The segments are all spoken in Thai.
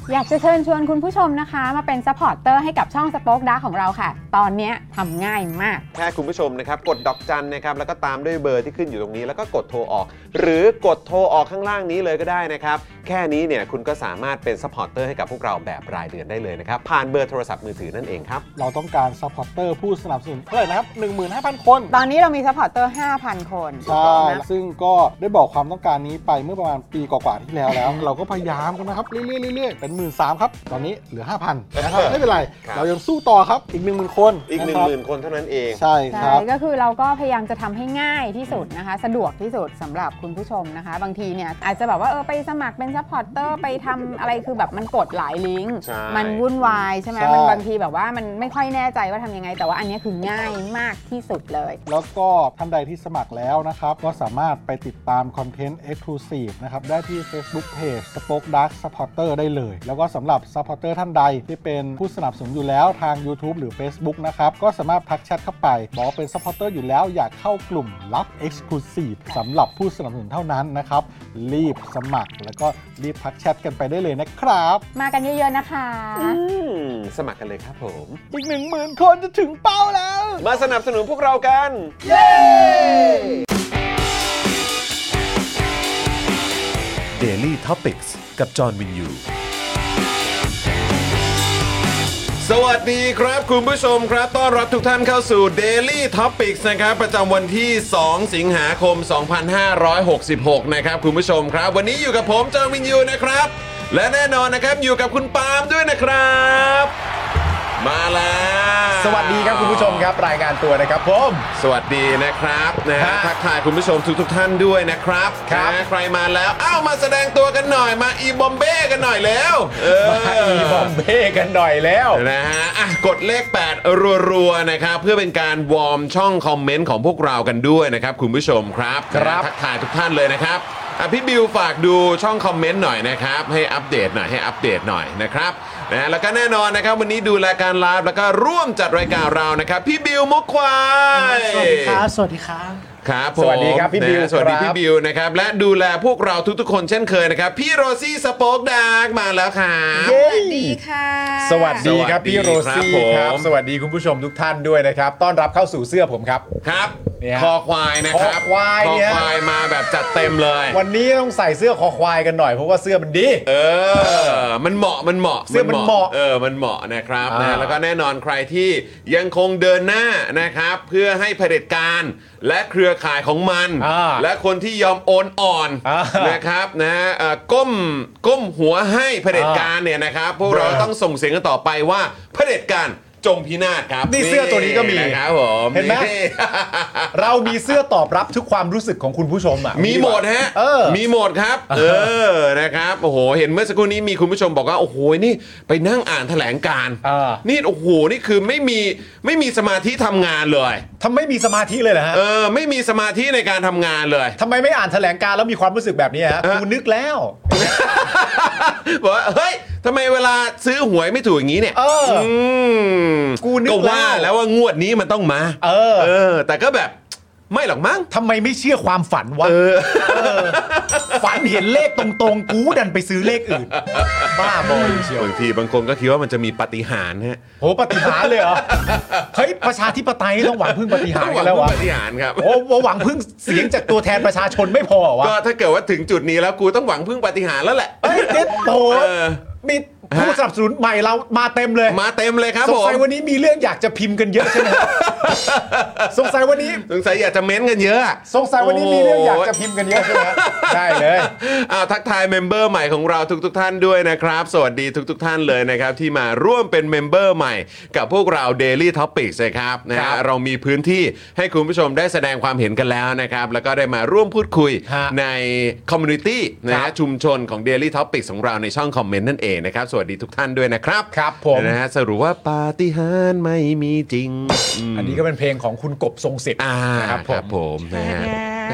อยากจะเชิญชวนคุณผู้ชมนะคะมาเป็นซัพพอร์ตเตอร์ให้กับช่อง Spoke Dark ของเราค่ะตอนนี้ทำง่ายมากแค่คุณผู้ชมนะครับกดดอกจันนะครับแล้วก็ตามด้วยเบอร์ที่ขึ้นอยู่ตรงนี้แล้วก็กดโทรออกหรือกดโทรออกข้างล่างนี้เลยก็ได้นะครับแค่นี้เนี่ยคุณก็สามารถเป็นซัพพอร์ตเตอร์ให้กับพวกเราแบบรายเดือนได้เลยนะครับผ่านเบอร์โทรศัพท์มือถือนั่นเองครับเราต้องการซัพพอร์ตเตอร์ผู้สนับสนุนเท่าไหร่นะครับ 15,000 คนตอนนี้เรามีซัพพอร์ตเตอร์ 5,000 คนใช่ซึ่งก็ได้บอกความต้องการนี้ไปเมื่อประมาณปีกว่าๆที่แล้ว เราก็พยายามกันนะครับเรื่อยๆเป็น 13,000 ครับตอนนี้เหลือ 5,000 นะครับไม่เป็นไรเรายังสู้ต่อครับอีก 10,000 คนอีก 10,000 คนเท่านั้นเองใช่ครับก็คือเราก็พยายามจะทำให้ง่ายที่สุดนะคะสะดวกที่สุดสำหรับคุณผู้ชมนะคะบางทีเนี่ยอาจจะแบบว่าไปสมัครเป็นซัพพอร์ตเตอร์ไปทำอะไรคือแบบมันกดหลายลิงก์มันวุ่นวายใช่ไหมมันบางทีแบบว่ามันไม่ค่อยแน่ใจว่าทำยังไงแต่ว่าอันนี้คือง่ายมากที่สุดเลยแล้วก็ท่านใดที่สมัครแล้วนะครับก็สามารถไปติดตามคอนเทนต์ Exclusive นะครับได้ที่ Facebook Page Spoke Dark Supporter ได้เลยแล้วก็สำหรับ Supporter ท่านใดที่เป็นผู้สนับสนุนอยู่แล้วทาง YouTube หรือ Facebook นะครับก็สามารถทักแชทเข้าไปบอกว่าเป็น Supporter อยู่แล้วอยากเข้ากลุ่มลับ Exclusive สำหรับผู้สนับสนุนเท่านั้นนะครับรีบสมัครแล้วก็รีบทักแชทกันไปได้เลยนะครับมากันเยอะๆนะคะสมัครกันเลยครับผมอีก 10,000 คนจะถึงเป้าแล้วมาสนับสนุนพวกเรากันเย้ Daily Topics กับจอห์นวินยูสวัสดีครับคุณผู้ชมครับต้อนรับทุกท่านเข้าสู่ Daily Topics นะครับประจำวันที่2สิงหาคม2566นะครับคุณผู้ชมครับวันนี้อยู่กับผมจอห์นวินยูนะครับและแน่นอนนะครับอยู่กับคุณปาล์มด้วยนะครับมาแล้วสวัสดีครับคุณผู้ชมครับรายงานตัวนะครับผมสวัสดีนะครับนะฮะทักทายคุณผู้ชมทุกท่านด้วยนะครับนะใครมาแล้วมาแสดงตัวกันหน่อยมาอีบอมเบ้กันหน่อยแล้วมาอีบอมเบ้กันหน่อยแล้วนะฮะกดเลข8รัวๆนะครับเพื่อเป็นการวอร์มช่องคอมเมนต์ของพวกเรากันด้วยนะครับคุณผู้ชมครับทักทายทุกท่านเลยนะครับพี่บิวฝากดูช่องคอมเมนต์หน่อยนะครับให้อัปเดตหน่อยนะครับนะแล้วก็แน่นอนนะครับวันนี้ดูรายการไลฟ์แล้วก็ร่วมจัดรายการเรานะครับพี่บิวมุกควายสวัสดีครับสวัสดีครับครับผมสวัสดีครับพี่บิวสวัสดีพี่บิวนะครับและดูแลพวกเราทุกๆคนเช่นเคยนะครับพี่โรซี่สป็อกดาร์กมาแล้วครับสวัสดีค่ะสวัสดีครับพี่โรซี่ครับสวัสดีคุณผู้ชมทุกท่านด้วยนะครับต้อนรับเข้าสู่เสื้อผมครับครับคอควายนะครับคอควายมาแบบจัดเต็มเลยวันนี้ต้องใส่เสื้อคอควายกันหน่อยเพราะว่าเสื้อมันดีมันเหมาะเสื้อมันเหมาะมันเหมาะนะครับนะแล้วก็แน่นอนใครที่ยังคงเดินหน้านะครับเพื่อให้เผด็จการและเครือข่ายของมันและคนที่ยอมโอนอ่อนนะครับนะก้มหัวให้เผด็จการเนี่ยนะครับพวกเราต้องส่งเสียงกันต่อไปว่าเผด็จการจงพินาศครับนี่เสื้อตัวนี้ก็มีนะครับผมเห็นไหมเรามีเสื้อตอบรับทุกความรู้สึกของคุณผู้ชมมีหมดฮะมีหมดครับนะครับโอ้โหเห็นเมื่อสักครู่นี้มีคุณผู้ชมบอกว่าโอ้โหนี่ไปนั่งอ่านแถลงการณ์นี่โอ้โหนี่คือไม่มีสมาธิทำงานเลยทำไม่มีสมาธิเลยเหรอฮะไม่มีสมาธิในการทำงานเลยทำไมไม่อ่านแถลงการณ์แล้วมีความรู้สึกแบบนี้ฮะกูนึกแล้วบอกว่าเฮ้ยทำไมเวลาซื้อหวยไม่ถูกอย่างนี้เนี่ยกูนึกว่าแล้วว่างวดนี้มันต้องมาแต่ก็แบบไม่หรอกมั้งทำไมไม่เชื่อความฝันวะฝันเห็นเลขตรงๆกูดันไปซื้อเลขอื่นบ้าบอเชียวบางทีบางคนก็คิดว่ามันจะมีปาฏิหาริย์ฮะโหปาฏิหาริย์เลยเหรอเฮ้ยประชาธิปไตยต้องหวังพึ่งปาฏิหาริย์กันแล้ววะปาฏิหาริย์ครับโอ้หวังพึ่งเสียงจากตัวแทนประชาชนไม่พอวะก็ถ้าเกิดว่าถึงจุดนี้แล้วกูต้องหวังพึ่งปาฏิหาริย์แล้วแหละเฮ้ยเด็ดโตมีผู้สนับสนุนใหม่เรามาเต็มเลยครับผมสงสัยวันนี้มีเรื่องอยากจะพิมพ์กันเยอะใช่ไหมสงสัยวันนี้อยากจะเม้นกันเยอะสงสัยวันนี้มีเรื่องอยากจะพิมพ์กันเยอะใช่ไหมได้เลยทักทายเมมเบอร์ใหม่ของเราทุกท่านด้วยนะครับสวัสดีทุกท่านเลยนะครับที่มาร่วมเป็นเมมเบอร์ใหม่กับพวกเรา Daily Topics นะครับนะฮะเรามีพื้นที่ให้คุณผู้ชมได้แสดงความเห็นกันแล้วนะครับแล้วก็ได้มาร่วมพูดคุยในคอมมูนิตี้นะฮะชุมชนของ Daily Topics ของเราในช่องคอมเมนต์นั่นเองนะครับสวัสดีทุกท่านด้วยนะครับครับผมนะฮะสรุปว่าปาฏิหาริย์ไม่มีจริงอันนี้ก็เป็นเพลงของคุณกบทรงศิษย์ครับผมนะฮะ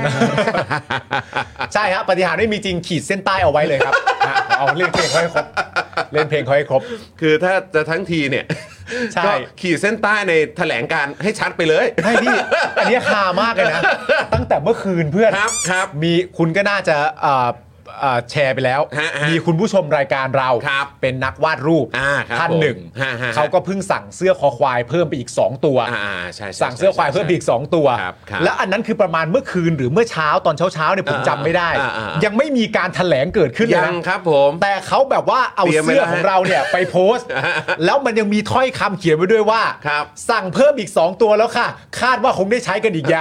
ใช่ครับปาฏิหาริย์ไม่มีจริงขีดเส้นใต้เอาไว้เลยครับเอาเล่นเพลงเขาให้ครบคือถ้าจะทั้งทีเนี่ยก็ขีดเส้นใต้ในแถลงการให้ชัดไปเลยใช่พี่อันนี้ฮามากเลยนะตั้งแต่เมื่อคืนเพื่อนครับมีคุณก็น่าจะแชร์ไปแล้วฮะมีคุณผู้ชมรายการเราครับเป็นนักวาดรูปครับท่านหนึ่งฮะเขาก็เพิ่งสั่งเสื้อคอควายเพิ่มไปอีก2ตัวใช่สั่งเสื้อควายเพิ่มไปอีก2ตัวครับแล้วอันนั้นคือประมาณเมื่อคืนหรือเมื่อเช้าตอนเช้าเนี่ยผมจำไม่ได้ ยังไม่มีการแถลงเกิดขึ้นเลยยังนะครับผมแต่เขาแบบว่าเอาเตรียมไว้เสื้อแล้วของเราเนี่ยไปโพสต์ แล้วมันยังมีถ้อยคำเขียนไว้ด้วยว่าครับสั่งเพิ่มอีก2ตัวแล้วค่ะ คาดว่าคงได้ใช้กันอีกยาว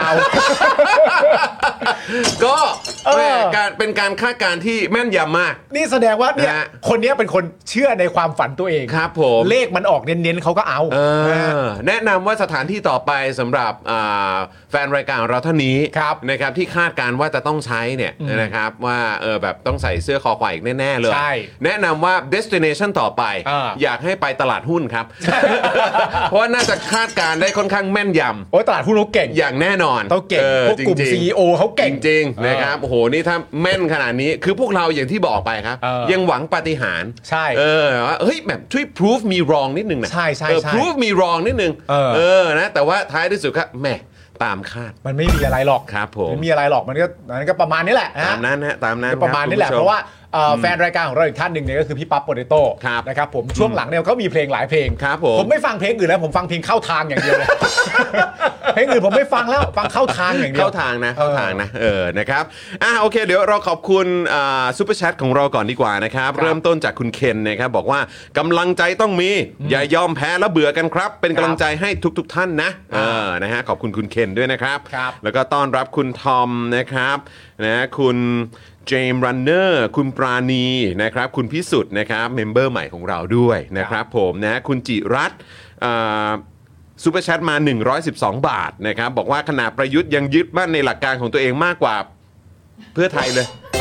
ก็แม่เป็นการคาดการณ์ที่แม่นยำมากนี่แสดงว่าเนี่ยนะฮะคนเนี้ยเป็นคนเชื่อในความฝันตัวเองครับผมเลขมันออกเน้นๆเขาก็เอาแนะนำว่าสถานที่ต่อไปสำหรับแฟนรายการของเราท่านนี้ครับนะครับที่คาดการณ์ว่าจะต้องใช้เนี่ยนะครับว่าแบบต้องใส่เสื้อคอควายอีกแน่ๆเลยใช่แนะนำว่า destination ต่อไป อยากให้ไปตลาดหุ้นครับ เพราะว่าน่าจะคาดการณ์ได้ค่อนข้างแม่นยำโอ้ยตลาดหุ้นเขาเก่งอย่างแน่นอนเขาเก่งพวกกลุ่มจริงๆ CEO เขาเก่งจริงๆนะครับโอ้โหนี่ถ้าแม่นขนาดนี้คือพวกเราอย่างที่บอกไปครับ ยังหวังปาฏิหาริย์ใช่ว่าเฮ้ยแบบช่วย prove me wrong นิดนึงนะใช่ใช่ prove me wrong นิดนึงนะแต่ว่าท้ายที่สุดครับแหมตามคาดมันไม่มีอะไรหรอกครับผมไม่มีอะไรหรอกมันก็ประมาณนี้แหละตามนั้นฮะตามนั้นก็ประมาณนี้แหละคบเพราะว่าแฟนรายการของเราอีกท่านหนึ่งเนี่ยก็คือพี่ปั๊บโปเตโต้ครับนะครับผมช่วงหลังเนี่ยเขามีเพลงหลายเพลงครับผมไม่ฟังเพลงอื่นแล้วผมฟังเพลงเข้าทางอย่างเดียวเลย เพลงอื่นผมไม่ฟังแล้วฟังเข้าทางอย่างเดียวเข้าทางนะนะครับโอเคเดี๋ยวเราขอบคุณซูเปอร์แชทของเราก่อนดีกว่านะครับเริ่มต้นจากคุณเคนนะครับบอกว่ากำลังใจต้องมีอย่ายอมแพ้และเบื่อกันครับเป็นกำลังใจให้ทุกท่านนะนะฮะขอบคุณคุณเคนด้วยนะครับครับแล้วก็ต้อนรับคุณทอมนะครับนะคุณเจมส์รันเนอร์คุณปราณีนะครับคุณพิสุทธิ์นะครับเมมเบอร์ใหม่ของเราด้วยนะครับผมนะคุณจิรัตน์ซูเปอร์แชทมา112 บาทนะครับบอกว่าขณะประยุทธ์ยังยึดมั่นในหลักการของตัวเองมากกว่าเพื่อไทยเลย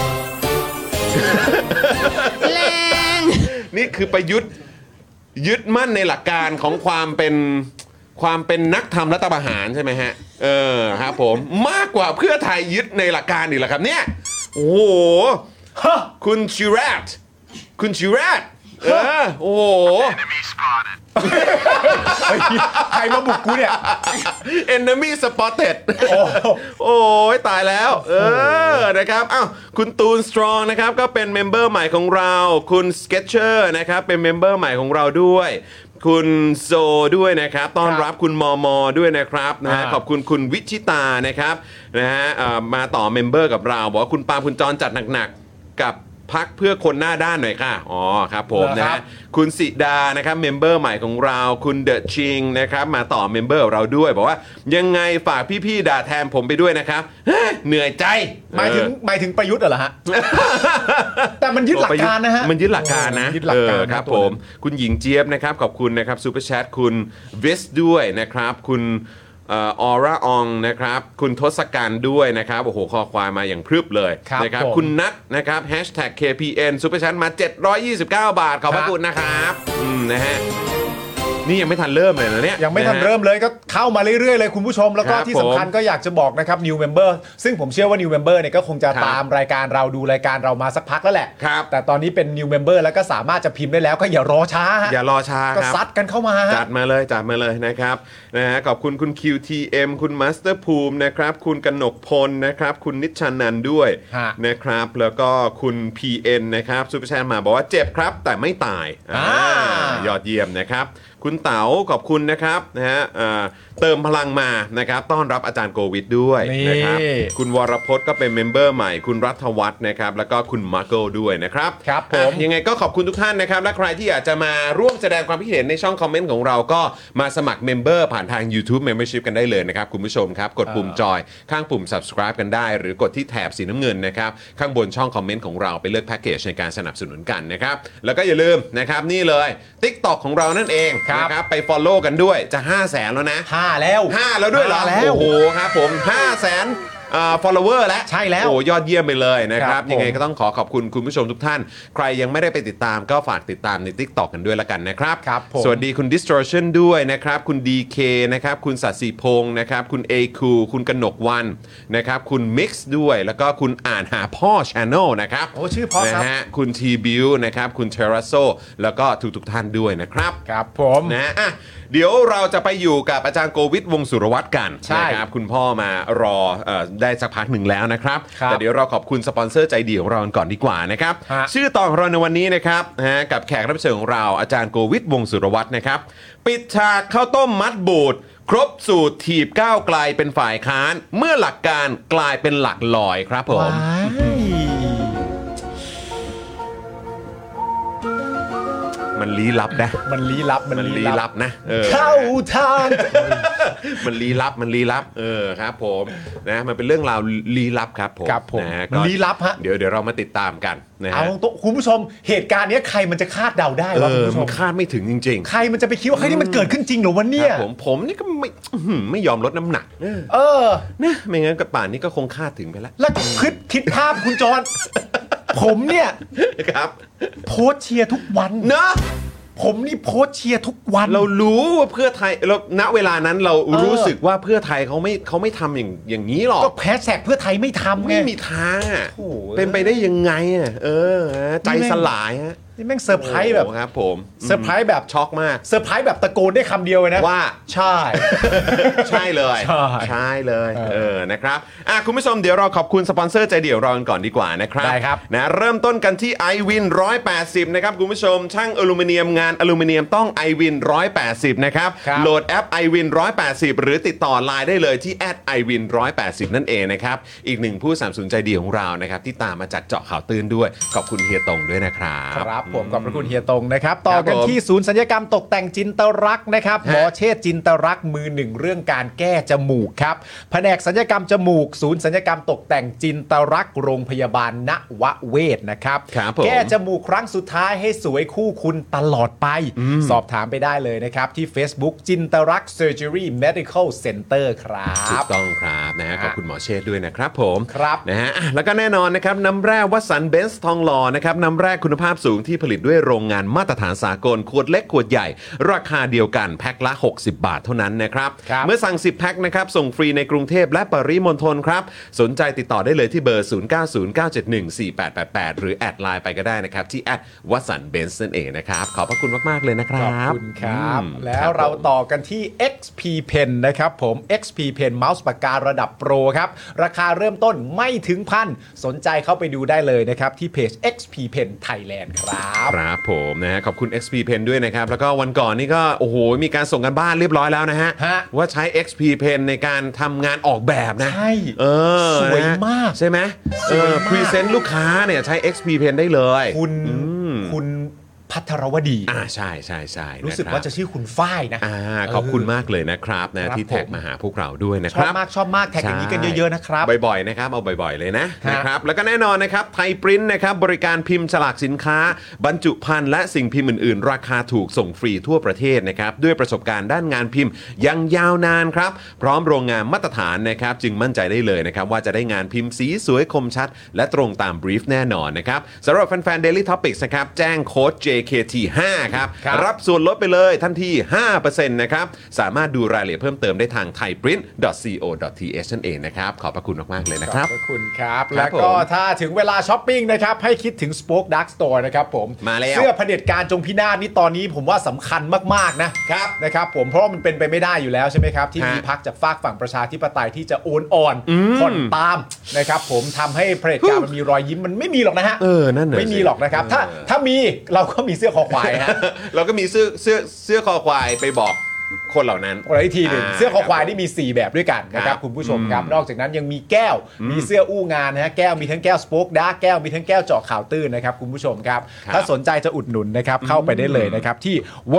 แรงนี่คือประยุทธ์ยึดมั่นในหลักการของความเป็นนักทำรัฐประหารใช่ไหมฮะครับผมมากกว่าเพื่อไทยยึดในหลักการอีกเหรอครับเนี่ยโอ้โหคุณชิรัตโอ้โหใครมาบุกกูเนี่ย Enemy spotted โอ้ยตายแล้วนะครับอ้าวคุณตูนสตรองนะครับก็เป็นเมมเบอร์ใหม่ของเราคุณ Sketcher นะครับเป็นเมมเบอร์ใหม่ของเราด้วยคุณโซด้วยนะครับต้อนรับคุณมมด้วยนะครับนะฮะขอบคุณคุณวิชิตานะครับนะฮะมาต่อเมมเบอร์กับเราบอกว่าคุณปาล์มคุณจรจัดหนักๆกับพักเพื่อคนหน้าด้านหน่อยค่ะอ๋อครับผมนะฮะคุณสิดานะครับเมมเบอร์ใหม่ของเราคุณเดอะชิงนะครับมาต่อเมมเบอร์เราด้วยบอกว่ายังไงฝากพี่ๆด่าแทนผมไปด้วยนะครับเหนื่อยใจหมายถึงประยุทธ์เหรอฮะ แต่มันยึดหลักการนะฮะมันยึดหลักการนะยึดหลักการครับผมคุณหญิงเจี๊ยบนะครับขอบคุณนะครับซูเปอร์แชทคุณเวสด้วยนะครับคุณออร่าอองนะครับคุณทศกัณฐ์ด้วยนะครับโอ้โหคอควายมาอย่างพรึบเลยนะครับคุณนัทนะครับ #KPN ซูเปอร์แชทมา729 บาทขอบพระคุณนะครับนะฮะนี่ยังไม่ทันเริ่มเลยนะเนี่ยยังไม่ทันเริ่มเลยก็เข้ามาเรื่อยๆเลยคุณผู้ชมแล้วก็ที่สำคัญก็อยากจะบอกนะครับ New Member ซึ่งผมเชื่อว่า New Member เนี่ยก็คงจะตามรายการเราดูรายการเรามาสักพักแล้วแหละแต่ตอนนี้เป็น New Member แล้วก็สามารถจะพิมพ์ได้แล้วก็อย่ารอช้าก็ซัดกันเข้ามาจัดมาเลยนะครับนะฮะขอบคุณคุณ QTM คุณ Master ภูมินะครับคุณกนกพลนะครับคุณนิชชันนันด้วยนะครับแล้วก็คุณ PN นะครับซูเปอร์แชทมาบอกว่าเจ็บครับแต่ไม่ตายยอดเยี่ยมนะครับคุณเต๋าขอบคุณนะครับนะฮะเติมพลังมานะครับต้อนรับอาจารย์โควิดด้วยนะครับคุณวรพจน์ก็เป็นเมมเบอร์ใหม่คุณรัฐวัฒน์นะครับแล้วก็คุณมาร์โกด้วยนะครับครับผมยังไงก็ขอบคุณทุกท่านนะครับและใครที่อยากจะมาร่วมแสดงความคิดเห็นในช่องคอมเมนต์ของเราก็มาสมัครเมมเบอร์ผ่านทาง YouTube Membership กันได้เลยนะครับคุณผู้ชมครับกดปุ่มจอยข้างปุ่ม subscribe กันได้หรือกดที่แถบสีน้ำเงินนะครับข้างบนช่องคอมเมนต์ของเราไปเลือกแพ็กเกจในการสนับสนุนกันนะครับแล้วก็อย่าลืมนะครับนี่เลย TikTok ของเรานั่นเองนะครับไป follow กันด้วยจะ 500,000 แล้วนะ 5แล้วด้วยเหรอโอ้โหครับผม 500,000follower แล้วใช่แล้วโอ้ยอดเยี่ยมไปเลยนะครับยังไงก็ต้องขอบคุณคุณผู้ชมทุกท่านใครยังไม่ได้ไปติดตามก็ฝากติดตามใน TikTok กันด้วยละกันนะครับสวัสดีคุณ Distortion ด้วยนะครับคุณ DK นะครับคุณสัตย์สีพงศ์นะครับคุณ AQ คุณกนกวันนะครับคุณ Mix ด้วยแล้วก็คุณอ่านหาพ่อ Channel นะครับโอ้ชื่อพ่อครับนะฮะคุณ T-Bill นะครับคุณ Terrazzo แล้วก็ทุกท่านด้วยนะครับครับผมนะเดี๋ยวเราจะไปอยู่กับอาจารย์โกวิทวงศ์สุรวัตรกันนะครับคุณพ่อมารอได้สักพักหนึ่งแล้วนะครับแต่เดี๋ยวเราขอบคุณสปอนเซอร์ใจดีของเราก่อนดีกว่านะครับชื่อตอนของเราในวันนี้นะครับกับแขกรับเชิญของเราอาจารย์โกวิทวงศ์สุรวัฒน์นะครับปิดฉากข้าวต้มมัดบูดครบสูตรถีบก้าวไกลเป็นฝ่ายค้านเมื่อหลักการกลายเป็นหลักลอยครับผมมันลี้ลับนะมันลี้ลับนะเข้าทางมันลี้ลับครับผมนะมันเป็นเรื่องราวลี้ลับครับผมนะมันลี้ลับฮะเดี๋ยวเรามาติดตามกันนะฮะคุณผู้ชมเหตุการณ์นี้ใครมันจะคาดเดาได้วะคุณผู้ชมคาดไม่ถึงจริงๆใครมันจะไปคิดว่าเฮ้ยนี่มันเกิดขึ้นจริงเหรอวะเนี่ยผมนี่ก็ไม่ยอมลดน้ำหนักนะไม่งั้นกับป่านนี้ก็คงคาดถึงไปแล้วคิดภาพคุณจอนผมเนี่ยครับโพสเชียร์ทุกวันนะผมนี่โพสเชียร์ทุกวันเรารู้ว่าเพื่อไทยเราณเวลานั้นเรารู้สึกว่าเพื่อไทยเขาไม่ทำอย่างนี้หรอกก็แฮชแท็กเพื่อไทยไม่ทำไงไม่มีทางเป็นไปได้ยังไงใจสลายฮะนี่แม่งเซอร์ไพรส์แบบครับผมเซอร์ไพรส์แบบช็อกมากเซอร์ไพรส์แบบตะโกนได้คำเดียวเลยนะว่าใช่ใช่เลยใช่เลยนะครับคุณผู้ชมเดี๋ยวเราขอบคุณสปอนเซอร์ใจเดี่ยวเรากันก่อนดีกว่านะครับได้ครับนะเริ่มต้นกันที่ iWin 180นะครับคุณผู้ชมช่างอลูมิเนียมงานอลูมิเนียมต้อง iWin 180นะครับโหลดแอป iWin 180หรือติดต่อไลน์ได้เลยที่ @iWin 180นั่นเองนะครับอีกหนึ่งผู้สนับสนุนใจดีของเรานะครับที่ตามมาจากเจาะข่าวตื่นด้วยขอบคุณเฮียตงด้วยนะครับผมขอบพระคุณเฮียตงนะครับต่อกันที่ศูนย์ศัลยกรรมตกแต่งจินตรักษ์นะครับหมอเชษจินตรักษ์มือหนึ่งเรื่องการแก้จมูกครับแผนกศัลยกรรมจมูกศูนย์ศัลยกรรมตกแต่งจินตรักษ์โรงพยาบาลณวเวศนะครับแก้จมูกครั้งสุดท้ายให้สวยคู่คุณตลอดไปสอบถามไปได้เลยนะครับที่ Facebook จินตรักษ์ Surgery Medical Center ครับถูกต้องครับนะฮะขอบคุณหมอเชษด้วยนะครับผมครับนะฮะแล้วก็แน่นอนนะครับน้ำแร่วัสันเบนซ์ทองหล่อนะครับน้ำแร่คุณภาพสูงที่ผลิตด้วยโรงงานมาตรฐานสากลขวดเล็กขวดใหญ่ราคาเดียวกันแพ็คละ60 บาทเท่านั้นนะครับเมื่อสั่ง10แพ็คนะครับส่งฟรีในกรุงเทพและปริมณฑลครับสนใจติดต่อได้เลยที่เบอร์0909714888หรือแอดไลน์ไปก็ได้นะครับที่@wasanbenzนั่นเองนะครับขอบพระคุณมากๆเลยนะครับขอบคุณครับแล้วเราต่อกันที่ XP Pen นะครับผม XP Pen เมาส์ปากการะดับโปรครับราคาเริ่มต้นไม่ถึงพันสนใจเข้าไปดูได้เลยนะครับที่เพจ XP Pen Thailand ครับผมนะฮะขอบคุณ XP Pen ด้วยนะครับแล้วก็วันก่อนนี่ก็โอ้โหมีการส่งกันบ้านเรียบร้อยแล้วนะฮะว่าใช้ XP Pen ในการทำงานออกแบบนะใช่สวยมากใช่ไหมพรีเซนต์ลูกค้าเนี่ยใช้ XP Pen ได้เลยคุณพัทรวดีใช่ใช่ใช่รู้สึกว่าจะชื่อคุณฝ้ายนะขอบคุณมากเลยนะครับนะที่แท็กมาหาพวกเราด้วยนะครับชอบมากแท็กอย่างนี้กันเยอะๆนะครับบ่อยๆนะครับเอาบ่อยๆเลยนะครับแล้วก็แน่นอนนะครับไทยปริ้นนะครับบริการพิมพ์ฉลากสินค้าบรรจุภัณฑ์และสิ่งพิมพ์อื่นๆราคาถูกส่งฟรีทั่วประเทศนะครับด้วยประสบการณ์ด้านงานพิมพ์ยังยาวนานครับพร้อมโรงงานมาตรฐานนะครับจึงมั่นใจได้เลยนะครับว่าจะได้งานพิมพ์สีสวยคมชัดและตรงตามบรีฟแน่นอนนะครับสำหรับแฟนๆ Daily Topics นะครับแจ้งโค้ด JKT5 ครับรับส่วนลดไปเลยทันที 5% นะครับสามารถดูรายละเอียดเพิ่มเติมได้ทาง thaiprint.co.th นั่นเองนะครับขอบพระคุณมากๆเลยนะครับขอบพระคุณครับแล้วก็ถ้าถึงเวลาช้อปปิ้งนะครับให้คิดถึง Spoke Dark Store นะครับผมมาแล้วเสื้อเผด็จการจงพินาศนี่ตอนนี้ผมว่าสำคัญมากๆนะครับผมเพราะว่ามันเป็นไปไม่ได้อยู่แล้วใช่ไหมครับที่มีพรรคจากฝากฝั่งประชาธิปไตยที่จะโอนอ่อนผ่อนตามนะครับผมทำให้เผด็จการมันมีรอยยิ้มมันไม่มีหรอกนะฮะนั่นไม่มีหรอกนะครับถ้ามีเราก็มีเสื้อคอควายเราก็มีเสื้อคอควายไปบอกคนเหล่านั้นอีกทีหนึ่งเสื้อคอควายที่มี4แบบด้วยกันนะครับคุณผู้ชมครับนอกจากนั้นยังมีแก้วมีเสื้ออู้งานนะฮะแก้วมีทั้งแก้วสโป๊กดาร์กแก้วมีทั้งแก้วเจาะข่าวตื้นนะครับคุณผู้ชมครับถ้าสนใจจะอุดหนุนนะครับเข้าไปได้เลยนะครับที่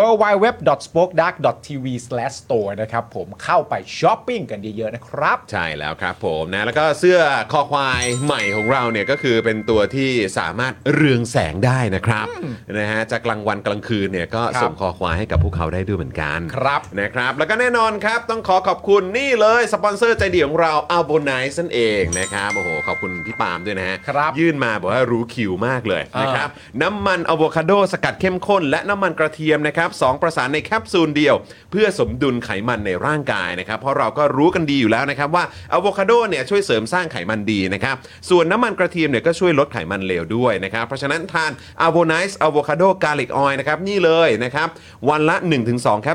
www.spokedark.tv/store นะครับผมเข้าไปช้อปปิ้งกันเยอะๆนะครับใช่แล้วครับผมนะแล้วก็เสื้อคอควายใหม่ของเราเนี่ยก็คือเป็นตัวที่สามารถเรืองแสงได้นะครับนะฮะจากกลางวันกลางคืนเนี่ยก็ส่งคอควายให้กับพวกเขาได้ด้วยเหมือนกันนะครับแล้วก็แน่นอนครับต้องขอบคุณนี่เลยสปอนเซอร์ใจดีของเรา Albonize นั่นเองนะครับโอ้โหขอบคุณพี่ปาล์มด้วยนะฮะยื่นมาบอกว่ารู้คิวมากเลยนะครับน้ำมันอะโวคาโดสกัดเข้มข้นและน้ำมันกระเทียมนะครับ2ประสานในแคปซูลเดียวเพื่อสมดุลไขมันในร่างกายนะครับเพราะเราก็รู้กันดีอยู่แล้วนะครับว่าอะโวคาโดเนี่ยช่วยเสริมสร้างไขมันดีนะครับส่วนน้ำมันกระเทียมเนี่ยก็ช่วยลดไขมันเลวด้วยนะครับเพราะฉะนั้นทาน Albonize Avocado Garlic Oil นะครับนี่เลยนะครับวันละ 1-2 แคปซูลระหว่าง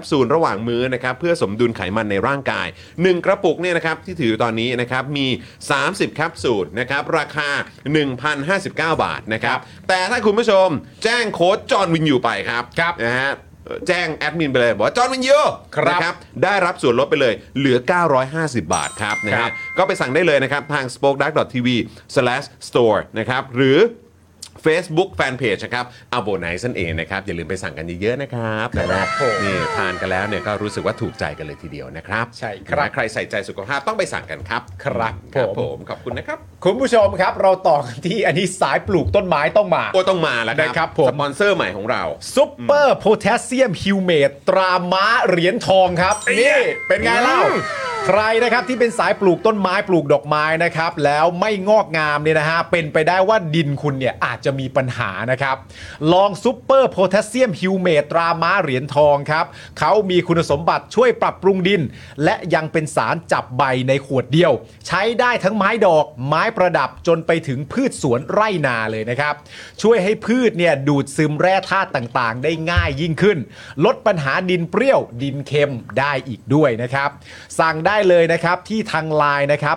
ว่างมื้อนะครับเพื่อสมดุลไขมันในร่างกาย1กระปุกเนี่ยนะครับที่ถืออยู่ตอนนี้นะครับมี30แคปซูลนะครับราคา 1,059 บาทนะครับแต่ถ้าคุณผู้ชมแจ้งโค้ดจอห์นวินยูไปครับนะฮะแจ้งแอดมินไปเลยบอกว่าจอห์นวินยูนะครับได้รับส่วนลดไปเลยเหลือ950 บาทครับนะฮะก็ไปสั่งได้เลยนะครับทาง spokedark.tv/store นะครับหรือFacebook Fanpage นะครับอัลโบไนซ์นั่นเองนะครับอย่าลืมไปสั่งกันเยอะๆนะครับนะนี่ทานกันแล้วเนี่ยก็รู้สึกว่าถูกใจกันเลยทีเดียวนะครับใช่ครับใครใส่ใจสุขภาพต้องไปสั่งกันครับครับผมขอบคุณนะครับคุณผู้ชมครับเราต่อกันที่อันนี้สายปลูกต้นไม้ต้องมาต้องมาแล้วครับสปอนเซอร์ใหม่ของเราซุปเปอร์โพแทสเซียมฮิวเมตตราม้าเหรียญทองครับนี่เป็นไงเล่าใครนะครับที่เป็นสายปลูกต้นไม้ปลูกดอกไม้นะครับแล้วไม่งอกงามเนี่ยนะฮะเป็นไปได้ว่าดินคุณเนี่ยอาจจะมีปัญหานะครับลองซุปเปอร์โพแทสเซียมฮิวเมตตราม้าเหรียญทองครับเขามีคุณสมบัติช่วยปรับปรุงดินและยังเป็นสารจับใบในขวดเดียวใช้ได้ทั้งไม้ดอกไม้ประดับจนไปถึงพืชสวนไร่นาเลยนะครับช่วยให้พืชเนี่ยดูดซึมแร่ธาตุต่างๆได้ง่ายยิ่งขึ้นลดปัญหาดินเปรี้ยวดินเค็มได้อีกด้วยนะครับสั่งได้เลยนะครับที่ทางไลน์นะครับ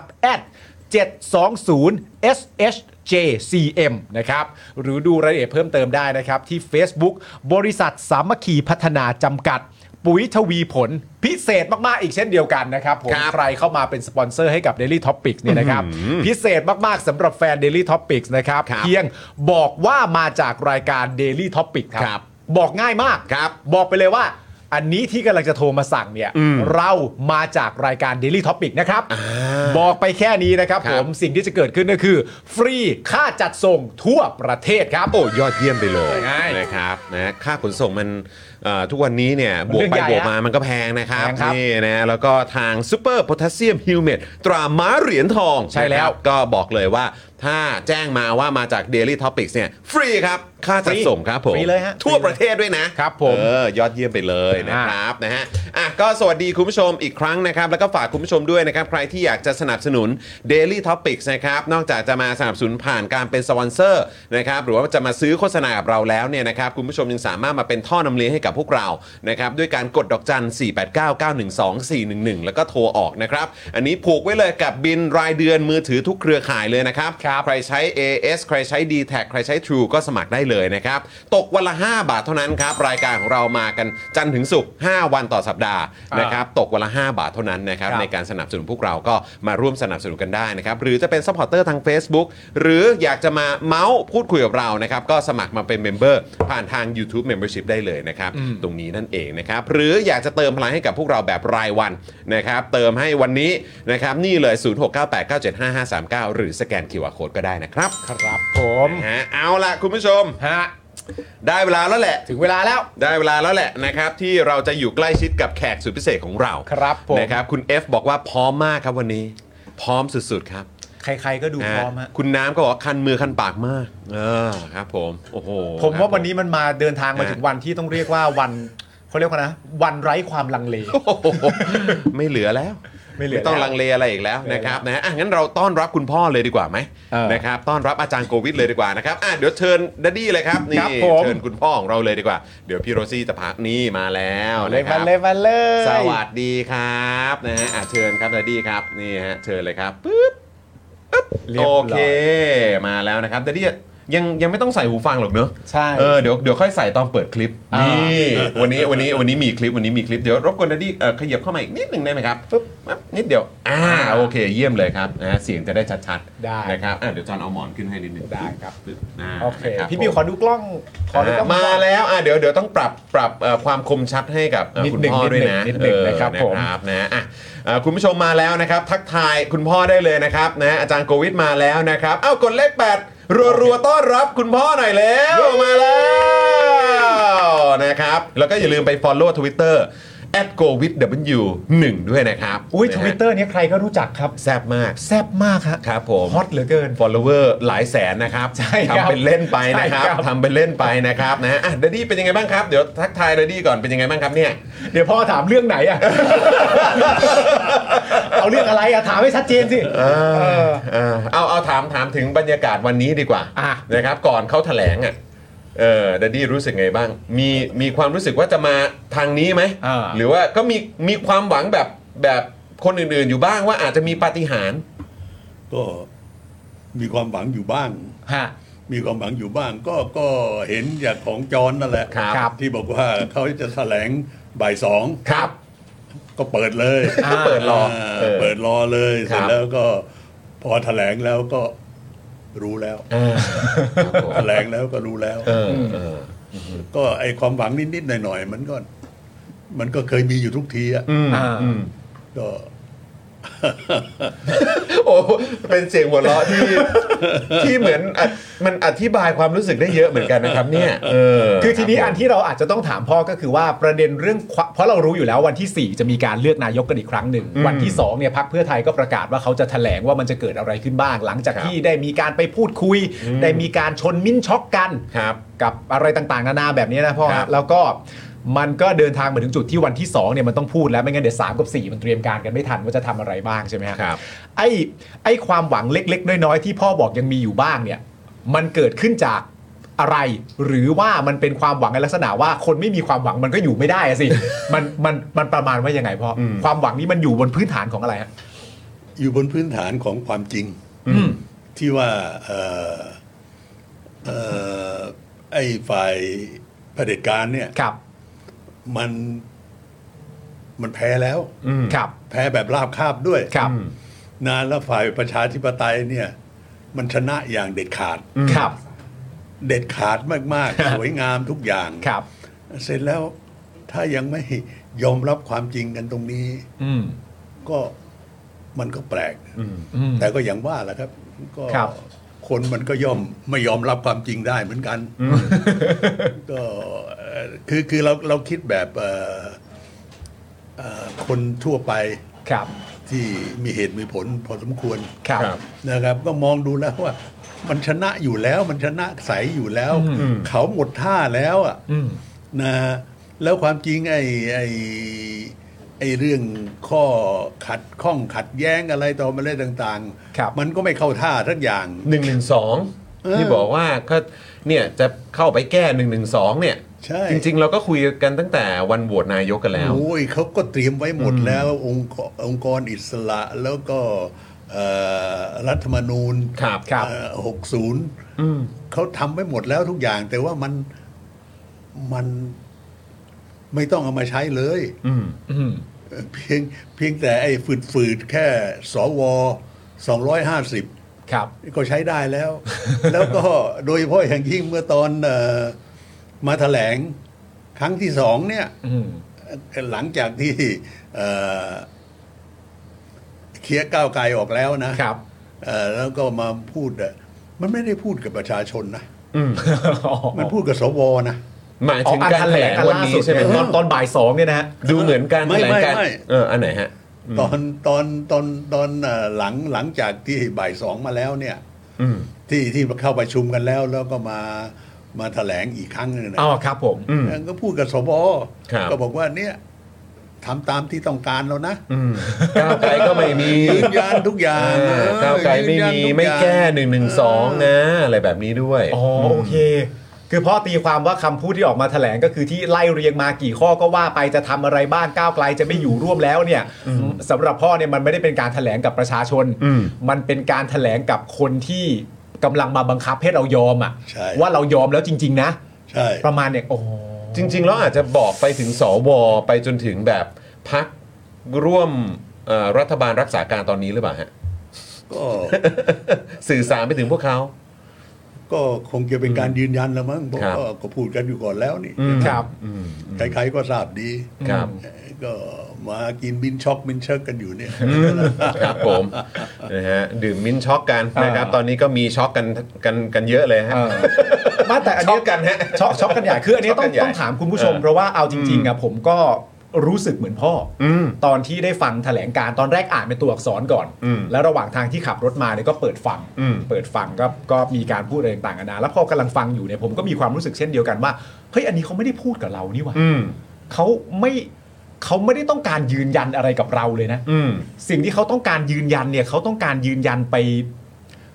@720shjcm นะครับหรือดูรายละเอียดเพิ่มเติมได้นะครับที่ Facebook บริษัทสามัคคีพัฒนาจำกัดปุ๋ยทวีผลพิเศษมากๆอีกเช่นเดียวกันนะครับผมใครเข้ามาเป็นสปอนเซอร์ให้กับ Daily Topics เนี่ยนะครับพิเศษมากๆสำหรับแฟน Daily Topics นะครับเพียงบอกว่ามาจากรายการ Daily Topics ครับบอกง่ายมากบอกไปเลยว่าอันนี้ที่กำลังจะโทรมาสั่งเนี่ยเรามาจากรายการ Daily Topic นะครับบอกไปแค่นี้นะครับผมสิ่งที่จะเกิดขึ้นก็คือฟรีค่าจัดส่งทั่วประเทศครับโอ้ยอดเยี่ยมไปเลยนะครับนะค่าขนส่งมันทุกวันนี้เนี่ยบวกไปบวกมามันก็แพงนะครับนี่นะแล้วก็ทางซูเปอร์โพแทสเซียมฮิวเมตตราม้าเหรียญทองใช่แล้วก็บอกเลยว่าถ้าแจ้งมาว่ามาจาก Daily Topics เนี่ยฟรีครับค่าจัดส่งครับผมฟรีเลยฮะทั่วประเทศด้วยนะครับผมยอดเยี่ยมไปเลยนะครับนะฮะก็สวัสดีคุณผู้ชมอีกครั้งนะครับแล้วก็ฝากคุณผู้ชมด้วยนะครับใครที่อยากจะสนับสนุน Daily Topics นะครับนอกจากจะมาสนับสนุนผ่านการเป็นสปอนเซอร์นะครับหรือว่าจะมาซื้อโฆษณากับเราแล้วเนี่ยนะครับคุณผู้ชมยังสามารถมาเป็นท่อนำเลี้ยงให้กับพวกเรานะครับด้วยการกดดอกจัน 489912411 แล้วก็โทรออกนะครับอันนี้ผูกไว้เลยกับบินรายเดือนมือถือทุกเครือข่ายเลยนะครับใครใช้ AS ใครใช้ D-Tag ใครใช้ True ก็สมัครได้เลยนะครับตกวันละ5 บาทเท่านั้นครับรายการของเรามากันจันทร์ถึงศุกร์5วันต่อสัปดาห์นะครับตกวันละ5 บาทเท่านั้นนะครับในการสนับสนุนพวกเราก็มาร่วมสนับสนุนกันได้นะครับหรือจะเป็นซัพพอร์เตอร์ทาง Facebook หรืออยากจะมาเมาส์พูดคุยกับเรานะครับก็สมัครมาเป็นเมมเบอร์ผ่านทาง YouTube Membership ได้เลยนะครับตรงนี้นั่นเองนะครับหรืออยากจะเติมพลังให้กับพวกเราแบบรายวันนะครับเติมให้วันนี้นะครับนี่เลย0698975539หรือสแกน QR Code ก็ได้นะครับครับผมเอาล่ะคุณผู้ชมได้เวลาแล้วแหละถึงเวลาแล้วได้เวลาแล้วแหละนะครับที่เราจะอยู่ใกล้ชิดกับแขกสุดพิเศษของเราครับผมนะครับคุณ F บอกว่าพร้อมมากครับวันนี้พร้อมสุดๆครับใครๆก็ดูพร้อมฮะคุณน้ำก็บอกคันมือคันปากมากครับผมโอ้โหผมว่าวันนี้มันมาเดินทางมาถึงวันที่ต้องเรียกว่าวันเขาเรียกว่านะวันไร้ความลังเลไม่เหลือแล้วไม่ต้องลังเลอะไรอีกแล้วนะครับนะงั้นเราต้อนรับคุณพ่อเลยดีกว่าไหมนะครับต้อนรับอาจารย์โควิดเลยดีกว่านะครับเดี๋ยวเชิญดัดดี้เลยครับนี่เชิญคุณพ่อของเราเลยดีกว่าเดี๋ยวพี่โรซี่จะพักนี่มาแล้วนะครับเลยสวัสดีครับนะฮะเชิญครับดัดดี้ครับนี่ฮะเชิญเลยครับปึ๊บโอเคมาแล้วนะครับดัดดี้ยังไม่ต้องใส่หูฟังหรอกเนอะใช่เดี๋ยวค่อยใส่ตอนเปิดคลิปนี่วันนี้มีคลิปเดี๋ยวรบกวนดัดดี้ขยับเข้ามาอีกนิดนึงได้ไหมครับปึ๊บนิดเดียวโอเคเยี่ยมเลยครับนะเสียงจะได้ชัดๆได้นะครับเดี๋ยวจอนเอาหมอนขึ้นให้นิดนึงได้ครับโอเคพี่บิวขอดูกล้องมาแล้วเดี๋ยวต้องปรับความคมชัดให้กับคุณพ่อด้วยนะนะครับผมนะคุณผู้ชมมาแล้วนะครับทักทายคุณพ่อได้เลยนะครับนะอาจารย์โควิดมาแล้วนะครับกดเลข8รัวๆต้อนรับคุณพ่อหน่อยแล้วมาแล้วนะครับแล้วก็อย่าลืมไป follow Twitter @govitw1 ด้วยนะครับ Twitter นี้ใครก็รู้จักครับแซ่บมากครับผมฮอตเหลือเกิน follower หลายแสนนะครับทำเป็นเล่นไปนะครับทำเป็นเล่นไปนะครับนะดัดดี้เป็นยังไงบ้างครับเดี๋ยวทักทายดัดดี้ก่อนเป็นยังไงบ้างครับเนี่ยเดี๋ยวพ่อถามเรื่องไหนเอาเรื่องอะไรถามให้ชัดเจนสิเอาถามถึงบรรยากาศวันนี้ดีกว่านะครับก่อนเขาแถลงดัดดี้รู้สึกไงบ้างมีความรู้สึกว่าจะมาทางนี้ไหมหรือว่าก็มีความหวังแบบคนอื่นๆอยู่บ้างว่าอาจจะมีปาฏิหาริย์ก็มีความหวังอยู่บ้างมีความหวังอยู่บ้างก็เห็นจากของจอนนั่นแหละที่บอกว่าเขาจะแถลงบ่าย2 ครับก็เปิดเลยเปิดรอเลยเสร็จแล้วก็พอแถลงแล้วก็รู้แล้วแถลงแล้วก็รู้แล้วก็ไอความหวังนิดๆหน่อยๆมันก็เคยมีอยู่ทุกทีอ่ะก็โอ้เป็นเสียงหัวเราะที่เหมือนมันอธิบายความรู้สึกได้เยอะเหมือนกันนะครับเนี่ยคือทีนี้อันที่เราอาจจะต้องถามพ่อก็คือว่าประเด็นเรื่องเพราะเรารู้อยู่แล้ววันที่4จะมีการเลือกนายกกันอีกครั้งหนึ่งวันที่2เนี่ยพรรคเพื่อไทยก็ประกาศว่าเขาจะแถลงว่ามันจะเกิดอะไรขึ้นบ้างหลังจากที่ได้มีการไปพูดคุยได้มีการชนมิ้นช็อกกันกับอะไรต่างๆนานาแบบนี้นะพ่อแล้วก็มันก็เดินทางมาถึงจุดที่วันที่2เนี่ยมันต้องพูดแล้วไม่งั้นเดี๋ยว3กับ4มันเตรียมการกันไม่ทันว่าจะทำอะไรบ้างใช่ไหมครับไอ้ความหวังเล็กๆน้อยๆที่พ่อบอกยังมีอยู่บ้างเนี่ยมันเกิดขึ้นจากอะไรหรือว่ามันเป็นความหวังในลักษณะว่าคนไม่มีความหวังมันก็อยู่ไม่ได้สิมันประมาณว่ายังไงพ่อความหวังนี้มันอยู่บนพื้นฐานของอะไรฮะอยู่บนพื้นฐานของความจริงที่ว่าไอ้ฝ่ายเผด็จการเนี่ยมันแพ้แล้วแพ้แบบราบคาบด้วยนะแล้วฝ่ายประชาธิปไตยเนี่ยมันชนะอย่างเด็ดขาดเด็ดขาดมากๆสวยงามทุกอย่างเสร็จแล้วถ้ายังไม่ยอมรับความจริงกันตรงนี้ก็มันก็แปลกแต่ก็อย่างว่าแหละครับก็คนมันก็ย่อมไม่ยอมรับความจริงได้เหมือนกันก็คือเราคิดแบบคนทั่วไปที่มีเหตุมีผลพอสมควรนะครับก็มองดูแล้วว่ามันชนะอยู่แล้วมันชนะใสอยู่แล้วเขาหมดท่าแล้วอ่ะนะแล้วความจริงไอ้เรื่องข้อขัดข้องขัดแย้งอะไรต่อมาเรื่องต่างๆมันก็ไม่เข้าท่าทักอย่าง 112ที่บอกว่าก็เนี่ยจะเข้าไปแก้112เนี่ยจริงๆเราก็คุยกันตั้งแต่วันโหวตนายกกันแล้วโอ้ยเขาก็เตรียมไว้หมดแล้วองค์กรอิสระแล้วก็รัฐธรรมนูญ60เขาทำไว้หมดแล้วทุกอย่างแต่ว่ามันไม่ต้องเอามาใช้เลยเพียงแต่ไอ้ฝืดๆแค่สว250ก็ใช้ได้แล้วแล้วก็โดยเฉพาะอย่างยิ่งเมื่อตอนมาแถลงครั้งที่2เนี่ยหลังจากที่เคลียร์ก้าวไกลออกแล้วนะแล้วก็มาพูดมันไม่ได้พูดกับประชาชนนะมันพูดกับสวนะหมายถึงการแถลงวันนี้ใช่ไหมตอนบ่าย2เนี่ยนะฮะดูเหมือนการแถลงการอันไหนฮะตอนหลังจากที่บ่าย2มาแล้วเนี่ยที่เข้าประชุมกันแล้วก็มาแถลงอีกครั้งนึงนะครับผมก็พูดกับสวก็บอกว่าเนี่ยทำตามที่ต้องการแล้วนะก้าวไกลก็ไม่มียืนยันทุกอย่างก้าวไกลไม่มีไม่แก้112นะอะไรแบบนี้ด้วยโอเคคือพ่อตีความว่าคำพูดที่ออกมาแถลงก็คือที่ไล่เรียงมากี่ข้อก็ว่าไปจะทำอะไรบ้างก้าวไกลจะไม่อยู่ร่วมแล้วเนี่ยสำหรับพ่อเนี่ยมันไม่ได้เป็นการแถลงกับประชาชนมันเป็นการแถลงกับคนที่กำลังมาบังคับให้เรายอมว่าเรายอมแล้วจริงๆนะประมาณเนี่ยจริงๆแล้วอาจจะบอกไปถึงสวไปจนถึงแบบพรรคร่วมรัฐบาลรักษาการตอนนี้หรือเปล่าฮะก็สื่อสารไปถึงพวกเขาก็คงจะเป็นการยืนยันแล้วมั้งเพราะก็พูดกันอยู่ก่อนแล้วนี่ครับใครๆก็ทราบดีก็มากินมิ้นช็อกมิ้นเชิกกันอยู่เนี่ยครับผมนะฮะดื่มมิ้นช็อกกันนะครับตอนนี้ก็มีช็อกกันเยอะเลยฮะแต่อันนี้กันฮะช็อกกันใหญ่คืออันนี้ต้องถามคุณผู้ชมเพราะว่าเอาจริงๆผมก็รู้สึกเหมือนพ่อตอนที่ได้ฟังแถลงการตอนแรกอ่านเป็นตัวอักษรก่อนแล้วระหว่างทางที่ขับรถมาเนี่ยก็เปิดฟังก็มีการพูดอะไรต่างๆนานาแล้วพอกำลังฟังอยู่เนี่ยผมก็มีความรู้สึกเช่นเดียวกันว่าเฮ้ยอันนี้เขาไม่ได้พูดกับเรานี่หว่าเขาไม่ได้ต้องการยืนยันอะไรกับเราเลยนะสิ่งที่เขาต้องการยืนยันเนี่ยเขาต้องการยืนยันไป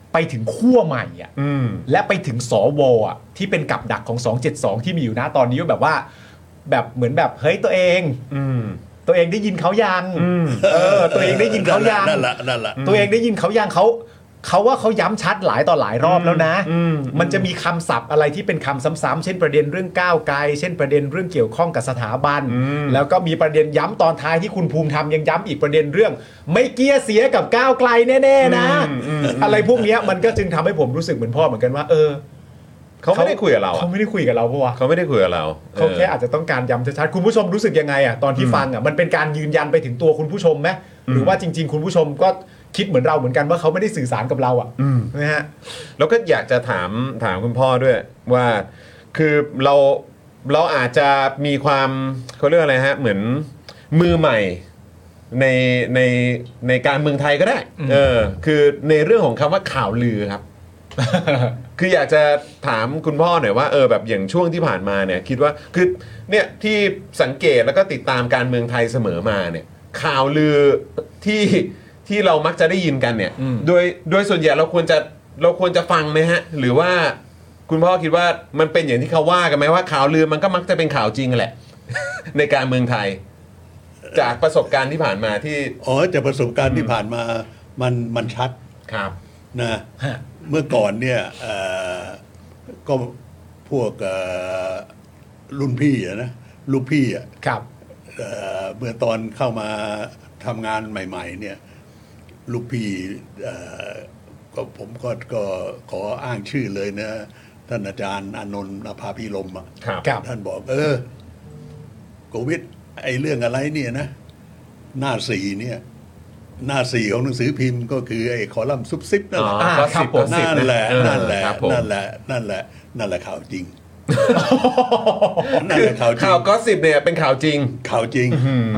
ไปถึงขั้วใหม่อ่ะและไปถึงสวอ่ะที่เป็นกับดักของ272ที่มีอยู่นะตอนนี้แบบว่าแบบเหมือนแบบเฮ้ยตัวเองตัวเองได้ยินเขายังตัวเองได้ยินเขายังนั่นแหละตัวเองได้ยินเขายังเขาว่าเขาย้ำชัดหลายต่อหลายรอบแล้วนะมันจะมีคำศัพท์อะไรที่เป็นคำซ้ำๆเช่นประเด็นเรื่องก้าวไกลเช่นประเด็นเรื่องเกี่ยวข้องกับสถาบันแล้วก็มีประเด็นย้ำตอนท้ายที่คุณภูมิธรรมยังย้ำอีกประเด็นเรื่องไม่เกี้ยเสียกับก้าวไกลแน่ๆนะอะไรพวกนี้มันก็จึงทำให้ผมรู้สึกเหมือนพ่อเหมือนกันว่าเขาไม่ได้คุยกับเราเขาไม่ได้คุยกับเราเพราะว่าเขาไม่ได้คุยกับเราเขาแค่อาจจะต้องการย้ำชัดๆคุณผู้ชมรู้สึกยังไงอ่ะตอนที่ฟังอ่ะมันเป็นการยืนยันไปถึงตัวคุณผู้ชมไหมหรือว่าจริงๆคุณผู้ชมก็คิดเหมือนเราเหมือนกันว่าเขาไม่ได้สื่อสารกับเราอ่ะนะฮะแล้วก็อยากจะถามคุณพ่อด้วยว่าคือเราอาจจะมีความเขาเรียกอะไรฮะเหมือนมือใหม่ในการเมืองไทยก็ได้คือในเรื่องของคำว่าข่าวลือครับ คืออยากจะถามคุณพ่อหน่อยว่าแบบอย่างช่วงที่ผ่านมาเนี่ยคิดว่าคือเนี่ยที่สังเกตแล้วก็ติดตามการเมืองไทยเสมอมาเนี่ยข่าวลือที่เรามักจะได้ยินกันเนี่ยโดยส่วนใหญ่เราควรจะฟังไหมฮะหรือว่าคุณพ่อคิดว่ามันเป็นอย่างที่เขาว่ากันไหมว่าข่าวลือมันก็มักจะเป็นข่าวจริงแหละ ในการเมืองไทยจากประสบการณ์ที่ผ่านมาที่จากประสบการณ์ที่ผ่านมามันชัดครับนะเมื่อก่อนเนี่ยก็พวกรุ่นพี่นะลูกพี่ครับเมื่อตอนเข้ามาทำงานใหม่ๆเนี่ยลูกพี่ก็ผมก็ขออ้างชื่อเลยนะท่านอาจารย์อานนท์อภาพิรมอ่ะท่านบอกโควิดไอ้เรื่องอะไรเนี่ยนะหน้า4เนี่ยหน้า4ของหนังสือพิมพ์ก็คือไอ้คอลัมน์ซุบซิบนั่นแหละนั่นแหละข่าวจริงข่าวก็สิบเนี่ยเป็นข่าวจริงข่าวจริง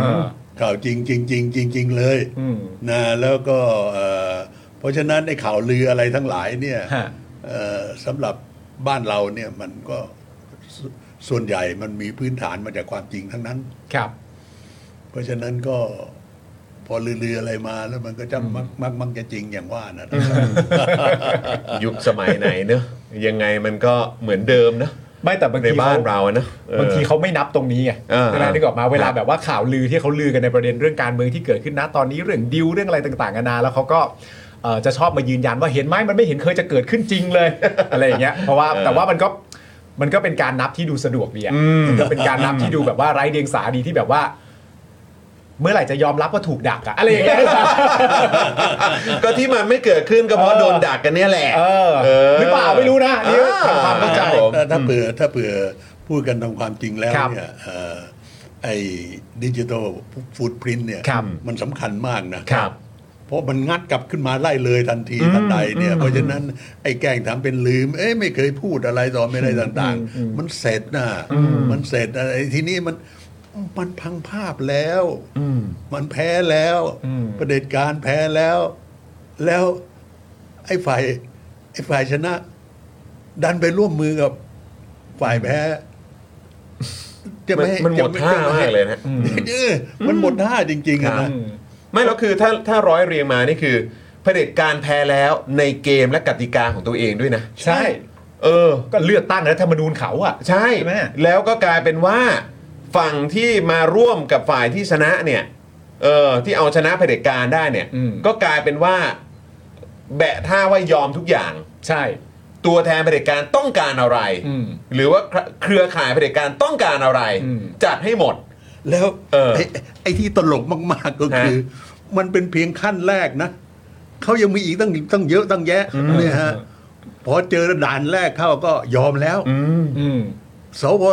จริงเลยนะแล้วก็เพราะฉะนั้นไอ้ข่าวลืออะไรทั้งหลายเนี่ยสำหรับบ้านเราเนี่ยมันก็ส่วนใหญ่มันมีพื้นฐานมาจากความจริงทั้งนั้นครับเพราะฉะนั้นก็พอลืออะไรมาแล้วมันก็จะมักจะจริงอย่างว่านะยุคสมัยไหนเนอะยังไงมันก็เหมือนเดิมนะไม่แต่บางทีบ้านเรานะบางทีเขาไม่นับตรงนี้ไงเวลาที่ออกมาเวลาแบบว่าข่าวลือที่เขาลือกันในประเด็นเรื่องการเมืองที่เกิดขึ้นนะตอนนี้เรื่องดิวเรื่องอะไรต่างๆกันานาแล้วเขาก็จะชอบมายืนยันว่าเห็นไหมมันไม่เห็นเคยจะเกิดขึ้นจริงเลย อะไรอย่างเงี้ยเพราะว่าแต่ว่ามันก็เป็นการนับที่ดูสะดวกดีอ่ะก็เป็นการนับที่ดูแบบว่าไร้เดียงสาดีที่แบบว่าเมื่อไหร่จะยอมรับว่าถูกดักอะอะไรอย่างเงี้ยก็ที่มันไม่เกิดขึ้นก็เพราะโดนดักกันเนี่ยแหละหรือเปล่าไม่รู้นะนี่ความเข้าใจถ้าเผื่อพูดกันตามความจริงแล้วเนี่ยไอ้ดิจิทัลฟูดพริ้นท์เนี่ยมันสำคัญมากนะเพราะมันงัดกลับขึ้นมาไล่เลยทันทีทันใดเนี่ยเพราะฉะนั้นไอ้แกล้งทำเป็นลืมไม่เคยพูดอะไรต่อไม่ได้ต่างๆมันเสร็จนะมันเสร็จอะไรทีนี้มันพังภาพแล้วมันแพ้แล้วเผด็จการแพ้แล้วไอ้ฝ่ายชนะดันไปร่วมมือกับฝ่ายแพ้จะไม่มันหมดท่ามากเลยนะมันหมดท่าจริงๆนะไม่แล้วคือถ้าร้อยเรียงมานี่คือเผด็จการแพ้แล้วในเกมและกติกาของตัวเองด้วยนะใช่ก็เลือกตั้งรัฐธรรมนูญเขาอ่ะใช่แล้วก็กลายเป็นว่าฝั่งที่มาร่วมกับฝ่ายที่ชนะเนี่ยที่เอาชนะเผด็จการได้เนี่ยก็กลายเป็นว่าแบะท่าว่ายอมทุกอย่างใช่ตัวแทนเผด็จการต้องการอะไรหรือว่าเครือข่ายเผด็จการต้องการอะไรจัดให้หมดแล้วไอ้ที่ตลกมากๆก็คือมันเป็นเพียงขั้นแรกนะเขายังมีอีกตั้งเยอะตั้งแยะเนี่ยฮะพอเจอด่านแรกเข้าก็ยอมแล้วสว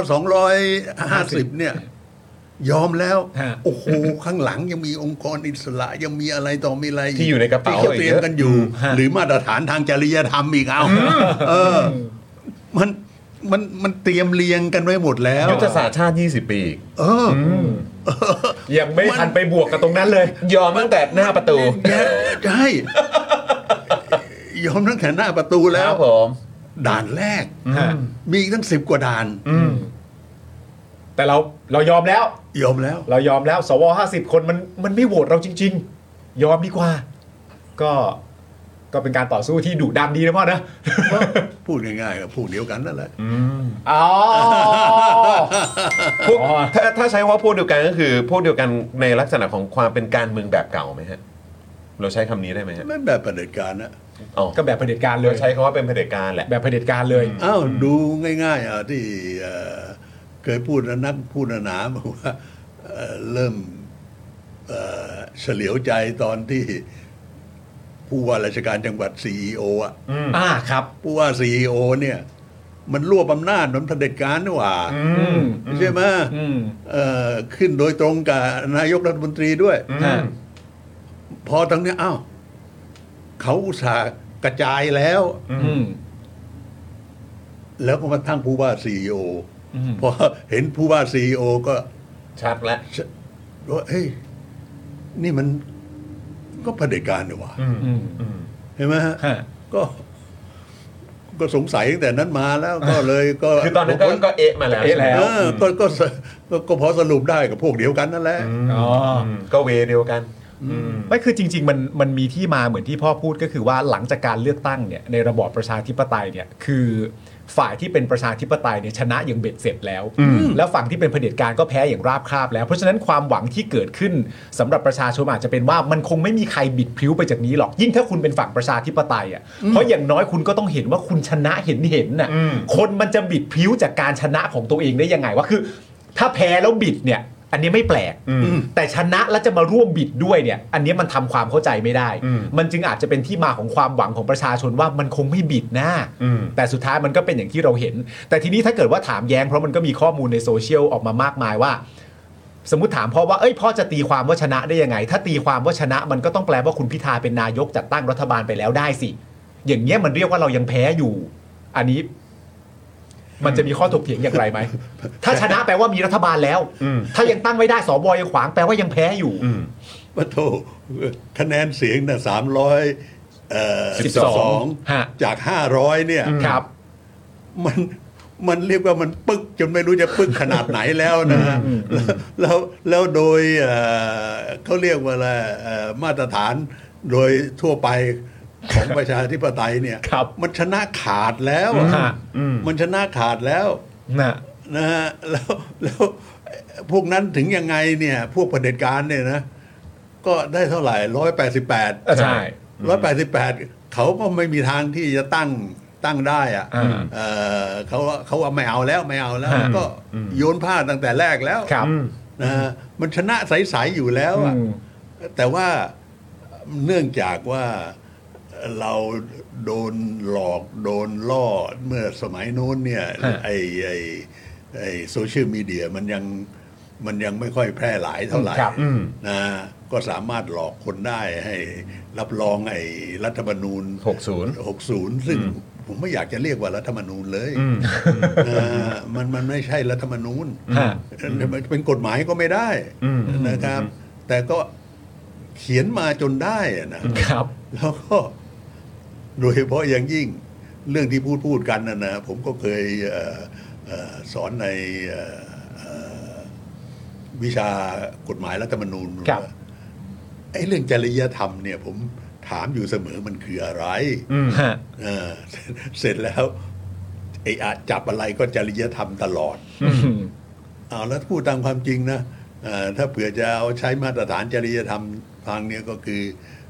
250เนี่ยยอมแล้วโอ้โหข้างหลังยังมีองค์กรอิสระยังมีอะไรต่อมีอะไรที่อยู่ในกระเป๋าที่เขาเตรียมกันอยู่หรือมาตรฐานทางจริยธรรมอีกมันเตรียมเรียงกันไว้หมดแล้วยุทธศาสตร์ชาติ20 ปียังไม่ทันไปบวกกับตรงนั้นเลยยอมตั้งแต่หน้าประตูใช่ยอมตั้งแต่หน้าประตูแล้วผมด่านแรกมีอีกตั้ง10 กว่าด่านแต่เรายอมแล้วเรายอมแล้วสว50 คนมันไม่โหวตเราจริงๆยอมดีกว่าก็ก็เป็นการต่อสู้ที่ดุดันดีนะพ่อนะพูดง่ายๆกับพวกเดียวกันนั่นแหละอ๋อพวกถ้าใช้ว่าพวกเดียวกันก็คือพวกเดียวกันในลักษณะของความเป็นการเมืองแบบเก่าไหมฮะเราใช้คำนี้ได้ไหมฮะไม่แบบเผด็จการนะก็แบบเผด็จการเลเรายใช้คำว่าเป็นเผด็จการแหละแบบเผด็จการเลยอ้าวดูง่ายๆที่เคยพูดนักพูดหนาบอกว่าเริ่มเฉลียวใจตอนที่ผู้ว่าราชการจังหวัด CEO ครับผู้ว่า CEO เนี่ยมันรวบอำนาจมันเผด็จการนี่หว่าใช่ไหมขึ้นโดยตรงกับนายกรัฐมนตรีด้วยพอทั้งนี้อ้าวเขาอุตส่าห์กระจายแล้วแล้วก็มาทั้งผู้ว่า CEO พอเห็นผู้ว่า CEO ก็ชัดแล้วว่าเฮ้ยนี่มันก็เผด็จการนี่หว่าเห็นไหมฮะก็สงสัยตั้งแต่นั้นมาแล้วก็เลยก็คือตอนนั้นก็เอะมาแล้วก็พอสรุปได้กับพวกเดียวกันนั่นแหละก็เวเดียวกันไม่คือจริงๆมันมีที่มาเหมือนที่พ่อพูดก็คือว่าหลังจากการเลือกตั้งเนี่ยในระบอบประชาธิปไตยเนี่ยคือฝ่ายที่เป็นประชาธิปไตยเนี่ยชนะอย่างเบ็ดเสร็จแล้วแล้วฝั่งที่เป็นเผด็จการก็แพ้อย่างราบคาบแล้วเพราะฉะนั้นความหวังที่เกิดขึ้นสำหรับประชาชนอาจจะเป็นว่ามันคงไม่มีใครบิดพลิ้วไปจากนี้หรอกยิ่งถ้าคุณเป็นฝั่งประชาธิปไตยอ่ะเพราะอย่างน้อยคุณก็ต้องเห็นว่าคุณชนะเห็นน่ะคนมันจะบิดพลิ้วจากการชนะของตัวเองได้ยังไงวะคือถ้าแพ้แล้วบิดเนี่ยอันนี้ไม่แปลกแต่ชนะแล้วจะมาร่วมบิดด้วยเนี่ยอันนี้มันทำความเข้าใจไม่ได้มันจึงอาจจะเป็นที่มาของความหวังของประชาชนว่ามันคงไม่บิดนะแต่สุดท้ายมันก็เป็นอย่างที่เราเห็นแต่ทีนี้ถ้าเกิดว่าถามแย้งเพราะมันก็มีข้อมูลในโซเชียลออกมามากมายว่าสมมุติถามพ่อว่าพ่อจะตีความว่าชนะได้ยังไงถ้าตีความว่าชนะมันก็ต้องแปลว่าคุณพิธาเป็นนายกจัดตั้งรัฐบาลไปแล้วได้สิอย่างเงี้ยมันเรียกว่าเรายังแพ้อยู่อันนี้มันจะมีข้อถกเถียงอย่างไรไหมถ้าชนะแปลว่ามีรัฐบาลแล้วถ้ายังตั้งไม่ได้สวยังขวางแปลว่ายังแพ้อยู่ปะโถคะแนนเสียงน่ะ312จาก500เนี่ยครับมันเรียกว่ามันปึกจนไม่รู้จะปึกขนาดไหนแล้วนะแล้วโดยเขาเรียกว่าอะไรมาตรฐานโดยทั่วไปของประชาธิปไตยเนี่ยมันชนะขาดแล้วมันชนะขาดแล้วนะฮะแล้วพวกนั้นถึงยังไงเนี่ยพวกเผด็จการเนี่ยนะก็ได้เท่าไหร่188 ใช่ 188เขาก็ไม่มีทางที่จะตั้งได้อะเขาว่าไม่เอาแล้วก็โยนผ้าตั้งแต่แรกแล้วนะมันชนะใสๆอยู่แล้วอะแต่ว่าเนื่องจากว่าเราโดนหลอกโดนล่อเมื่อสมัยโน้นเนี่ยไอ้โซเชียลมีเดียมันยังไม่ค่อยแพร่หลายเท่าไหร่นะก็สามารถหลอกคนได้ให้รับรองไอ้รัฐธรรมนูญ60ซึ่งผมไม่อยากจะเรียกว่ารัฐธรรมนูญเลยมันไม่ใช่รัฐธรรมนูญเป็นกฎหมายก็ไม่ได้นะครับแต่ก็เขียนมาจนได้นะครับแล้วก็โดยเฉพาะอย่างยิ่งเรื่องที่พูดกันนะผมก็เคยสอนในวิชากฎหมายรัฐธรรมนูญไอ้เรื่องจริยธรรมเนี่ยผมถามอยู่เสมอมันคืออะไรเสร็จแล้วไอ้จับอะไรก็จริยธรรมตลอดเอาแล้วพูดตามความจริงนะถ้าเผื่อจะเอาใช้มาตรฐานจริยธรรมทางนี้ก็คือ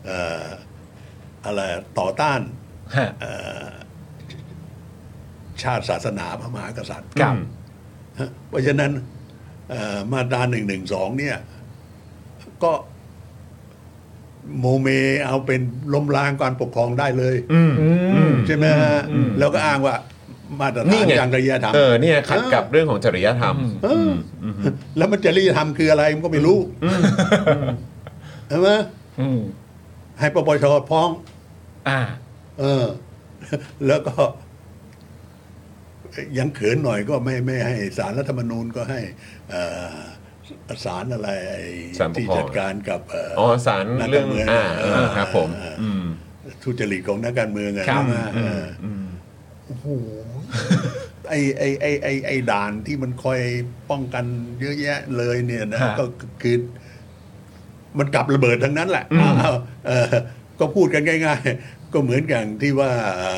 อะไรต่อต้านชาติศาสนาพระมหากษัตริย์เพราะฉะนั้นมาตรา112เนี่ยก็โมเมเอาเป็นล้มล้างการปกครองได้เลยใช่ไหมแล้วก็อ้างว่ามาตรฐานจริยธรรมเนี่ยขัดกับเรื่องของจริยธรรมแล้วมันจริยธรรมคืออะไรมันก็ไม่รู้ใช่ไหมให้ปปช.ฟ้องแล้วก็ยังเขินหน่อยก็ไม่ให้ศาลรัฐธรรมนูญก็ให้ศาลอะไรที่จัดการกับศาลเรื่องครับผมทุจริตของนักการเมืองนะโอ้โหไอ้ด่านที่มันคอยป้องกันเยอะแยะเลยเนี่ยนะก็คือมันกลับระเบิดทั้งนั้นแหละก็พูดกันง่ายๆก็เหมือนอย่างที่ว่า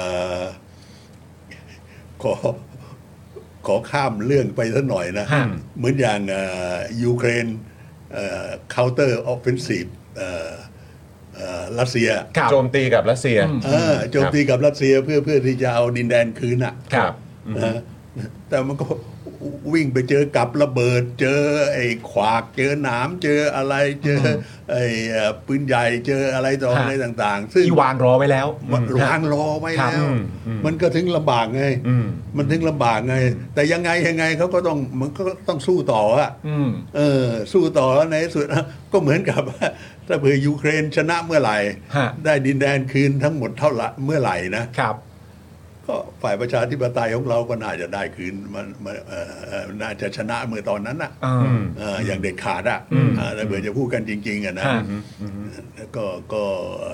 ขอข้ามเรื่องไปสักหน่อยนะเหมือนอย่างยูเครนเคาน์เตอร์ออฟเฟนซีฟรัสเซียโจมตีกับรัสเซียโจมตีกับรัสเซียเพื่อที่จะเอาดินแดนคืนอ่ะแต่มันก็วิ่งไปเจอกับระเบิดเจอไอ้ขวากเจอหนามเจออะไรเจอไอ้ปืนใหญ่เจออะไรต่ออะไรต่างๆซึ่งวางรอไว้แล้ววางรอไว้แล้วมันก็ถึงลำบากไงมันถึงลำบากไงแต่ยังไงเขาก็ต้องมันก็ต้องสู้ต่ออ่ะสู้ต่อแล้วในสุดก็เหมือนกับถ้าเผื่อยูเครนชนะเมื่อไหร่ได้ดินแดนคืนทั้งหมดเท่าไหร่เมื่อไหร่นะครับก็ฝ่ายประชาธิปไตยของเราก็น่าจะได้คืนมันน่าจะชนะเมื่อตอนนั้นน่ะอย่างเด็ดขาดอ่ะถ้าเผื่อจะพูดกันจริงๆอ่ะนะก็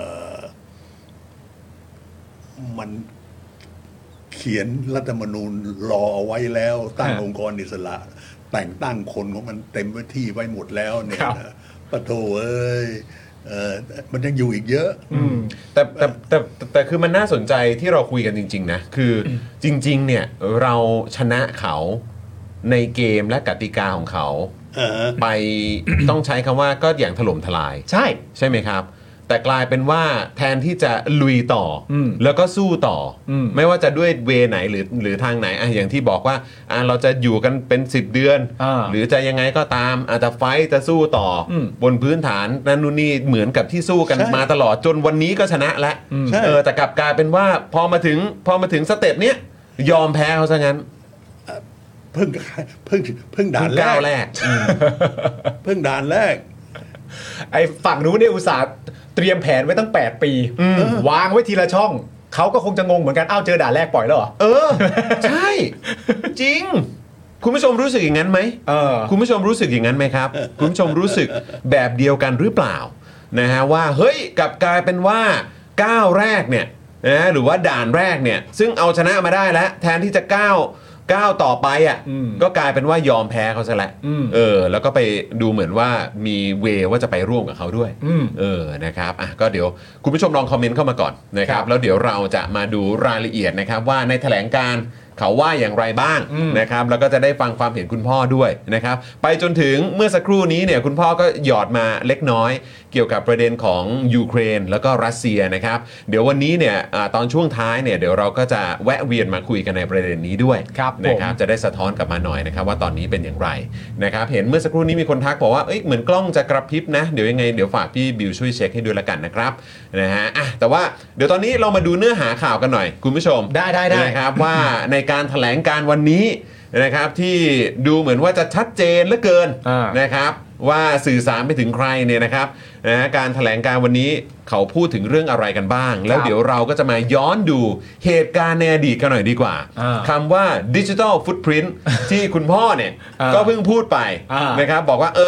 มันเขียนรัฐธรรมนูญรอเอาไว้แล้วตั้งองค์กรอิสระแต่งตั้งคนของมันเต็มที่ไว้หมดแล้วเนี่ยปะโถเอ้ยมันยังอยู่อีกเยอะแต่คือมันน่าสนใจที่เราคุยกันจริงๆนะคือจริงๆเนี่ยเราชนะเขาในเกมและกติกาของเขาไป ต้องใช้คำว่าก็อย่างถล่มทลายใช่ไหมครับแต่กลายเป็นว่าแทนที่จะลุยต่อแล้วก็สู้ต่อไม่ว่าจะด้วยเวไหนหรือทางไหนอย่างที่บอกว่าเราจะอยู่กันเป็น10เดือนหรือจะยังไงก็ตามอาจจะไฟต์จะสู้ต่อบนพื้นฐานนั้นนู่นนี่เหมือนกับที่สู้กันมาตลอดจนวันนี้ก็ชนะแล้วแต่กลับกลายเป็นว่าพอมาถึงสเต็ปเนี้ยยอมแพ้เขาซะงั้นเพิ่งด่านแรกเพิ่งด่านแรกไอ้ฝั่งนู้นเนี่ยอุตส่าห์เตรียมแผนไว้ตั้ง8ปีวางไว้ทีละช่องเขาก็คงจะงงเหมือนกันเจอด่านแรกปล่อยแล้วเหรอใช่จริงคุณผู้ชมรู้สึกอย่างนั้นไหมคุณผู้ชมรู้สึกอย่างนั้นไหมครับคุณผู้ชมรู้สึกแบบเดียวกันหรือเปล่านะฮะว่าเฮ้ยกลับกลายเป็นว่าก้าวแรกเนี่ยนะหรือว่าด่านแรกเนี่ยซึ่งเอาชนะมาได้แล้วแทนที่จะก้าวต่อไปก็กลายเป็นว่ายอมแพ้เขาซะแล้วแล้วก็ไปดูเหมือนว่ามีเวว่าจะไปร่วมกับเขาด้วยนะครับก็เดี๋ยวคุณผู้ชมลองคอมเมนต์เข้ามาก่อนนะครับแล้วเดี๋ยวเราจะมาดูรายละเอียดนะครับว่าในแถลงการเขาว่าอย่างไรบ้างนะครับแล้วก็จะได้ฟังความเห็นคุณพ่อด้วยนะครับไปจนถึงเมื่อสักครู่นี้เนี่ยคุณพ่อก็หยอดมาเล็กน้อยเกี่ยวกับประเด็นของยูเครนแล้วก็รัสเซียนะครับเดี๋ยววันนี้เนี่ยตอนช่วงท้ายเนี่ยเดี๋ยวเราก็จะแวะเวียนมาคุยกันในประเด็นนี้ด้วยนะครับจะได้สะท้อนกลับมาหน่อยนะครับว่าตอนนี้เป็นอย่างไรนะครับเห็นเมื่อสักครู่นี้มีคนทักบอกว่าเหมือนกล้องจะกระพริบนะเดี๋ยวยังไงเดี๋ยวฝากพี่บิวช่วยเช็คให้ด้วยละกันนะครับนะฮะแต่ว่าเดี๋ยวตอนนี้เรามาดูเนื้อหาข่าวกันหน่อยคุณผู้ชมได้นะครับว่าในการแถลงการวันนี้นะครับที่ดูเหมือนว่าจะชัดเจนเหลือเกินนะครับว่าสื่อสารไปถึงใครเนี่ยนะครับการแถลงการวันนี้เขาพูดถึงเรื่องอะไรกันบ้างแล้วเดี๋ยวเราก็จะมาย้อนดูเหตุการณ์ในอดีตกันหน่อยดีกว่าคำว่า Digital Footprint ที่คุณพ่อเนี่ยก็เพิ่งพูดไปนะครับบอกว่า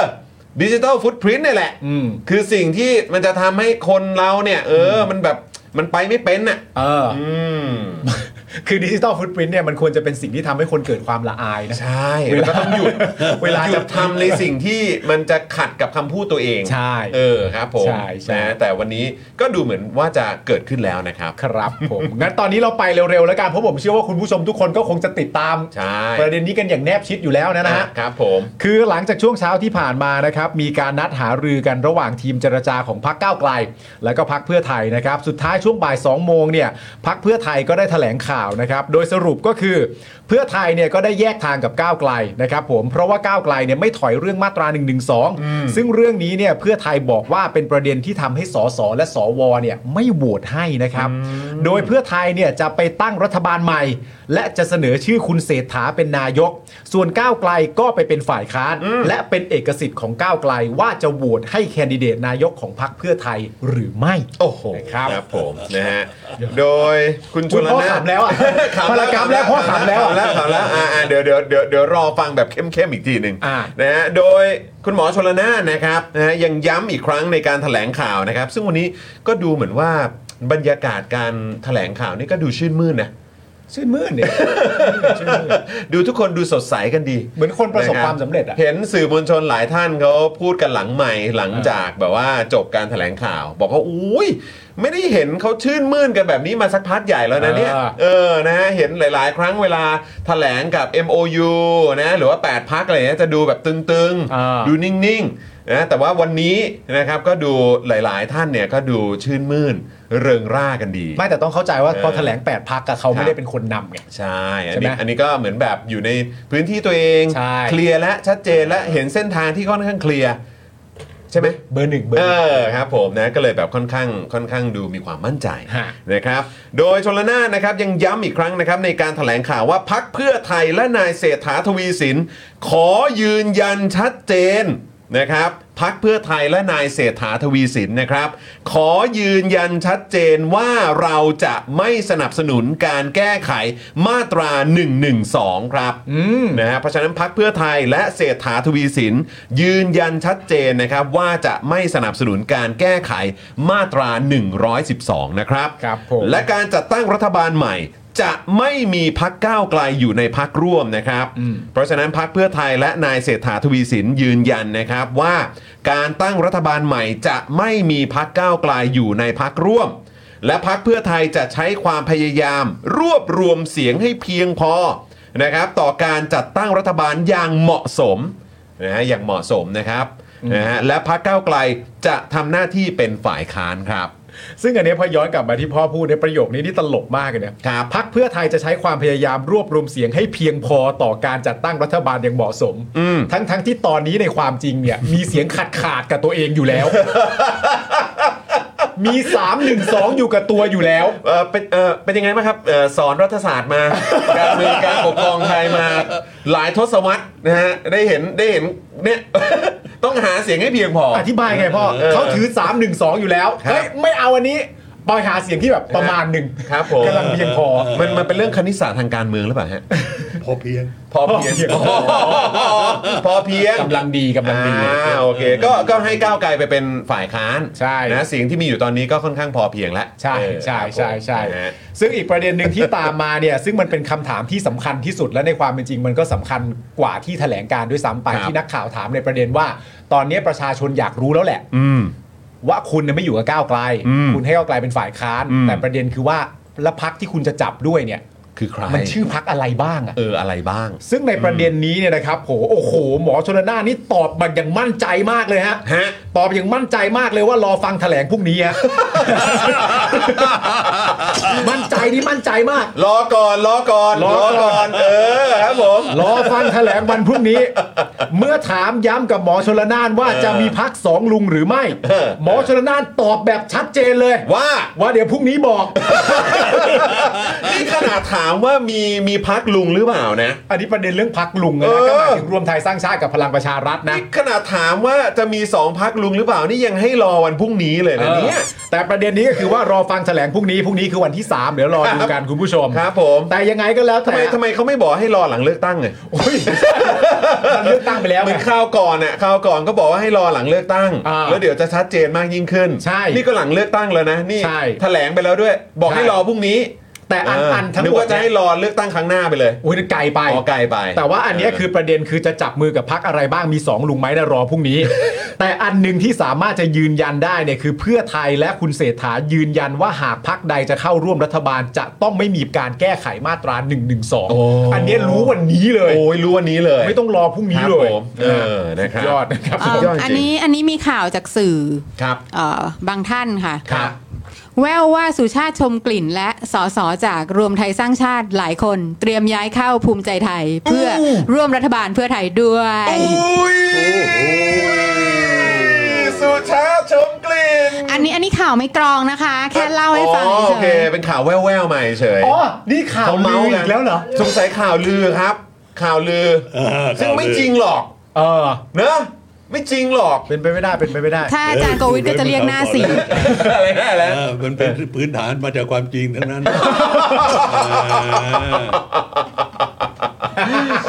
Digital Footprint เนี่ยแหละคือสิ่งที่มันจะทำให้คนเราเนี่ยมันแบบมันไปไม่เป็นน่ะคือดิจิตอลฟุตพริ้นท์เนี่ยมันควรจะเป็นสิ่งที่ทำให้คนเกิดความละอายนะใช่แล้วก็ต้องหยุดเวลาจะทำในสิ่งที่มันจะขัดกับคำพูดตัวเองใช่ครับผมนะแต่วันนี้ก็ดูเหมือนว่าจะเกิดขึ้นแล้วนะครับครับผมงั้นตอนนี้เราไปเร็วๆแล้วกันเพราะผมเชื่อว่าคุณผู้ชมทุกคนก็คงจะติดตามประเด็นนี้กันอย่างแนบชิดอยู่แล้วนะฮะครับผมคือหลังจากช่วงเช้าที่ผ่านมานะครับมีการนัดหารือกันระหว่างทีมเจรจาของพรรคก้าวไกลแล้วก็พรรคเพื่อไทยนะครับสุดท้ายช่วงบ่าย 2 โมงเนี่ยพรรคเพื่อไทยก็ได้แถลงข่าวนะครับโดยสรุปก็คือเพื่อไทยเนี่ยก็ได้แยกทางกับก้าวไกลนะครับผมเพราะว่าก้าวไกลเนี่ยไม่ถอยเรื่องมาตรา112ซึ่งเรื่องนี้เนี่ยเพื่อไทยบอกว่าเป็นประเด็นที่ทำให้สสและสวเนี่ยไม่โหวตให้นะครับโดยเพื่อไทยเนี่ยจะไปตั้งรัฐบาลใหม่และจะเสนอชื่อคุณเศรษฐาเป็นนายกส่วนก้าวไกลก็ไปเป็นฝ่ายค้านและเป็นเอกสิทธิ์ของก้าวไกลว่าจะโหวตให้แคนดิเดตนายกของพรรคเพื่อไทยหรือไม่โอ้โหครับผมนะฮะโดยคุณชลน่านพ่อขำแล้วอ่ะพารากราฟแล้วพ่อขำแล้วเดี๋ยวรอฟังแบบเข้มๆอีกทีหนึ่งนะฮะโดยคุณหมอชลน่านนะครับยังย้ำอีกครั้งในการแถลงข่าวนะครับซึ่งวันนี้ก็ดูเหมือนว่าบรรยากาศการแถลงข่าวนี่ก็ดูชื่นมื่นนะชื่นมื่นเนี่ยดูทุกคนดูสดใสกันดีเหมือนคนประสบความสำเร็จอ่ะเห็นสื่อมวลชนหลายท่านเขาพูดกันหลังใหม่หลังจากแบบว่าจบการแถลงข่าว บอกว่าอุ้ยไม่ได้เห็นเขาชื่นมื่นกันแบบนี้มาสักพักใหญ่แล้วนะเนี่ยนะฮะเห็นหลายๆครั้งเวลาแถลงกับ MOU นะหรือว่า8พรรคอะไรเงี้ยจะดูแบบตึงๆดูนิ่งๆนะแต่ว่าวันนี้นะครับก็ดูหลายๆท่านเนี่ยก็ดูชื่นมื่นเริงร่ากันดีไม่แต่ต้องเข้าใจว่าพอแถลง8พรรคเขาไม่ได้เป็นคนนำไงใช่อันนี้ก็เหมือนแบบอยู่ในพื้นที่ตัวเองเคลียร์และชัดเจนและเห็นเส้นทางที่ค่อนข้างเคลียร์ใช่ไหมเบอร์หนึ่งครับผมนะก็เลยแบบค่อนข้างดูมีความมั่นใจนะครับโดยชลน่านนะครับยังย้ำอีกครั้งนะครับในการแถลงข่าวว่าพรรคเพื่อไทยและนายเศรษฐาทวีสินขอยืนยันชัดเจนนะครับพรรคเพื่อไทยและนายเศรษฐาทวีสินนะครับขอยืนยันชัดเจนว่าเราจะไม่สนับสนุนการแก้ไขมาตรา112ครับนะฮะเพราะฉะนั้นพรรคเพื่อไทยและเศรษฐาทวีสินยืนยันชัดเจนนะครับว่าจะไม่สนับสนุนการแก้ไขมาตรา112นะครับและการจัดตั้งรัฐบาลใหม่จะไม่มีพรรคก้าวไกลอยู่ในพรรคร่วมนะครับเพราะฉะนั้นพรรคเพื่อไทยและนายเศรษฐาทวีสินยืนยันนะครับว่าการตั้งรัฐบาลใหม่จะไม่มีพรรคก้าวไกลอยู่ในพรรคร่วมและพรรคเพื่อไทยจะใช้ความพยายามรวบรวมเสียงให้เพียงพอนะครับต่อการจัดตั้งรัฐบาลอย่างเหมาะสมนะฮะอย่างเหมาะสมนะครับนะฮะและพรรคก้าวไกลจะทำหน้าที่เป็นฝ่ายค้านครับซึ่งอันนี้พอย้อนกลับมาที่พ่อพูดในประโยคนี้ที่ตลกมากเลยเนี่ยพรรคเพื่อไทยจะใช้ความพยายามรวบรวมเสียงให้เพียงพอต่อการจัดตั้งรัฐบาลอย่างเหมาะสมทั้งที่ตอนนี้ในความจริงเนี่ยมีเสียงขาดกับตัวเองอยู่แล้ว มี312อยู่กับตัวอยู่แล้วเป็นยังไงบ้างครับสอนรัฐศาสตร์มา การเมืองการปกครองไทยมาหลายทศวรรษนะฮะได้เห็นเนี่ย ต้องหาเสียงให้เพียงพออธิบายไงพ่อเขาถือ312อยู่แล้วเฮ้ยไม่เอาอันนี้ไปหาเสียงที่แบบประมาณหนึ่งครับผมกำลังเพียงพอมันเป็นเรื่องคณิตศาสตร์ทางการเมืองหรือเปล่าฮะพอเพียงพอเพียงกำลังดีโอเคก็ให้ก้าวไกลไปเป็นฝ่ายค้านนะเสียงที่มีอยู่ตอนนี้ก็ค่อนข้างพอเพียงแล้วใช่ซึ่งอีกประเด็นหนึ่งที่ตามมาเนี่ยซึ่งมันเป็นคำถามที่สำคัญที่สุดและในความเป็นจริงมันก็สำคัญกว่าที่แถลงการด้วยซ้ำไปที่นักข่าวถามในประเด็นว่าตอนนี้ประชาชนอยากรู้แล้วแหละว่าคุณไม่อยู่กับก้าวไกลคุณให้ก้าวไกลเป็นฝ่ายค้านแต่ประเด็นคือว่าแล้วพรรคที่คุณจะจับด้วยเนี่ยคือใครมันชื่อพรรคอะไรบ้างอะไรบ้างซึ่งในประเด็นนี้เนี่ยนะครับโอ้โหหมอชลน่านนี่ตอบแบบอย่างมั่นใจมากเลยฮะตอบอย่างมั่นใจมากเลยว่ารอฟังแถลงพรุ่งนี้ฮะ มั่นใจมากรอก่อนครับผมรอฟังแถลงวันพรุ่งนี้เมื่อถามย้ำกับหมอชลน่านว่าจะมีพรรค2ลุงหรือไม่หมอชลน่านตอบแบบชัดเจนเลยว่าเดี๋ยวพรุ่งนี้บอกนี่ขนาดถามว่ามีพรรคลุงหรือเปล่านะอันนี้ประเด็นเรื่องพรรคลุงนะก็หมายถึงรวมไทยสร้างชาติกับพลังประชารัฐนะขนาดถามว่าจะมี2พรรคลุงหรือเปล่านี่ยังให้รอวันพรุ่งนี้เลยนะเนี่ยแต่ประเด็นนี้ก็คือว่ารอฟังแถลงพรุ่งนี้คือวันที่3เดี๋ยวรอดูกันคุณผู้ชมครับผมแต่ยังไงก็แล้วแต่ทำไมเขาไม่บอกให้รอหลังเลือกตั้งไงมันเลือกตั้งไปแล้วเหมือนคราวก่อนก็บอกว่าให้รอหลังเลือกตั้งแล้วเดี๋ยวจะชัดเจนมากยิ่งขึ้นนี่ก็หลังเลือกตั้งแล้วนะนี่แถลงไปแล้วด้วยบอกให้รอพรุ่งนี้แต่อันทั้งหมดนึกว่าจะให้รอเลือกตั้งครั้งหน้าไปเลยอุ้ยไกลไปแต่ว่าอันนี้คือประเด็นคือจะจับมือกับพรรคอะไรบ้างมี2ลุงไหมนะรอพรุ่งนี้ แต่อันนึงที่สามารถจะยืนยันได้เนี่ยคือเพื่อไทยและคุณเศรษฐายืนยันว่าหากพรรคใดจะเข้าร่วมรัฐบาลจะต้องไม่มีการแก้ไขมาตรา112อันนี้รู้วันนี้เลยโอ้ยรู้วันนี้เลยไม่ต้องรอพรุ่งนี้เลยนะครับยอดนะครับอันนี้มีข่าวจากสื่อบางท่านค่ะแววว่าสุชาติชมกลิ่นและสสจากรวมไทยสร้างชาติหลายคนเตรียมย้ายเข้าภูมิใจไทยเพื่อร่วมรัฐบาลเพื่อไทยด้วยสุชาติชมกลิ่นอันนี้ข่าวไม่กรองนะคะแค่เล่าให้ฟังเฉยโอเคเป็นข่าวแว่วๆมาเฉยนี่ข่าวลืออีกแล้วเหรอสงสัยข่าวลือครับข่าวลือซึ่งไม่จริงหรอกเนอะไม่จริงหรอกเป็นไปไม่ได้ถ้าอาจารย์โควิดก็จะเรียกหน้าสีอะไรนะอะไรมันเป็นพื้นฐานมาจากความจริงทั้งนั้นโอ้ย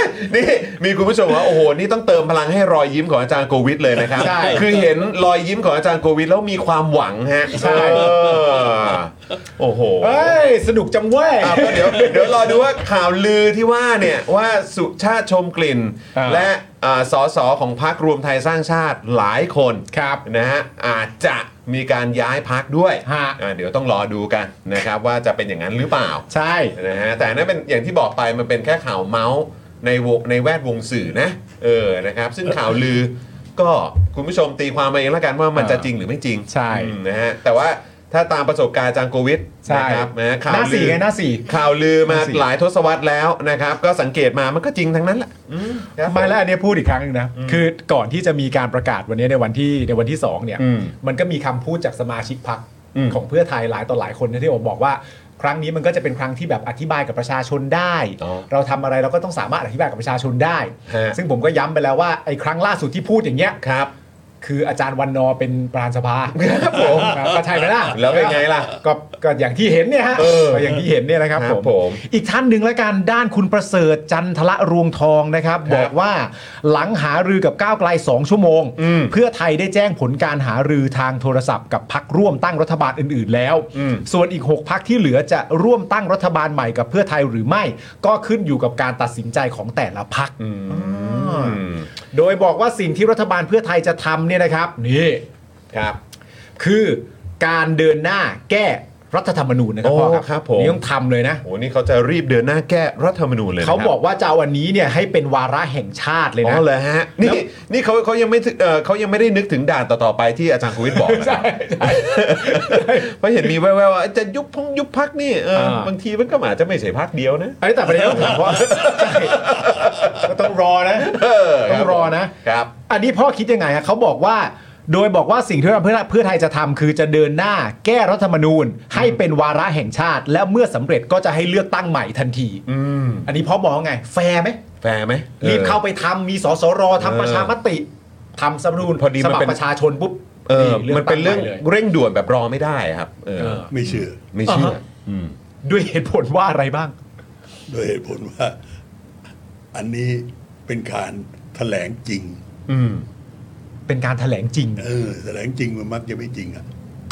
นี่มีคุณผู้ชมว่าโอ้โหนี่ต้องเติมพลังให้รอยยิ้มของอาจารย์โควิดเลยนะครับใช่คือเห็นรอยยิ้มของอาจารย์โควิดแล้วมีความหวังฮะใช่โอ้โหเฮ้ยสนุกจังเว้ยก็เดี๋ยวรอดูว่าข่าวลือที่ว่าเนี่ยว่าสุชาติชมกลิ่น และสสของพรรครวมไทยสร้างชาติหลายคนนะฮะอาจจะมีการย้ายพรรคด้วยเดี๋ยวต้องรอดูกันนะครับว่าจะเป็นอย่างนั้นหรือเปล่าใช่นะฮะแต่นั่นเป็นอย่างที่บอกไปมันเป็นแค่ข่าวเมาส์ในแวดวงสื่อนะนะครับซึ่งข่าวลือก็คุณผู้ชมตีความมาเองแล้วกันว่ามันจะจริงหรือไม่จริงใช่นะฮะแต่ว่าถ้าตามประสบการณ์อาจารย์โควิดนะครับนะข่าวหน้าลืสี่ไงหน้าสี่ข่าวลือมาหน้าสี่หลายทศวรรษแล้วนะครับก็สังเกตมามันก็จริงทั้งนั้นแหละครับไม่แล้วอันนี้พูดอีกครั้งหนึงนะคือก่อนที่จะมีการประกาศวันนี้ในวันที่2เนี่ยมันก็มีคำพูดจากสมาชิกพรรคของเพื่อไทยหลายต่อหลายคนที่บอกว่าครั้งนี้มันก็จะเป็นครั้งที่แบบอธิบายกับประชาชนได้ เราทำอะไรเราก็ต้องสามารถอธิบายกับประชาชนได้ ซึ่งผมก็ย้ำไปแล้วว่าไอ้ครั้งล่าสุดที่พูดอย่างเงี้ยครับคืออาจารย์วันนอเป็นประธานสภาครับผมก็ใช่ไหมล่ะแล้วเป็นไงล่ะก็อย่างที่เห็นเนี่ยฮะก็อย่างที่เห็นเนี่ยนะครับครับผมอีกท่านหนึ่งแล้วกันด้านคุณประเสริฐจันทละรวงทองนะครับบอกว่าหลังหารือกับก้าวไกล2ชั่วโมงเพื่อไทยได้แจ้งผลการหารือทางโทรศัพท์กับพรรคร่วมตั้งรัฐบาลอื่นๆแล้วส่วนอีก6พรรคที่เหลือจะร่วมตั้งรัฐบาลใหม่กับเพื่อไทยหรือไม่ก็ขึ้นอยู่กับการตัดสินใจของแต่ละพรรคโดยบอกว่าสิ่งที่รัฐบาลเพื่อไทยจะทำเนี่ยนะครับนี่ครับคือการเดินหน้าแก้รัฐธรรมนูญนะครับพ่อครับผมนี่ต้องทำเลยนะโอ้นี่เขาจะรีบเดินหน้าแก้รัฐธรรมนูญเลยนะเขาบอกว่าจะเอาวันนี้เนี่ยให้เป็นวาระแห่งชาติเลยอ๋นะอเลยฮะนี่เขายังไม่เขายังไม่ได้นึกถึงด่านต่อๆไปที่อาจารย์โควิดบอกนะใช่ใช่เพราะเห็นมีแว่วๆว่าจะยุบพักนี่บางทีมันก็อาจจะไม่ใช่พักเดียวนะอันนี้แต่ประเด็นต้องถามว่าใช่ก็ต้องรอนะต้องรอนะครับ อันนี้พ่อคิดยังไงฮะเขาบอกว่าโดยบอกว่าสิ่งที่เพื่อไทยจะทำคือจะเดินหน้าแก้รัฐธรรมนูญให้เป็นวาระแห่งชาติ และเมื่อสำเร็จก็จะให้เลือกตั้งใหม่ทันทีอันนี้พ่อมองไงแฟร์ไหมแฟร์ไหมรีบเข้าไปทำมีสสรทำประชามติทำสมนูญพอดีสมันมัคเป็นรประชาชนปุ๊บมันเป็นเรื่องเร่งด่วนแบบรอไม่ได้ครับไม่เชื่อไม่เชื่อด้วยเหตุผลว่าอะไรบ้างโดยเหตุผลว่า อันนี้เป็นการแถลงจริงเป็นการแถลงจริงแถลงจริงมันมักจะไม่จริงอ่ะ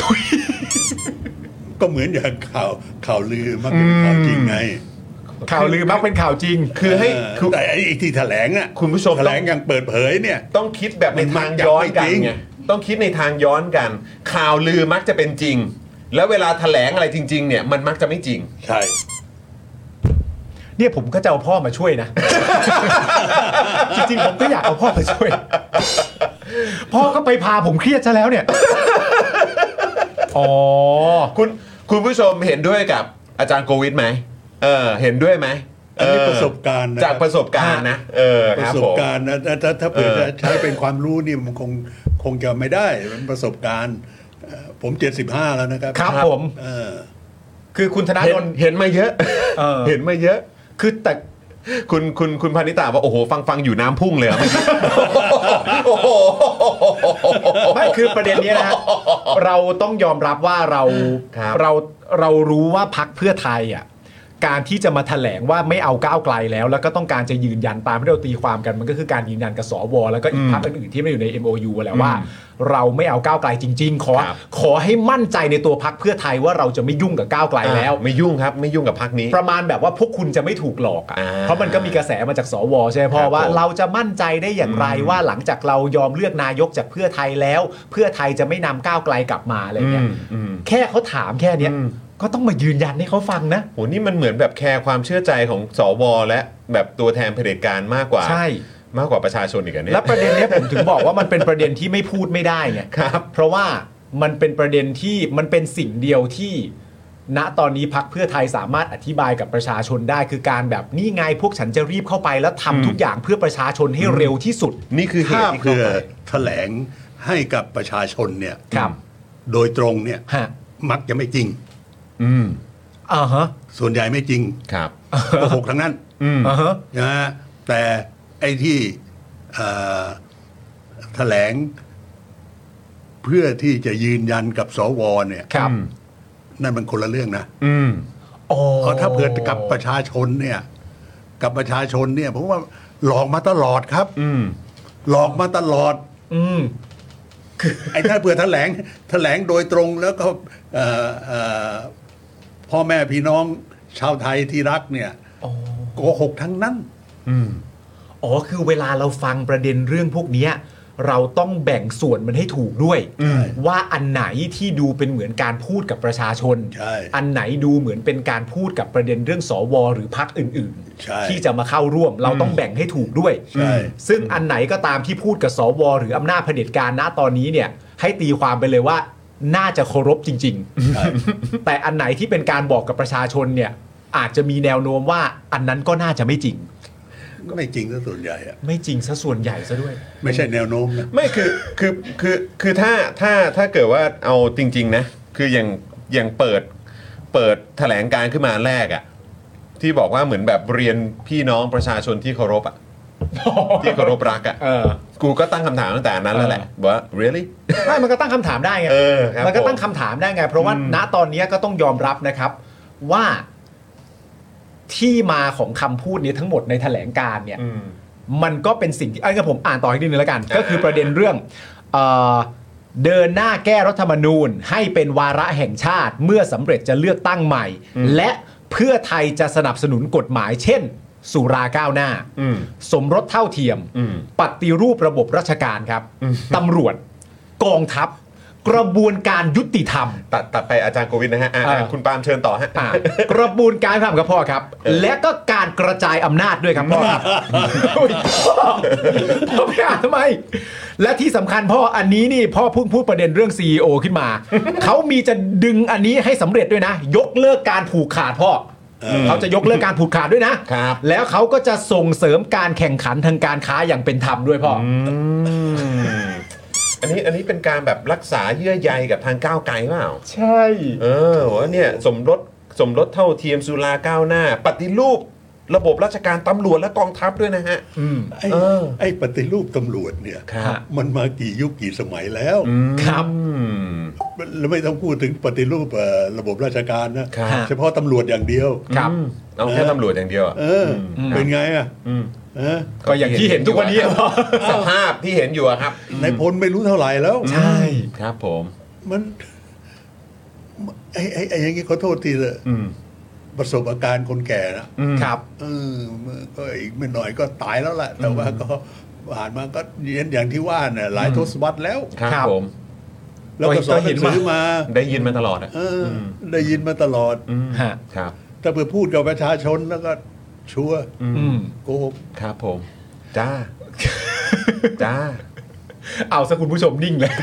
ก็เหมือนอย่างข่าวลือมักจะเป็นข่าวจริงไงข่าวลือมักเป็นข่าวจริงคือให้แต่ไอ้ที่แถลงอ่ะคุณผู้ชมแถลงอย่างเปิดเผยเนี่ยต้องคิดแบบในทางย้อนกันไงต้องคิดในทางย้อนกัน ข่าวลือมักจะเป็นจริง แล้วเวลาแถลงอะไรจริงๆเนี่ยมันมักจะไม่จริงใช่เนี่ยผมก็จะเอาพ่อมาช่วยนะ จริงๆผมก็อยากเอาพ่อมาช่วย พ่อก็ไปพาผมเครียดซะแล้วเนี่ยอ๋อคุณผู้ชมเห็นด้วยกับอาจารย์โควิดไหมเห็นด้วยไหมอันนี้ประสบการณ์นะจากประสบการณ์นะประสบการณ์นะถ้าเผื่อจะใช้เป็นความรู้นี่มันคงจะไม่ได้มันประสบการณ์ผม75แล้วนะครับครับผมคือคุณธนาโดนเห็นมาเยอะเห็นมาเยอะคือแต่คุณพานิตาว่าโอ้โหฟังอยู่น้ำพุ่งเลยอ่ะไม่คือประเด็นนี้นะ เราต้องยอมรับว่าเรารู้ว่าพรรคเพื่อไทยอ่ะการที่จะมาแถลงว่าไม่เอาก้าวไกลแล้วก็ต้องการจะยืนยันตามที่เราตีความกันมันก็คือการยืนยันกับสวแล้วก็อีกพรรคอื่นๆที่ไม่อยู่ใน MOU แหละว่าเราไม่เอาก้าวไกลจริงๆขอให้มั่นใจในตัวพรรคเพื่อไทยว่าเราจะไม่ยุ่งกับก้าวไกลแล้วไม่ยุ่งครับไม่ยุ่งกับพรรคนี้ประมาณแบบว่าพวกคุณจะไม่ถูกหลอกเพราะมันก็มีกระแสมาจากสวใช่ไหมพ่อว่าเราจะมั่นใจได้อย่างไรว่าหลังจากเรายอมเลือกนายกจากเพื่อไทยแล้วเพื่อไทยจะไม่นำก้าวไกลกลับมาอะไรเงี้ยแค่เขาถามแค่เนี้ยก็ต้องมายืนยันให้เขาฟังนะโหนี่มันเหมือนแบบแคร์ความเชื่อใจของสวและแบบตัวแทนเผด็จการมากกว่าใช่มากกว่าประชาชนอีกเนี่ยและประเด็นนี้ผมถึงบอกว่ามันเป็นประเด็นที่ไม่พูดไม่ได้ไงครับเพราะว่ามันเป็นประเด็นที่มันเป็นสิ่งเดียวที่ณตอนนี้พรรคเพื่อไทยสามารถอธิบายกับประชาชนได้คือการแบบนี่ไงพวกฉันจะรีบเข้าไปแล้วทำทุกอย่างเพื่อประชาชนให้เร็วที่สุดนี่คือเหตุที่เพื่อแถลงให้กับประชาชนเนี่ยโดยตรงเนี่ยมักจะไม่จริงส่วนใหญ่ไม่จริงครับโกหกทั้งนั้นนะแต่ไอ้ที่แถลงเพื่อที่จะยืนยันกับสวเนี่ยนั่นมันคนละเรื่องนะเพราะถ้าเผื่อกับประชาชนเนี่ยกับประชาชนเนี่ยผมว่าหลอกมาตลอดครับหลอกมาตลอดไอ้ถ้าเผื่อแถลงโดยตรงแล้วก็พ่อแม่พี่น้องชาวไทยที่รักเนี่ยโกหกทั้งนั้นอ๋อคือเวลาเราฟังประเด็นเรื่องพวกนี้เราต้องแบ่งส่วนมันให้ถูกด้วยว่าอันไหนที่ดูเป็นเหมือนการพูดกับประชาชนอันไหนดูเหมือนเป็นการพูดกับประเด็นเรื่องสวหรือพรรคอื่นๆที่จะมาเข้าร่วมเราต้องแบ่งให้ถูกด้วยซึ่งอันไหนก็ตามที่พูดกับสวหรืออำนาจเผด็จการณตอนนี้เนี่ยให้ตีความไปเลยว่าน่าจะเคารพจริงๆแต่อันไหนที่เป็นการบอกกับประชาชนเนี่ยอาจจะมีแนวโน้มว่าอันนั้นก็น่าจะไม่จริงก็ไม่จริงซะส่วนใหญ่อะไม่จริงซะส่วนใหญ่ซะด้วยไม่ใช่แนวโน้มนะไม่คือถ้าเกิดว่าเอาจริงๆนะคืออย่างเปิดแถลงการขึ้นมาแรกอะที่บอกว่าเหมือนแบบเรียนพี่น้องประชาชนที่เคารพอะที่เคารพรักอะกูก็ตั้งคำถามตั้งแต่นั้นแล้วแหละว่า really ไม่มันก็ตั้งคำถามได้ไงมันก็ตั้งคำถามได้ไงเพราะว่าณตอนนี้ก็ต้องยอมรับนะครับว่าที่มาของคำพูดนี้ทั้งหมดในแถลงการเนี่ยมันก็เป็นสิ่งที่งั้นผมอ่านต่ออีกนิดนึงแล้วกันก็คือประเด็นเรื่องเดินหน้าแก้รัฐธรรมนูญให้เป็นวาระแห่งชาติเมื่อสำเร็จจะเลือกตั้งใหม่และเพื่อไทยจะสนับสนุนกฎหมายเช่นสุราก้าวหน้าสมรสเท่าเทียมปฏิรูประบบราชการครับตำรวจกองทัพกระบวนการยุติธรรมตัดไปอาจารย์โควิดนะฮะคุณปาล์มเชิญต่อฮะกระบวนการทำกับพ่อครับและก็การกระจายอำนาจด้วยครับพ่อครับพ่อไปอ่านทำไมและที่สำคัญพ่ออันนี้นี่พ่อพูดประเด็นเรื่อง CEO ขึ้นมาเขามีจะดึงอันนี้ให้สำเร็จด้วยนะยกเลิกการผูกขาดพ่อเขาจะยกเลิกการผูกขาดด้วยนะแล้วเขาก็จะส่งเสริมการแข่งขันทางการค้าอย่างเป็นธรรมด้วยพ่ออันนี้เป็นการแบบรักษาเยื่อใยกับทางก้าวไกลเปล่าใช่ว่าเนี่ยสมรสเท่าเทียมสุราก้าวหน้าปฏิรูประบบราชการตำรวจและกองทัพด้วยนะฮะไอ้ปฏิรูปตำรวจเนี่ยมันมากี่ยุคกี่สมัยแล้วครับแล้วไม่ต้องพูดถึงปฏิรูประบบราชการนะเฉพาะตำรวจอย่างเดียวครับเอาแค่ตำรวจอย่างเดียวเป็นไงอ่ะก็อย่างที่เห็นทุกวันนี้สภาพที่เห็นอยู่ครับในพลไม่รู้เท่าไหร่แล้วใช่ครับผมมันไอ้อย่างงี้ขอโทษทีเลยประสบอาการคนแก่นะครับก็อีกไม่หน่อยก็ตายแล้วแหละแต่ว่าก็ผ่านมาก็อย่างที่ว่าเนี่ยหลายทศวรรษแล้วครับผมแล้วก็สอนหนังสือมาได้ยินมาตลอดได้ยินมาตลอดครับถ้าเพื่อพูดกับประชาชนแล้วก็ชัวร์โกหกครับผมจ้าเอาซะคุณผู้ชมนิ่งเลย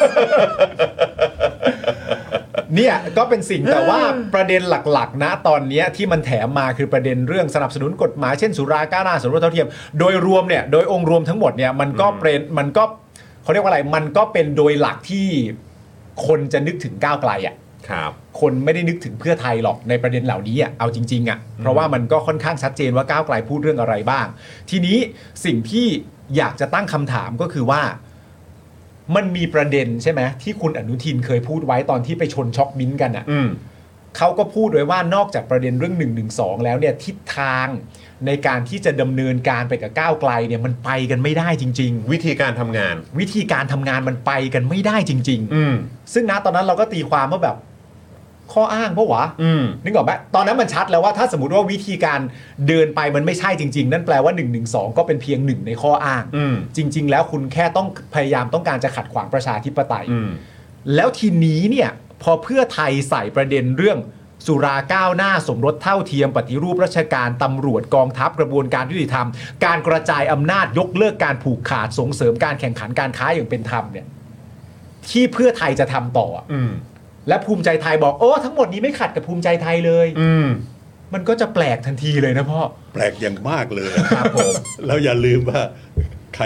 เนี่ยก็เป็นสิ่งแต่ว่าประเด็นหลักๆนะตอนนี้ที่มันแถมมาคือประเด็นเรื่องสนับสนุนกฎหมายเช่นสุราก้าวหน้าสมรสเท่าเทียมโดยรวมเนี่ยโดยองค์รวมทั้งหมดเนี่ยมันก็เขาเรียกว่าอะไรมันก็เป็นโดยหลักที่คนจะนึกถึงก้าวไกลอ่ะคนไม่ได้นึกถึงเพื่อไทยหรอกในประเด็นเหล่านี้อ่ะเอาจริงๆอ่ะเพราะว่ามันก็ค่อนข้างชัดเจนว่าก้าวไกลพูดเรื่องอะไรบ้างทีนี้สิ่งที่อยากจะตั้งคำถามก็คือว่ามันมีประเด็นใช่ไหมที่คุณอนุทินเคยพูดไว้ตอนที่ไปชนช็อกมิ้นท์กันอ่ะเขาก็พูดไว้ว่านอกจากประเด็นเรื่อง112แล้วเนี่ยทิศทางในการที่จะดำเนินการไปกับก้าวไกลเนี่ยมันไปกันไม่ได้จริงๆวิธีการทำงานมันไปกันไม่ได้จริงๆซึ่งณตอนนั้นเราก็ตีความว่าแบบข้ออ้างเพราะวะนึกออกไหมตอนนั้นมันชัดแล้วว่าถ้าสมมติว่าวิธีการเดินไปมันไม่ใช่จริงๆนั่นแปลว่า112ก็เป็นเพียงหนึ่งในข้ออ้างจริงๆแล้วคุณแค่ต้องพยายามต้องการจะขัดขวางประชาธิปไตยแล้วทีนี้เนี่ยพอเพื่อไทยใส่ประเด็นเรื่องสุราก้าวหน้าสมรสเท่าเทียมปฏิรูปราชการตำรวจกองทัพกระบวนการยุติธรรมการกระจายอำนาจยกเลิกการผูกขาดส่งเสริมการแข่งขันการค้าอย่างเป็นธรรมเนี่ยที่เพื่อไทยจะทำต่อและภูมิใจไทยบอกโอ้ทั้งหมดนี้ไม่ขัดกับภูมิใจไทยเลยมันก็จะแปลกทันทีเลยนะพ่อแปลกอย่างมากเลยครับผมแล้วอย่าลืมว่าใคร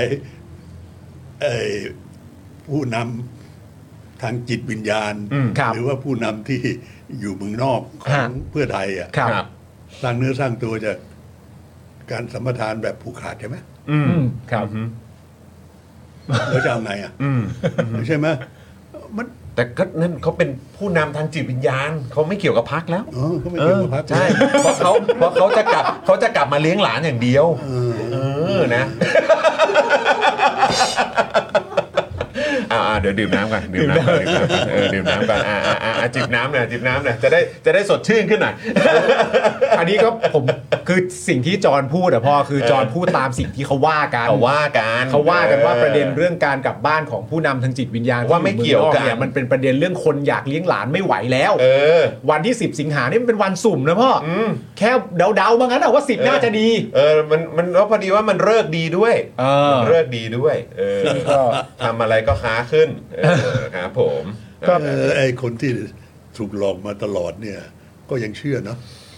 ผู้นำทางจิตวิญญาณหรือว่าผู้นำที่อยู่เมืองนอกของเพื่อไทยอ่ะสร้างเนื้อสร้างตัวจากการสัมปทานแบบผูกขาดใช่ไหมครับแล้วจะเอาไงอ่ะใช่ไหมแต่ก็นั่นเขาเป็นผู้นำทางจิตวิญญาณเขาไม่เกี่ยวกับพรรคแล้วเขาไม่เกี่ยวกับพรรคใช่เพราะเขาจะกลับมาเลี้ยงหลานอย่างเดียวนะเดี๋ยวดื่มน้ำก่อนดื่มน้ำก่อนจิบน้ำหน่อยจะได้สดชื่นขึ้นหน่อยอันนี้ก็ผมคือสิ่งที่จอห์นพูดพ่อคือจอห์นพูดตามสิ่งที่เขาว่ากันเขาว่ากันว่าประเด็นเรื่องการกลับบ้านของผู้นำทางจิตวิญญาณว่าไม่เกี่ยวกันมันเป็นประเด็นเรื่องคนอยากเลี้ยงหลานไม่ไหวแล้ววันที่10สิงหานี่มันเป็นวันสุ่มนะพ่อแค่เดาๆมางั้นว่า10น่าจะดีมันพอดีว่ามันเลิกดีด้วยเลิกดีด้วยก็ทำอะไรก็ค้าขึ้นครับผมก็ไอ้คนที่ถูกหลอกมาตลอดเนี่ยก็ยังเชื่อเนาะ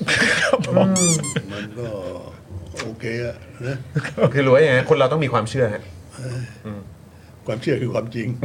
มันก็โอเคอะนะคือรู้ยังไงคนเราต้องมีความเชื่อฮะความเชื่อคือความจริง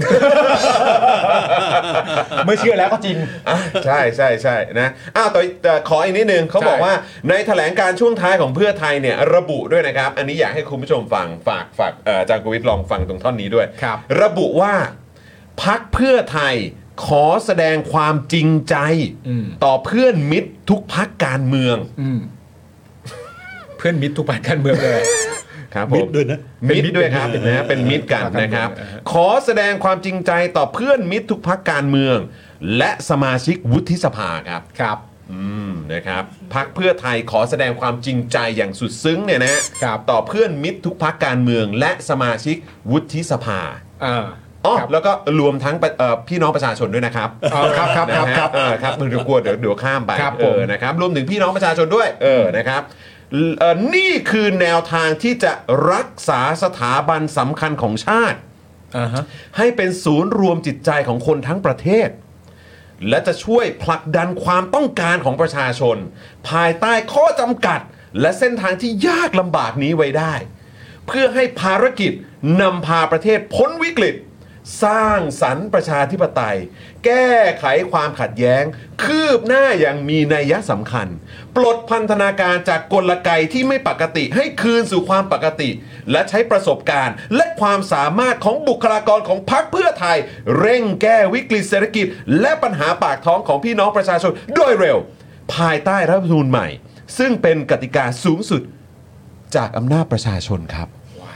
เมื่อเชื่อแล้วก็จริงใช่นะแต่ขออีกนิดนึงเขาบอกว่าในแถลงการช่วงท้ายของเพื่อไทยเนี่ยระบุด้วยนะครับอันนี้อยากให้คุณผู้ชมฟังฝากอาจารย์กวิทย์ลองฟังตรงท่อนนี้ด้วยระบุว่าพรรคเพื่อไทยขอแสดงความจริงใจต่อเพื่อนมิตรทุกพรรคการเมืองเพื่อนมิตรทุกพรรคการเมืองเลยครับผมมิตรด้วยนะมิตรด้วยครับนะเป็นมิตรกันนะครับขอแสดงความจริงใจต่อเพื่อนมิตรทุกพรรคการเมืองและสมาชิกวุฒิสภาครับนะครับพรรคเพื่อไทยขอแสดงความจริงใจอย่างสุดซึ้งเนี่ยนะต่อเพื่อนมิตรทุกพรรคการเมืองและสมาชิกวุฒิสภาแล้วก็รวมทั้งพี่น้องประชาชนด้วยนะครับครับเดี๋ยวกลัวเดี๋ยวข้ามไปนะครับรวมถึงพี่น้องประชาชนด้วยนะครับนี่คือแนวทางที่จะรักษาสถาบันสำคัญของชาติให้เป็นศูนย์รวมจิตใจของคนทั้งประเทศและจะช่วยผลักดันความต้องการของประชาชนภายใต้ข้อจำกัดและเส้นทางที่ยากลำบากนี้ไว้ได้เพื่อให้ภารกิจนำพาประเทศพ้นวิกฤตสร้างสรรค์ประชาธิปไตยแก้ไขความขัดแย้งคืบหน้าอย่างมีนัยสำคัญปลดพันธนาการจากกลไกที่ไม่ปกติให้คืนสู่ความปกติและใช้ประสบการณ์และความสามารถของบุคลากรของพรรคเพื่อไทยเร่งแก้วิกฤตเศรษฐกิจและปัญหาปากท้องของพี่น้องประชาชนโดยเร็วภายใต้รัฐธรรมนูญใหม่ซึ่งเป็นกติกาสูงสุดจากอำนาจประชาชนครับ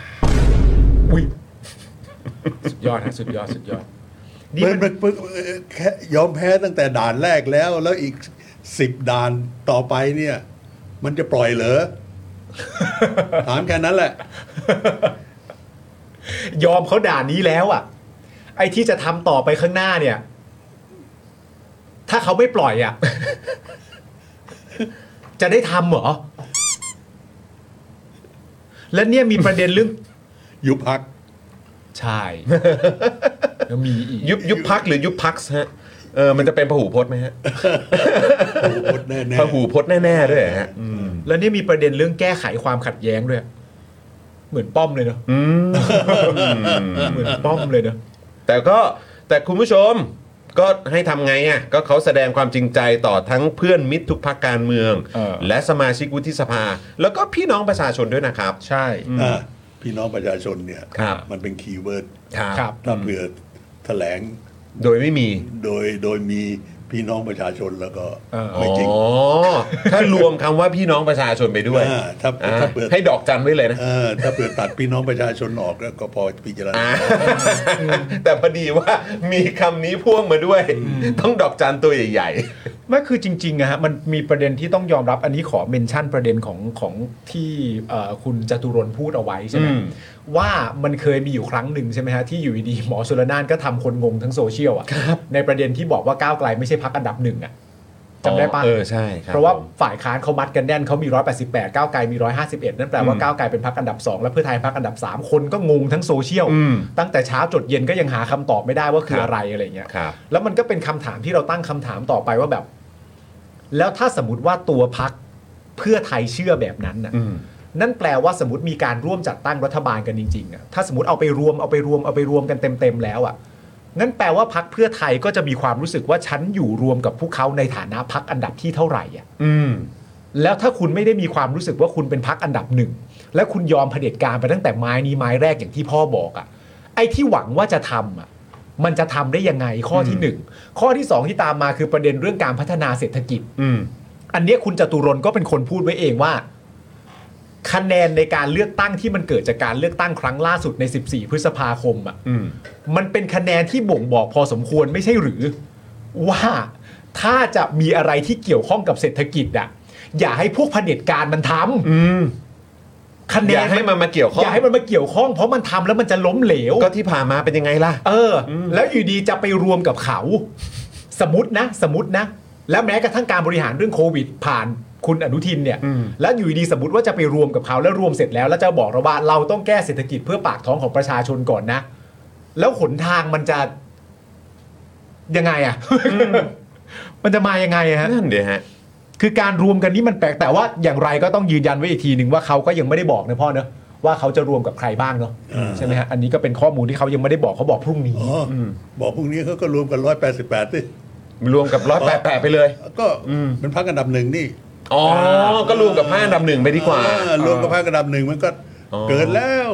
สุดยอดนะสุดยอดนี่มันแค่ยอมแพ้ตั้งแต่ด่านแรกแล้วอีก10ด่านต่อไปเนี่ยมันจะปล่อยเหรอถามแค่นั้นแหละยอมเขาด่านนี้แล้วไอ้ที่จะทำต่อไปข้างหน้าเนี่ยถ้าเขาไม่ปล่อยจะได้ทำเหรอและเนี่ยมีประเด็นเรื่องยุบพรรคใช่แล้วมีอีกยุบพรรคหรือยุบพรรคฮะมันจะเป็นพหูพจน์ไหมฮะพหูพจน์แน่ๆพหูพจน์แน่ๆด้วยฮะแล้วนี่มีประเด็นเรื่องแก้ไขความขัดแย้งด้วยเหมือนป้อมเลยเนาะเหมือนป้อมเลยเนาะแต่คุณผู้ชมก็ให้ทำไงก็เขาแสดงความจริงใจต่อทั้งเพื่อนมิตรทุกพรรคการเมืองและสมาชิกวุฒิสภาแล้วก็พี่น้องประชาชนด้วยนะครับใช่พี่น้องประชาชนเนี่ยมันเป็นคีย์เวิร์ดถ้าเผื่อแถลงโดยไม่มีโดยมีพี่น้องประชาชนแล้วก็ไม่จริงถ้ารวมคำว่าพี่น้องประชาชนไปด้วยถ้าเปิดให้ดอกจันไว้เลยนะถ้าเปิดตัดพี่น้องประชาชนออกก็พอพิจารณาแต่พอดีว่ามีคำนี้พ่วงมาด้วยต้องดอกจันตัวใหญ่ๆไม่คือจริงๆฮะมันมีประเด็นที่ต้องยอมรับอันนี้ขอเมนชั่นประเด็นของที่คุณจตุรนต์พูดเอาไว้ใช่ไหมว่ามันเคยมีอยู่ครั้งหนึ่งใช่ไหมฮะที่อยู่ดีหมอชลน่านก็ทำคนงงทั้งโซเชียลในประเด็นที่บอกว่าก้าวไกลไม่ใช่พรรคอันดับหนึ่งจำได้ปะใช่เพราะว่าฝ่ายค้านเขามัดกันแน่นเขามี188ก้าวไกลมี151นั่นแปลว่าก้าวไกลเป็นพรรคอันดับ2และเพื่อไทยพรรคอันดับ3คนก็งงทั้งโซเชียลตั้งแต่เช้าจดเย็นก็ยังหาคำตอบไม่ได้ว่าคืออะไรอะไรเงี้ยแล้วมันก็เป็นคำถามที่เราตั้งคำถามต่อไปว่าแบบแล้วถ้าสมมติว่าตัวพรรคเพื่อไทยเชื่อแบบนั้นนั่นแปลว่าสมมติมีการร่วมจัดตั้งรัฐบาลกันจริงๆถ้าสมมติเอาไปรวมกันเต็มๆแล้วงั้นแปลว่าพรรคเพื่อไทยก็จะมีความรู้สึกว่าฉันอยู่รวมกับพวกเขาในฐานะพรรคอันดับที่เท่าไหร่แล้วถ้าคุณไม่ได้มีความรู้สึกว่าคุณเป็นพรรคอันดับหนึ่งและคุณยอมเผด็จการไปตั้งแต่ไม้นี้ไม้แรกอย่างที่พ่อบอกไอ้ที่หวังว่าจะทำมันจะทำได้ยังไงข้อที่ 1 ข้อที่ 2ที่ตามมาคือประเด็นเรื่องการพัฒนาเศรษฐกิจอันนี้คุณจตุรนต์ก็เป็นคนพูดไว้เองว่าคะแนนในการเลือกตั้งที่มันเกิดจากการเลือกตั้งครั้งล่าสุดใน14พฤษภาคมมันเป็นคะแนนที่บ่งบอกพอสมควรไม่ใช่หรือว่าถ้าจะมีอะไรที่เกี่ยวข้องกับเศรษฐกิจอย่าให้พวกเผด็จการมันทำคะแนนอย่าให้มันมาเกี่ยวข้องอย่าให้มันมาเกี่ยวข้องเพราะมันทำแล้วมันจะล้มเหลวก็ที่ผ่านมาเป็นยังไงล่ะแล้วอยู่ดีจะไปรวมกับเขาสมมตินะแล้วแม้กระทั่งการบริหารเรื่องโควิดผ่านคุณอนุทินเนี่ยแล้วอยู่ดีสมมติว่าจะไปรวมกับเขาแล้วรวมเสร็จแล้วจะบอกเราว่าเราต้องแก้เศรษฐกิจเพื่อปากท้องของประชาชนก่อนนะแล้วหนทางมันจะยังไงมันจะมายังไงฮะนั่นเดี๋ยวฮะคือการรวมกันนี้มันแปลกแต่ว่าอย่างไรก็ต้องยืนยันไว้อีกทีหนึ่งว่าเขาก็ยังไม่ได้บอกนะพ่อเนอะว่าเขาจะรวมกับใครบ้างเนอะใช่ไหมฮะอันนี้ก็เป็นข้อมูลที่เขายังไม่ได้บอกเขาบอกพรุ่งนี้บอกพรุ่งนี้เขาก็รวมกัน188สิรวมกับ188ไปเลยก็เป็นพรรคอันดับหนึ่งนี่ก็รวมกับพรรคอันดับหนึ่งไปดีกว่ารวมกับพรรคอันดับหนึ่งมันก็เกินแล้ว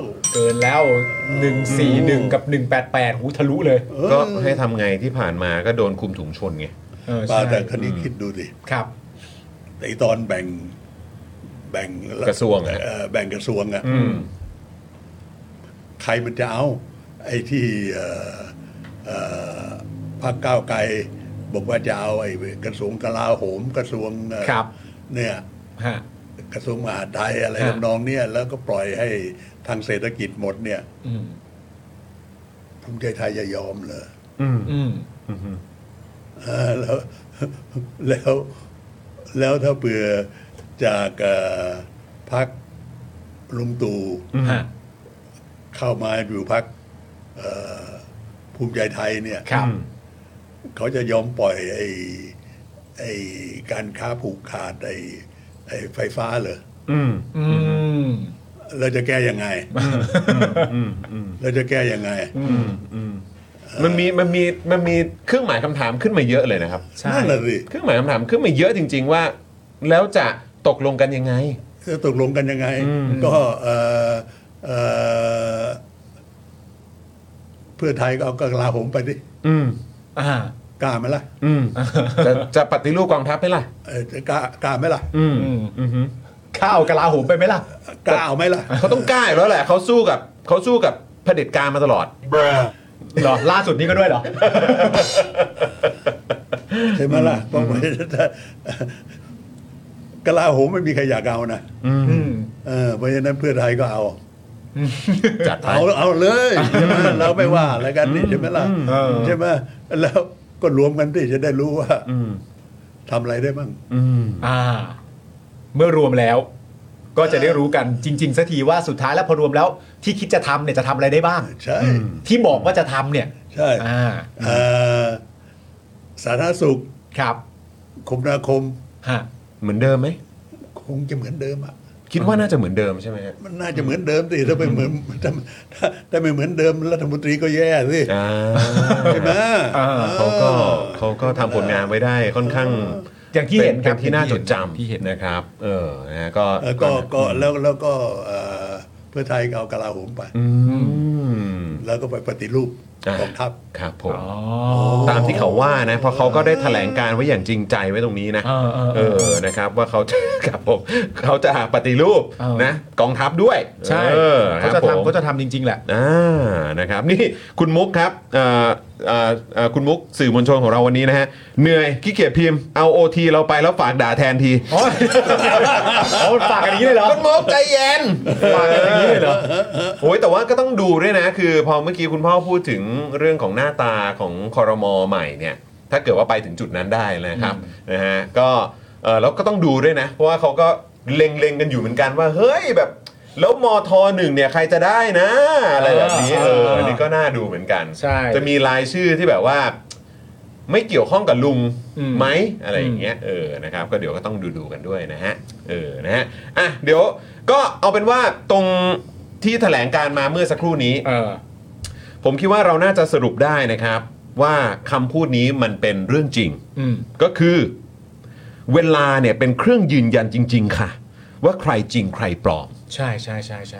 141กับ188หูทะลุเลยก็ให้ทำไงที่ผ่านมาก็โดนคุมถุงชนไงแต่คราวนี้คิดดูสิครับไอ้ตอนแบ่งกระทรวงแบ่งกระทรวงใครมันจะเอาไอ้ที่พรรคก้าวไกลบอกว่าจะเอาไอ้กระทรวงกลาโหมกระทรวงเนี่ยกระทรวงมหาดไทยอะไรทำนองเนี่ยแล้วก็ปล่อยให้ทางเศรษฐกิจหมดเนี่ยภูมิใจไทยจะยอมเหรอแล้วถ้าเผื่อจากพรรคลุงตู่เข้ามาอยู่พรรคภูมิใจไทยเนี่ยเขาจะยอมปล่อยไอ้การค้าผูกขาดไอ้ไฟฟ้าเหรอเราจะแก้ยังไงเราจะแก้ยังไงมันมีเครื่องหมายคำถามขึ้นมาเยอะเลยนะครับนั่นแหละสิเครื่องหมายคำถามขึ้นมาเยอะจริงๆว่าแล้วจะตกลงกันยังไงตกลงกันยังไงก็เพื่อไทยก็เอากลาโหมไปดิกล้าไหมล่ะจะปฏิรูปกองทัพไหมล่ะกล้าไหมล่ะข้าวกลาโหมไปไหมล่ะกล้าเอาไหมล่ะเขาต้องกล้าแล้วแหละเขาสู้กับเผด็จการมาตลอดเหรอล่าสุดนี้ก็ด้วยเหรอใช่ไหมล่ะเพราะว่ากลาโหมไม่มีใครอยากเอานะเพราะฉะนั้นเพื่อไทยก็เอาจัดเอาเลยใช่ไหมเราไม่ว่าอะไรกันนี่ใช่ไหมล่ะใช่ไหมแล้วก็รวมกันที่จะได้รู้ว่าทำอะไรได้บ้างเมื่อรวมแล้วก็จะได้รู้กันจริงๆสักทีว่าสุดท้ายแล้วพอรวมแล้วที่คิดจะทำเนี่ยจะทำอะไรได้บ้างใช่ที่บอกว่าจะทำเนี่ยใช่สาธารณสุขครับคมนาคมเหมือนเดิมไหมคงจะเหมือนเดิมคิดว่าน่าจะเหมือนเดิมใช่ไหมมันน่าจะเหมือนเดิมสิถ้าไม่เหมือนถ้าไม่เหมือนเดิมรัฐมนตรีก็แย่สิใช่ไหมเขาก็ทำผลงานไว้ได้ค่อนข้างอย่างที่เห็นครับที่น่าจดจำที่เห็นนะครับนะก็แล้วก็เพื่อไทยเอากลาโหมไปแล้วก็ไปปฏิรูปกองทัพครับผมตามที่เขาว่านะเพราะเขาก็ได้แถลงการไว้อย่างจริงใจไว้ตรงนี้นะนะครับว่าเขาครับผมเขาจะปฏิรูปนะกองทัพด้วยใช่เขาจะทำจริงๆแหละนะครับนี่คุณมุกครับคุณมุกสื่อมวลชนของเราวันนี้นะฮะเหนื่อยขี้เกียจพิมพ์เอา OT เราไปแล้วฝากด่าแทนทีฝากกันอย่างนี้เลยเหรอคุณมุกใจเย็นฝากกันอย่างนี้เลยเหรอโอ้ยแต่ว่าก็ต้องดูด้วยนะคือพอเมื่อกี้คุณพ่อพูดถึงเรื่องของหน้าตาของครม.ใหม่เนี่ยถ้าเกิดว่าไปถึงจุดนั้นได้นะครับนะฮะก็แล้วก็ต้องดูด้วยนะเพราะว่าเขาก็เล็งกันอยู่เหมือนกันว่าเฮ้ยแบบแล้วมท.1เนี่ยใครจะได้นะอะไรแบบนี้อันนี้ก็น่าดูเหมือนกันจะมีรายชื่อที่แบบว่าไม่เกี่ยวข้องกับลุงไหมอะไรอย่างเงี้ยนะครับก็เดี๋ยวก็ต้องดูกันด้วยนะฮะนะฮะอ่ะเดี๋ยวก็เอาเป็นว่าตรงที่แถลงการมาเมื่อสักครู่นี้ผมคิดว่าเราน่าจะสรุปได้นะครับว่าคำพูดนี้มันเป็นเรื่องจริงก็คือเวลาเนี่ยเป็นเครื่องยืนยันจริงๆค่ะว่าใครจริงใครปลอมใช่ใช่ใช่ใช่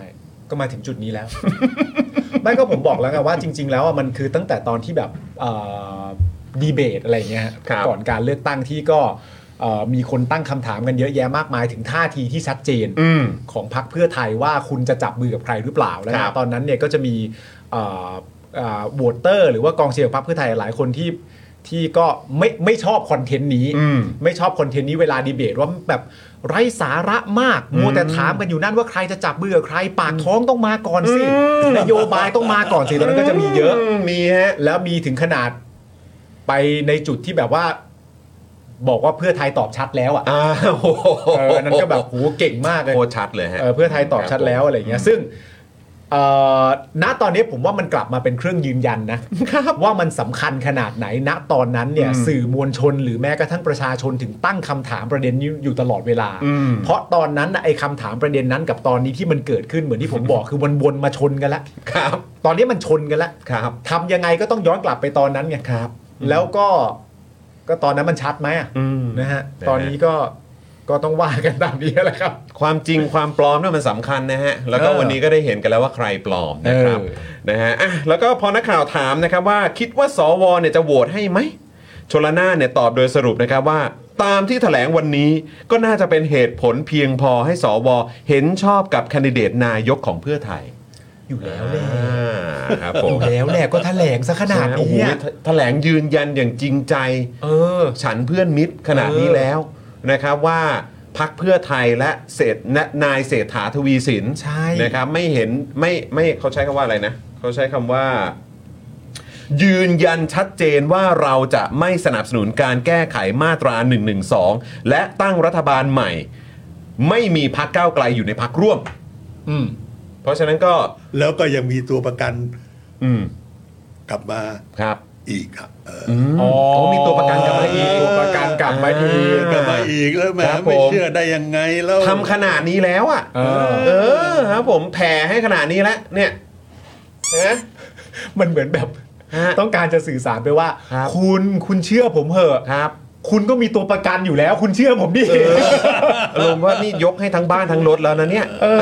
ก็มาถึงจุดนี้แล้ว ไม่ก็ผมบอกแล้วไงว่าจริง ๆ แล้วมันคือตั้งแต่ตอนที่แบบดีเบตอะไรเงี้ยก่อนการเลือกตั้งที่ก็มีคนตั้งคำถามกันเยอะแยะมากมายถึงท่าทีที่ชัดเจนของพรรคเพื่อไทยว่าคุณจะจับมือกับใครหรือเปล่าแล้วตอนนั้นเนี่ยก็จะมีโหวตเตอร์หรือว่ากองเชียร์พรรคเพื่อไทยหลายคนที่ก็ไม่ชอบคอนเทนต์นี้ไม่ชอบคอนเทนต์นี้เวลาดีเบตว่าแบบไร้สาระมากมัวแต่ถามกันอยู่นั่นว่าใครจะจับมือกับใครปากท้องต้องมาก่อนสินโยบายต้องมาก่อนสิตอนนั้นก็จะมีเยอะมีฮะแล้วมีถึงขนาดไปในจุดที่แบบว่าบอกว่าเพื่อไทยตอบชัดแล้วอ่ะนั่นก็แบบโหเก่งมากเลยโคตรชัดเลยฮะเพื่อไทยตอบชัดแล้วอะไรเงี้ยซึ่งณตอนนี้ผมว่ามันกลับมาเป็นเครื่องยืนยันนะว่ามันสำคัญขนาดไหนณตอนนั้นเนี่ยสื่อมวลชนหรือแม้กระทั่งประชาชนถึงตั้งคำถามประเด็นนี้อยู่ตลอดเวลาเพราะตอนนั้นไอ้คำถามประเด็นนั้นกับตอนนี้ที่มันเกิดขึ้นเหมือนที่ผมบอกคือวนมาชนกันแล้วตอนนี้มันชนกันแล้วทำยังไงก็ต้องย้อนกลับไปตอนนั้นไงแล้วก็ตอนนั้นมันชัดไหมนะฮะตอนนี้ก็ต้องว่ากันตามนี้แหละครับความจริงความปลอมเนี่ยมันสำคัญนะฮะแล้วก็วันนี้ก็ได้เห็นกันแล้วว่าใครปลอมนะครับนะฮะแล้วก็พอนักข่าวถามนะครับว่าคิดว่าสวเนี่ยจะโหวตให้ไหมชลน่านเนี่ยตอบโดยสรุปนะครับว่าตามที่แถลงวันนี้ก็น่าจะเป็นเหตุผลเพียงพอให้สวเห็นชอบกับแคนดิเดตนายกของเพื่อไทยอยู่แล้วแหละครับผมอยู่แล้วแหละก็แถลงซะขนาดนี้แถลงยืนยันอย่างจริงใจฉันเพื่อนมิตรขนาดนี้แล้วนะครับว่าพรรคเพื่อไทยและนายเศรษฐาทวีสินนะครับไม่เห็นไม่เขาใช้คำว่าอะไรนะเขาใช้คำว่ายืนยันชัดเจนว่าเราจะไม่สนับสนุนการแก้ไขมาตรา112และตั้งรัฐบาลใหม่ไม่มีพรรคก้าวไกลอยู่ในพรรคร่วมเพราะฉะนั้นก็แล้วก็ยังมีตัวประกันกลับมาครับอีกครับมีตัวประกันกลับมาอีกตัวประกันกลับมาอีกแล้วแหมไม่เชื่อได้ยังไงแล้วทำขนาดนี้แล้วอ่ะครับผมแผ่ให้ขนาดนี้แล้วเนี่ยมันเหมือนแบบต้องการจะสื่อสารไปว่าคุณเชื่อผมเหอะครับคุณก็มีตัวประกันอยู่แล้วคุณเชื่อผมดิอารมณ์ว่านี่ยกให้ทั้งบ้านทั้งรถแล้วนะเนี่ย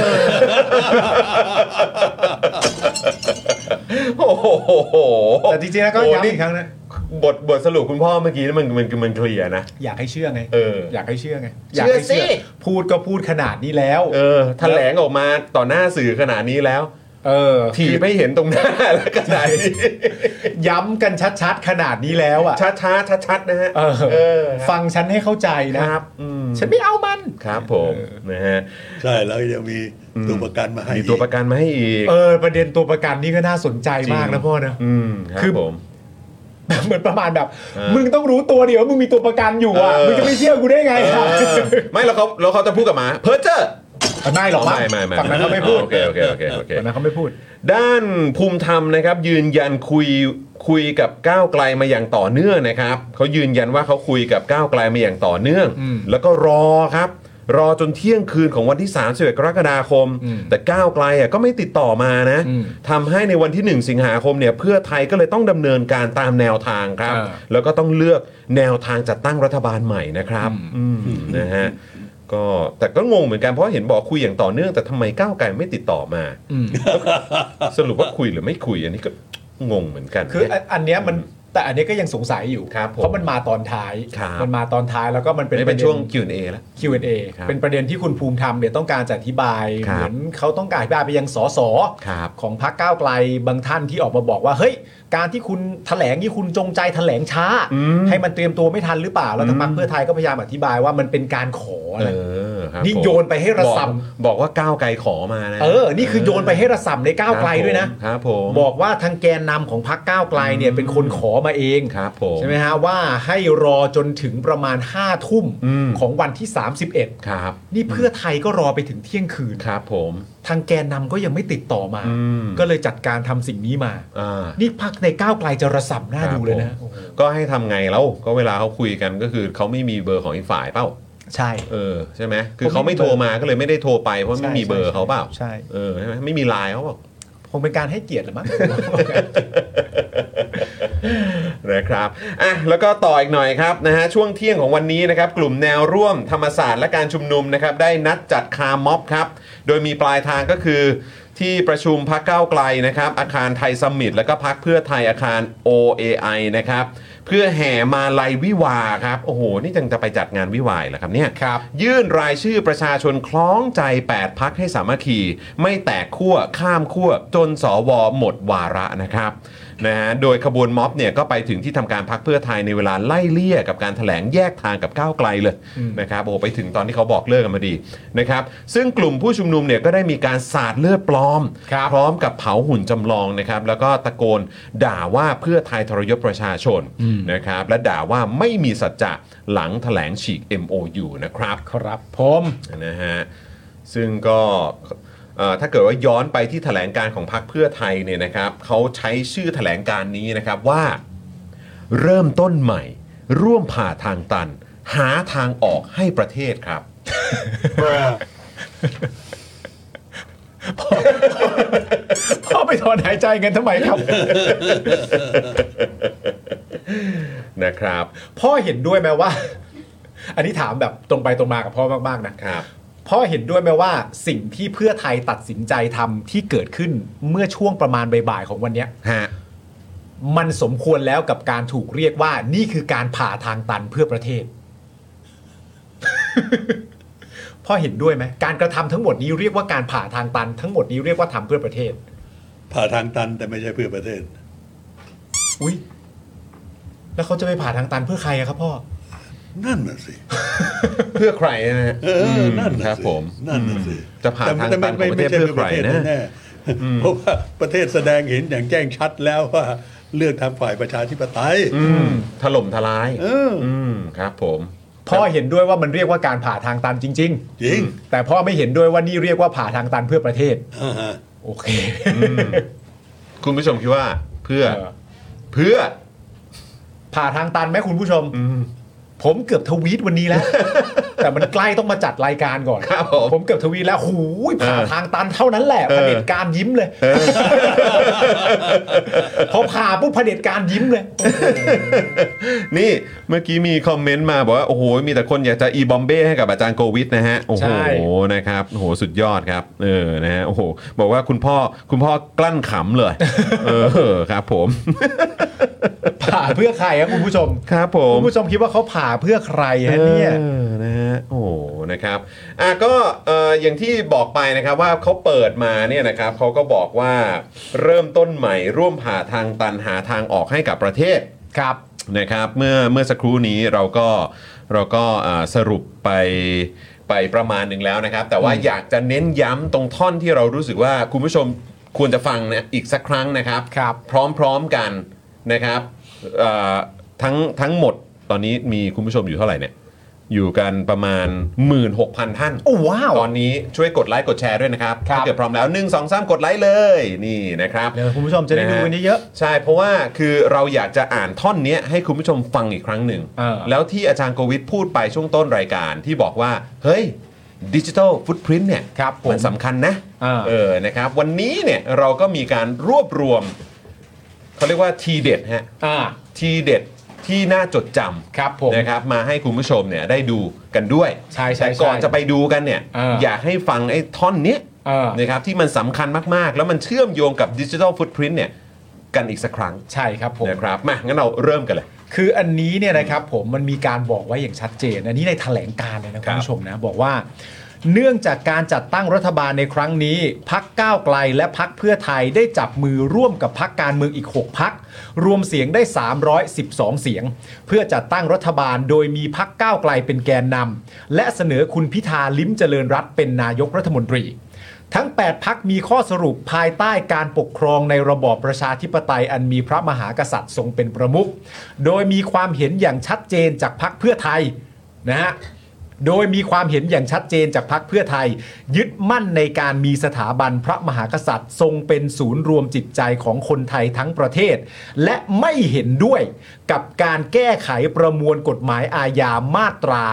โอ้โหแต่จริงๆแล้วก็ย้ำอีกครั้งนะบทสรุปคุณพ่อเมื่อกี้มันเคลียร์นะอยากให้เชื่อไงอยากให้เชื่อไงอยากให้เชื่อพูดก็พูดขนาดนี้แล้วแถลงออกมาต่อหน้าสื่อขนาดนี้แล้วถีบไม่เห็นตรงหน้าแล้วก็ได้ย้ำกันชัดๆขนาดนี้แล้วอ่ะชัดนะฮะฟังฉันให้เข้าใจนะครับฉันไม่เอามันครับผมนะฮะใช่แล้วยังมีตัวประกันมาให้มีตัวประกันมาให้อีกประเด็นตัวประกันนี่ก็น่าสนใจมากนะพ่อนะคือผมเหมือนประมาณแบบมึงต้องรู้ตัวเดี๋ยวมึงมีตัวประกันอยู่อ่ะมึงจะไม่เชื่อกูได้ไงไม่แล้วเขาจะพูดกับหมาเพ้อเจ้อไม่หรอกไม่ฝั่งนั้นเขาไม่พูดโอเคฝั่งนั้นเขาไม่พูดด้านภูมิธรรมนะครับยืนยันคุยกับก้าวไกลมาอย่างต่อเนื่องนะครับเขายืนยันว่าเขาคุยกับก้าวไกลมาอย่างต่อเนื่องแล้วก็รอจนเที่ยงคืนของวันที่31กรกฎาคมแต่ก้าวไกลก็ไม่ติดต่อมานะทำให้ในวันที่1สิงหาคมเนี่ยเพื่อไทยก็เลยต้องดำเนินการตามแนวทางครับแล้วก็ต้องเลือกแนวทางจัดตั้งรัฐบาลใหม่นะครับนะฮะก็แต่ก็งงเหมือนกันเพราะเห็นบอกคุยอย่างต่อเนื่องแต่ทำไมก้าวไกลไม่ติดต่อมาสรุปว่าคุยหรือไม่คุยอันนี้ก็งงเหมือนกันคืออันเนี้ยมันแต่อันนี้ก็ยังสงสัยอยู่เพราะมันมาตอนท้ายแล้วก็มันเป็นช่วง Q&A แล้ว Q&A เป็นประเด็นที่คุณภูมิธรรมเนี่ยต้องการจะอธิบายเหมือนเขาต้องการอธิบายไปยังสสของพรรคก้าวไกลบางท่านที่ออกมาบอกว่าเฮ้ยการที่คุณแถลงนี่คุณจงใจแถลงช้าให้มันเตรียมตัวไม่ทันหรือเปล่าแล้วทางพรรคเพื่อไทยก็พยายามอธิบายว่ามันเป็นการขอนะนี่โยนไปให้ระส่ำบอกว่าก้าวไกลขอมานะนี่คือโยนไปให้ระส่ำในก้าวไกลด้วยนะบอกว่าทางแกนนำของพรรคก้าวไกลเนี่ยเป็นคนขอมาเองใช่ไหมฮะว่าให้รอจนถึงประมาณ5 ทุ่มของวันที่31 ครับนี่เพื่อไทยก็รอไปถึงเที่ยงคืนครับผมทางแกนนำก็ยังไม่ติดต่อมาก็เลยจัดการทำสิ่งนี้มานี่พรรคในก้าวไกลจะระส่ำหน้าดูเลยนะก็ให้ทำไงแล้วก็เวลาเขาคุยกันก็คือเขาไม่มีเบอร์ของอีกฝ่ายเปล่าใช่ใช่ไหมคือเขาไม่โทรมาก็เลยไม่ได้โทรไปเพราะไม่มีเบอร์เขาเปล่าใช่ใช่ไหมไม่มีไลน์เขาเปล่าคงเป็นการให้เกียรติหรือมั้งนะครับแล้วก็ต่ออีกหน่อยครับนะฮะช่วงเที่ยงของวันนี้นะครับกลุ่มแนวร่วมธรรมศาสตร์และการชุมนุมนะครับได้นัดจัดคาร์ม็อบครับโดยมีปลายทางก็คือที่ประชุมพรรคก้าวไกลนะครับอาคารไทยซัมมิตแล้วก็พรรคเพื่อไทยอาคาร OAI นะครับเพื่อแห่มาลัยวิวาครับโอ้โหนี่จังจะไปจัดงานวิวาเหรอครับเนี่ยยื่นรายชื่อประชาชนคล้องใจ8พรรคให้สามัคคีไม่แตกขั้วข้ามขั้วจนสวหมดวาระนะครับนะฮะโดยขบวนม็อบเนี่ยก็ไปถึงที่ทำการพรรคเพื่อไทยในเวลาไล่เลี่ยกับการแถลงแยกทางกับก้าวไกลเลยนะครับโอ้ไปถึงตอนที่เขาบอกเลิกกันมาดีนะครับซึ่งกลุ่มผู้ชุมนุมเนี่ยก็ได้มีการสาดเลือดปลอมพร้อมกับเผาหุ่นจำลองนะครับแล้วก็ตะโกนด่าว่าเพื่อไทยทรยศประชาชนนะครับและด่าว่าไม่มีสัจจะหลังแถลงฉีก MOU นะครับครับผมนะฮะซึ่งก็ถ้าเกิดว่าย้อนไปที่แถลงการของพรรคเพื่อไทยเนี่ยนะครับเขาใช้ชื่อแถลงการนี้นะครับว่าเริ่มต้นใหม่ร่วมผ่าทางตันหาทางออกให้ประเทศครับพ่อไปถอนหายใจกันทำไมครับนะครับพ่อเห็นด้วยไหมว่าอันนี้ถามแบบตรงไปตรงมากับพ่อมากๆนะครับพ่อเห็นด้วยไหมว่าสิ่งที่เพื่อไทยตัดสินใจทำที่เกิดขึ้นเมื่อช่วงประมาณบ่ายๆของวันนี้มันสมควรแล้วกับการถูกเรียกว่านี่คือการผ่าทางตันเพื่อประเทศ พ่อเห็นด้วยไหมการกระทำทั้งหมดนี้เรียกว่าการผ่าทางตันทั้งหมดนี้เรียกว่าทำเพื่อประเทศผ่าทางตันแต่ไม่ใช่เพื่อประเทศอุ๊ยแล้วเขาจะไปผ่าทางตันเพื่อใครครับพ่อนั่นน่ะสิเพื่อใครนะนั่นครับผมนั่นน่ะสิจะผ่านทางตันของประเทศเพื่อใครนะเพราะว่าประเทศแสดงเห็นอย่างแจ้งชัดแล้วว่าเลือกทางฝ่ายประชาธิปไตยถล่มทลายครับผมพ่อเห็นด้วยว่ามันเรียกว่าการผ่าทางตันจริงๆจริงแต่พ่อไม่เห็นด้วยว่านี่เรียกว่าผ่าทางตันเพื่อประเทศโอเคคุณผู้ชมคิดว่าเพื่อผ่าทางตันไหมคุณผู้ชมผมเกือบทวีตวันนี้แล้ว แต่มันใกล้ต้องมาจัดรายการก่อนผมเกือบทวีตแล้วหูยผ่าทางตันเท่านั้นแหละเผด็จการยิ้มเลยพอผ่าปุ๊บเผด็จการยิ้มเลยนี่เมื่อกี้มีคอมเมนต์มาบอกว่าโอ้โหมีแต่คนอยากจะอีบอมเบ้ให้กับอาจารย์โควิดนะฮะโอ้โหนะครับโอ้โหสุดยอดครับนะฮะโอ้โหบอกว่าคุณพ่อกลั้นขำเลยครับผมผ่าเพื่อใครครับคุณผู้ชมครับผมคุณผู้ชมคิดว่าเขาผ่าเพื่อใครฮะเนี่ยนะฮะโอ้นะครับก็อย่างที่บอกไปนะครับว่าเขาเปิดมาเนี่ยนะครับเขาก็บอกว่าเริ่มต้นใหม่ร่วมผ่าทางตันหาทางออกให้กับประเทศครับนะครับเมื่อสักครู่นี้เราก็สรุปไปประมาณหนึ่งแล้วนะครับแต่ว่าอยากจะเน้นย้ำตรงท่อนที่เรารู้สึกว่าคุณผู้ชมควรจะฟังนะอีกสักครั้งนะครับพร้อมๆกันนะครับทั้งหมดตอนนี้มีคุณผู้ชมอยู่เท่าไหร่เนี่ยอยู่กันประมาณ 16,000 ท่านโอ้ว้าวตอนนี้ช่วยกดไลค์กดแชร์ด้วยนะครับถ้าเกิดพร้อมแล้ว1 2 3กดไลค์เลยนี่นะครับเดี๋ยวคุณผู้ชมจะได้ดูกันเยอะใช่เพราะว่าคือเราอยากจะอ่านท่อนนี้ให้คุณผู้ชมฟังอีกครั้งหนึ่งแล้วที่อาจารย์โควิดพูดไปช่วงต้นรายการที่บอกว่าเฮ้ยดิจิทัลฟุตพริ้นท์เนี่ยมันสำคัญนะนะครับวันนี้เนี่ยเราก็มีการรวบรวมเขาเรียกว่าทีเด็ดฮะทีเด็ดที่น่าจดจำนะครับมาให้คุณผู้ชมเนี่ยได้ดูกันด้วยแต่ก่อนจะไปดูกันเนี่ยอยากให้ฟังไอ้ท่อนนี้นะครับที่มันสำคัญมากๆแล้วมันเชื่อมโยงกับดิจิทัลฟุตพริ้นท์เนี่ยกันอีกสักครั้งใช่ครับผมนะครับมางั้นเราเริ่มกันเลยคืออันนี้เนี่ยนะครับผมมันมีการบอกไว้อย่างชัดเจนอันนี้ในแถลงการเลยนะคุณผู้ชมนะบอกว่าเนื่องจากการจัดตั้งรัฐบาลในครั้งนี้พรรคก้าวไกลและพรรคเพื่อไทยได้จับมือร่วมกับพรรคการเมืองอีก6พรรครวมเสียงได้312เสียงเพื่อจัดตั้งรัฐบาลโดยมีพรรคก้าวไกลเป็นแกนนำและเสนอคุณพิธาลิ้มเจริญรัตน์เป็นนายกรัฐมนตรีทั้ง8พรรคมีข้อสรุปภายใต้การปกครองในระบอบประชาธิปไตยอันมีพระมหากษัตริย์ทรงเป็นประมุขโดยมีความเห็นอย่างชัดเจนจากพรรคเพื่อไทยนะฮะโดยมีความเห็นอย่างชัดเจนจากพรรคเพื่อไทยยึดมั่นในการมีสถาบันพระมหากษัตริย์ทรงเป็นศูนย์รวมจิตใจของคนไทยทั้งประเทศและไม่เห็นด้วยกับการแก้ไขประมวลกฎหมายอาญามาตรา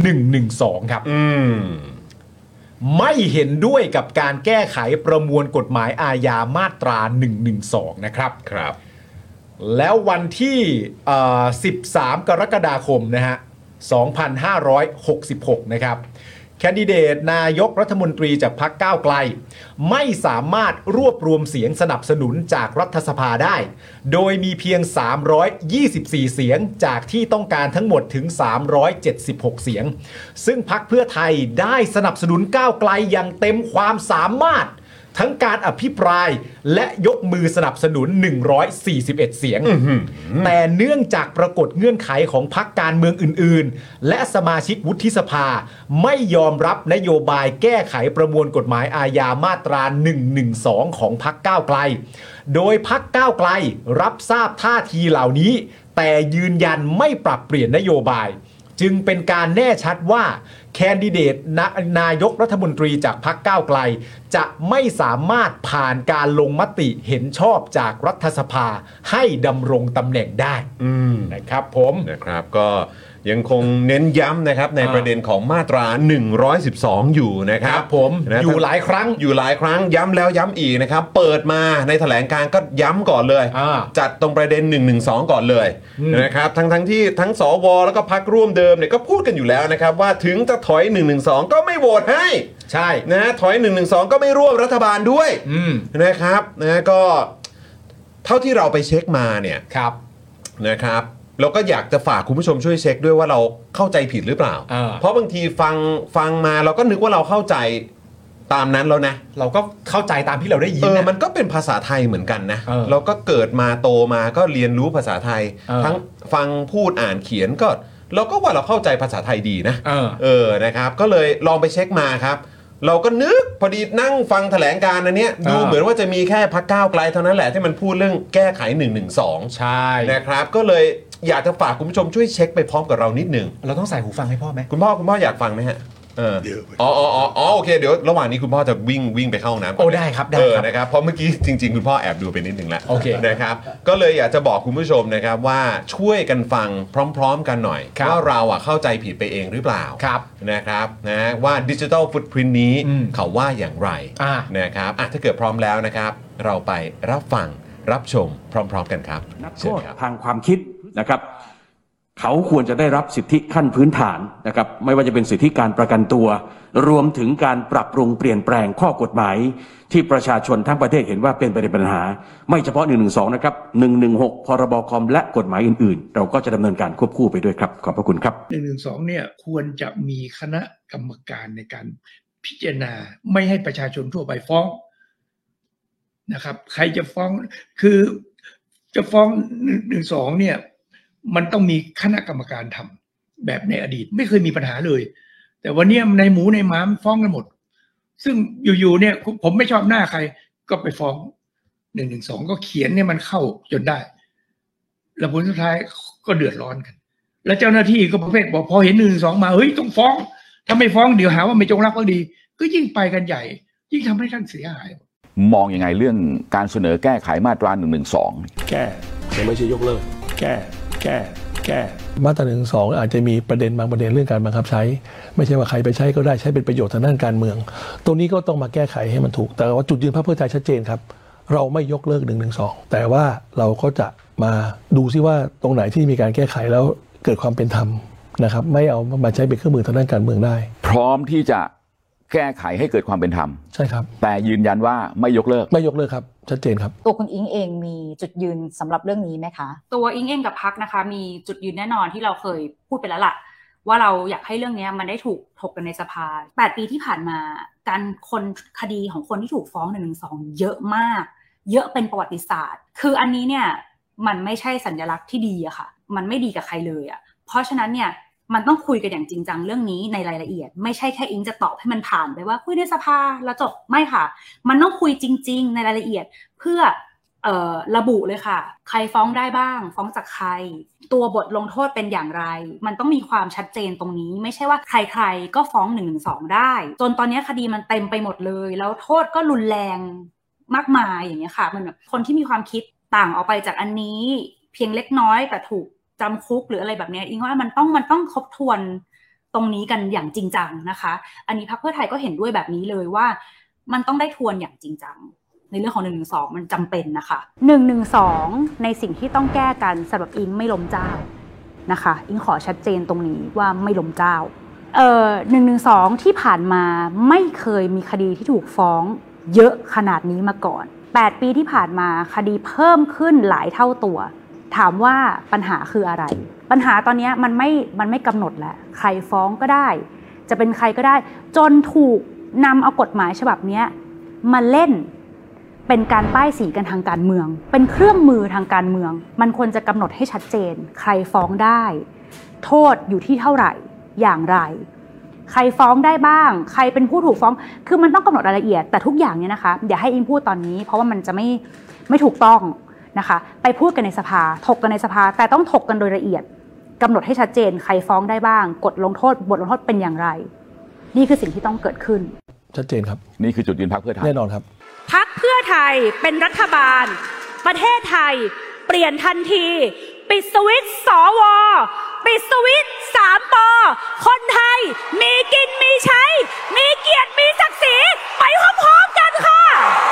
112ครับไม่เห็นด้วยกับการแก้ไขประมวลกฎหมายอาญามาตรา112นะครับครับแล้ววันที่13 กรกฎาคมนะฮะ2566นะครับแคนดิเดตนายกรัฐมนตรีจากพรรคก้าวไกลไม่สามารถรวบรวมเสียงสนับสนุนจากรัฐสภาได้โดยมีเพียง324เสียงจากที่ต้องการทั้งหมดถึง376เสียงซึ่งพรรคเพื่อไทยได้สนับสนุนก้าวไกลอย่างเต็มความสามารถทั้งการอภิปรายและยกมือสนับสนุน141เสียงแต่เนื่องจากปรากฏเงื่อนไขของพรรคการเมืองอื่นๆและสมาชิกวุฒิสภาไม่ยอมรับนโยบายแก้ไขประมวลกฎหมายอาญามาตรา112ของพรรคก้าวไกลโดยพรรคก้าวไกลรับทราบท่าทีเหล่านี้แต่ยืนยันไม่ปรับเปลี่ยนนโยบายจึงเป็นการแน่ชัดว่าแคนดิเดตนายกรัฐมนตรีจากพรรคก้าวไกลจะไม่สามารถผ่านการลงมติเห็นชอบจากรัฐสภาให้ดำรงตำแหน่งได้นะครับผมนะครับก็ยังคงเน้นย้ำนะครับในประเด็นของมาตรา112อยู่นะครับผมอยู่หลายครั้งย้ำแล้วย้ำอีกนะครับเปิดมาในแถลงการก็ย้ำก่อนเลยจัดตรงประเด็น112ก่อนเลยนะครับทั้งที่ทั้งสวแล้วก็พรรคร่วมเดิมเนี่ยก็พูดกันอยู่แล้วนะครับว่าถึงจะถอย112ก็ไม่โหวตให้ใช่นะถอย112ก็ไม่ร่วมรัฐบาลด้วยนะครับนะก็เท่าที่เราไปเช็คมาเนี่ยนะครับเราก็อยากจะฝากคุณผู้ชมช่วยเช็คด้วยว่าเราเข้าใจผิดหรือเปล่าเพราะบางทีฟังมาเราก็นึกว่าเราเข้าใจตามนั้นแล้วนะเราก็เข้าใจตามที่เราได้ยินมันก็เป็นภาษาไทยเหมือนกันนะเราก็เกิดมาโตมาก็เรียนรู้ภาษาไทยทั้งฟังพูดอ่านเขียนก็เราก็ว่าเราเข้าใจภาษาไทยดีนะนะครับก็เลยลองไปเช็คมาครับเราก็นึกพอดีนั่งฟังแถลงการอันเนี้ยดูเหมือนว่าจะมีแค่พรรคก้าวไกลเท่านั้นแหละที่มันพูดเรื่องแก้ไข112 ใช่นะครับก็เลยอยากจะฝากคุณผู้ชมช่วยเช็คไปพร้อมกับเรานิดนึงเราต้องใส่หูฟังให้พ่อไหมคุณพ่ออยากฟังไหมฮะโอเคเดี๋ยวระหว่างนี้คุณพ่อจะวิ่งไปเข้าห้องน้ำได้ครับนะครับเพราะเมื่อกี้จริงๆคุณพ่อแอบดูไปนิดนึงแล้วโอเคนะครับก็เลยอยากจะบอกคุณผู้ชมนะครับว่าช่วยกันฟังพร้อมๆกันหน่อยว่าเราเข้าใจผิดไปเองหรือเปล่านะครับนะว่าดิจิทัลฟุตพริ้นท์นี้เขาว่าอย่างไรนะครับถ้าเกิดพร้อมแล้วนะครับเราไปรับฟังรับชมพร้อมๆกันครับนักโทษทางความคิดนะครับเขาควรจะได้รับสิทธิขั้นพื้นฐานนะครับไม่ว่าจะเป็นสิทธิการประกันตัวรวมถึงการปรับปรุงเปลี่ยนแปลงข้อกฎหมายที่ประชาชนทั้งประเทศเห็นว่าเป็นประเด็นปัญหาไม่เฉพาะ112นะครับ116พรบคอมและกฎหมายอื่นๆเราก็จะดำเนินการควบคู่ไปด้วยครับขอบพระคุณครับ 112เนี่ยควรจะมีคณะกรรมการในการพิจารณาไม่ให้ประชาชนทั่วไปฟ้องนะครับใครจะฟ้องคือจะฟ้อง112เนี่ยมันต้องมีคณะกรรมการทำแบบในอดีตไม่เคยมีปัญหาเลยแต่วันนี้ในหมูในหมาฟ้องกันหมดซึ่งอยู่ๆเนี่ยผมไม่ชอบหน้าใครก็ไปฟ้อง112ก็เขียนเนี่ยมันเข้าจนได้แล้วผลสุดท้ายก็เดือดร้อนกันแล้วเจ้าหน้าที่ก็ประเภทบอกพอเห็น112มาเฮ้ยต้องฟ้องถ้าไม่ฟ้องเดี๋ยวหาว่าไม่จงรักภักดีก็ยิ่งไปกันใหญ่ยิ่งทำให้ท่านเสียหายมองยังไงเรื่องการเสนอแก้ไขมาตรา112 แก้แต่ไม่ใช่ยกเลิกแก้มาตรา112อาจจะมีประเด็นบางประเด็นเรื่องการบังคับใช้ไม่ใช่ว่าใครไปใช้ก็ได้ใช้เป็นประโยชน์ทางด้านการเมืองตรงนี้ก็ต้องมาแก้ไขให้มันถูกแต่ว่าจุดยืนพรรคเพื่อไทยชัดเจนครับเราไม่ยกเลิก112แต่ว่าเราก็จะมาดูซิว่าตรงไหนที่มีการแก้ไขแล้วเกิดความเป็นธรรมนะครับไม่เอามาใช้เป็นเครื่องมือทางด้านการเมืองได้พร้อมที่จะแก้ไขให้เกิดความเป็นธรรมใช่ครับแต่ยืนยันว่าไม่ยกเลิกครับชัดเจนครับตัวคุณอิงเองมีจุดยืนสำหรับเรื่องนี้ไหมคะตัวอิงเองกับพรรคนะคะมีจุดยืนแน่นอนที่เราเคยพูดไปแล้วล่ะว่าเราอยากให้เรื่องนี้มันได้ถูกถกกันในสภา8 ปีที่ผ่านมาการคดีของคนที่ถูกฟ้อง112เยอะมากเยอะเป็นประวัติศาสตร์คืออันนี้เนี่ยมันไม่ใช่สัญลักษณ์ที่ดีอะค่ะมันไม่ดีกับใครเลยอะเพราะฉะนั้นเนี่ยมันต้องคุยกันอย่างจริงจังเรื่องนี้ในรายละเอียดไม่ใช่แค่อิงจะตอบให้มันผ่านไปว่าคุยในสภาแล้วจบไม่ค่ะมันต้องคุยจริงๆในรายละเอียดเพื่อระบุเลยค่ะใครฟ้องได้บ้างฟ้องจากใครตัวบทลงโทษเป็นอย่างไรมันต้องมีความชัดเจนตรงนี้ไม่ใช่ว่าใครๆก็ฟ้อง112ได้จนตอนนี้คดีมันเต็มไปหมดเลยแล้วโทษก็รุนแรงมากมายอย่างเงี้ยค่ะมันแบบคนที่มีความคิดต่างออกไปจากอันนี้เพียงเล็กน้อยแต่ถูกจำคุกหรืออะไรแบบนี้อิงว่ามันต้องทบทวนตรงนี้กันอย่างจริงจังนะคะอันนี้พรรคเพื่อไทยก็เห็นด้วยแบบนี้เลยว่ามันต้องได้ทวนอย่างจริงจังในเรื่องของ112มันจำเป็นนะคะ112ในสิ่งที่ต้องแก้กันสำหรับอิงไม่ล้มเจ้านะคะอิงขอชัดเจนตรงนี้ว่าไม่ล้มเจ้า 112ที่ผ่านมาไม่เคยมีคดีที่ถูกฟ้องเยอะขนาดนี้มาก่อน8ปีที่ผ่านมาคดีเพิ่มขึ้นหลายเท่าตัวถามว่าปัญหาคืออะไรปัญหาตอนนี้มันไม่กำหนดแล้วใครฟ้องก็ได้จะเป็นใครก็ได้จนถูกนำเอากฎหมายฉบับนี้มาเล่นเป็นการป้ายสีกันทางการเมืองเป็นเครื่องมือทางการเมืองมันควรจะกำหนดให้ชัดเจนใครฟ้องได้โทษอยู่ที่เท่าไหร่อย่างไรใครฟ้องได้บ้างใครเป็นผู้ถูกฟ้องคือมันต้องกำหนดรายละเอียดแต่ทุกอย่างเนี่ยนะคะอย่าให้อิงพูดตอนนี้เพราะว่ามันจะไม่ถูกต้องนะคะไปพูดกันในสภาถกกันในสภาแต่ต้องถกกันโดยละเอียดกำหนดให้ชัดเจนใครฟ้องได้บ้างกฎลงโทษบทลงโทษเป็นอย่างไรนี่คือสิ่งที่ต้องเกิดขึ้นชัดเจนครับนี่คือจุดยืนพรรคเพื่อไทยแน่นอนครับพรรคเพื่อไทยเป็นรัฐบาลประเทศไทยเปลี่ยนทันทีปิดสวิตช์สวปิดสวิตช์3 ป.คนไทยมีกินมีใช้มีเกียรติมีศักดิ์ศรีไปพร้อมๆกันค่ะ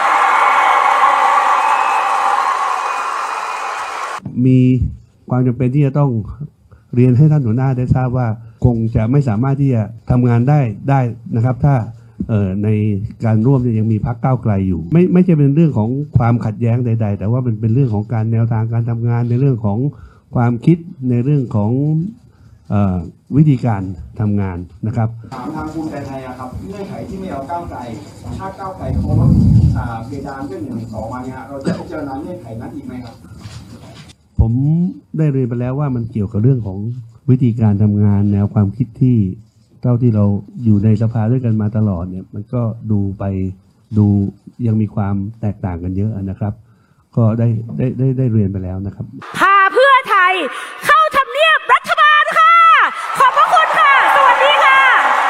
มีความจำเป็นที่จะต้องเรียนให้ท่านหัวหน้าได้ทราบว่าคงจะไม่สามารถที่จะทำงานได้นะครับถ้าในการร่วมยังมีพรรคก้าวไกลอยู่ไม่ใช่เป็นเรื่องของความขัดแย้งใดๆแต่ว่ามันเป็นเรื่องของการแนวทางการทำงานในเรื่องของความคิดในเรื่องของวิธีการทำงานนะครับถามทางภูมิใจไทยครับเงื่อนไขที่ไม่เอาก้าวไกลถ้าก้าวไกลเขาลดเพดานเรื่อง112มาเนี่ยเราจะพิจารณาเงื่อนไขนั้นอีกไหมครับผมได้เรียนไปแล้วว่ามันเกี่ยวกับเรื่องของวิธีการทำงานแนวความคิดที่เท่าที่เราอยู่ในสภาด้วยกันมาตลอดเนี่ยมันก็ดูยังมีความแตกต่างกันเยอะนะครับก็ได้เรียนไปแล้วนะครับพาเพื่อไทยเข้าทำเนียบรัฐบาลค่ะขอบพระคุณค่ะสวัสดีค่ะ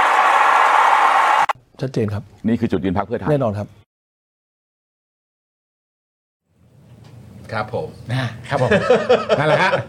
ชัดเจนครับนี่คือจุดยืนพรรคเพื่อไทยแน่นอนครับครับผมครับผมนั่นแหละครับ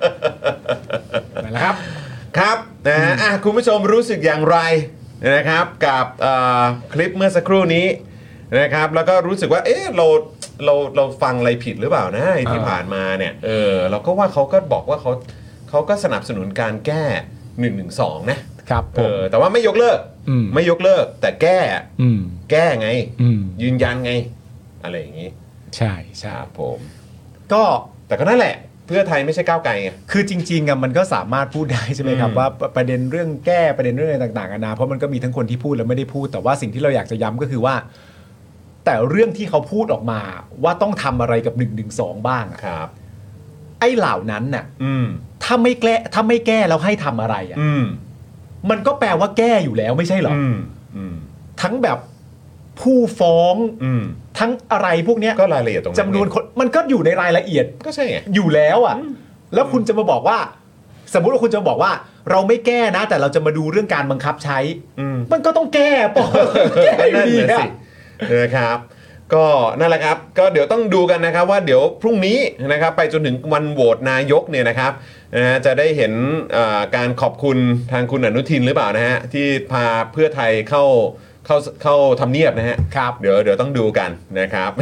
ครับนะฮะคุณผู้ชมรู้สึกอย่างไรนะครับกับคลิปเมื่อสักครู่นี้นะครับแล้วก็รู้สึกว่าเราฟังอะไรผิดหรือเปล่านะที่ผ่านมาเนี่ยเราก็ว่าเขาก็บอกว่าเขาก็สนับสนุนการแก้112นะครับแต่ว่าไม่ยกเลิกแต่แก้ไงยืนยันไงอะไรอย่างนี้ใช่ครับผมก็แต่ก็นั่นแหละเพื่อไทยไม่ใช่ก้าวไกลไงคือจริงๆมันก็สามารถพูดได้ใช่ไหมครับว่าประเด็นเรื่องแก้ประเด็นเรื่องอะไรต่างๆนานาเพราะมันก็มีทั้งคนที่พูดและไม่ได้พูดแต่ว่าสิ่งที่เราอยากจะย้ำก็คือว่าแต่เรื่องที่เขาพูดออกมาว่าต้องทำอะไรกับ112บ้างครับไอ้เหล่านั้นน่ะถ้าไม่แก้แล้วให้ทำอะไรมันก็แปลว่าแก้อยู่แล้วไม่ใช่หรอทั้งแบบผู้ฟ้องทั้งอะไรพวกนี้ก็รายละเอียดตรงนั้นจำนวนคนมันก็อยู่ในรายละเอียดก็ใช่ไงอยู่แล้วอ่ะแล้วคุณจะมาบอกว่าสมมุติว่าคุณจะบอกว่าเราไม่แก้นะแต่เราจะมาดูเรื่องการบังคับใช้มันก็ต้องแก้ป่ะแก้อยู่ดีนะครับก็นั่นแหละครับก็เดี๋ยวต้องดูกันนะครับว่าเดี๋ยวพรุ่งนี้นะครับไปจนถึงวันโหวตนายกเนี่ยนะครับจะได้เห็นการขอบคุณทางคุณอนุทินหรือเปล่านะฮะที่พาเพื่อไทยเข้าทำเนียบนะฮะครับเดี๋ยวต้องดูกันนะครับ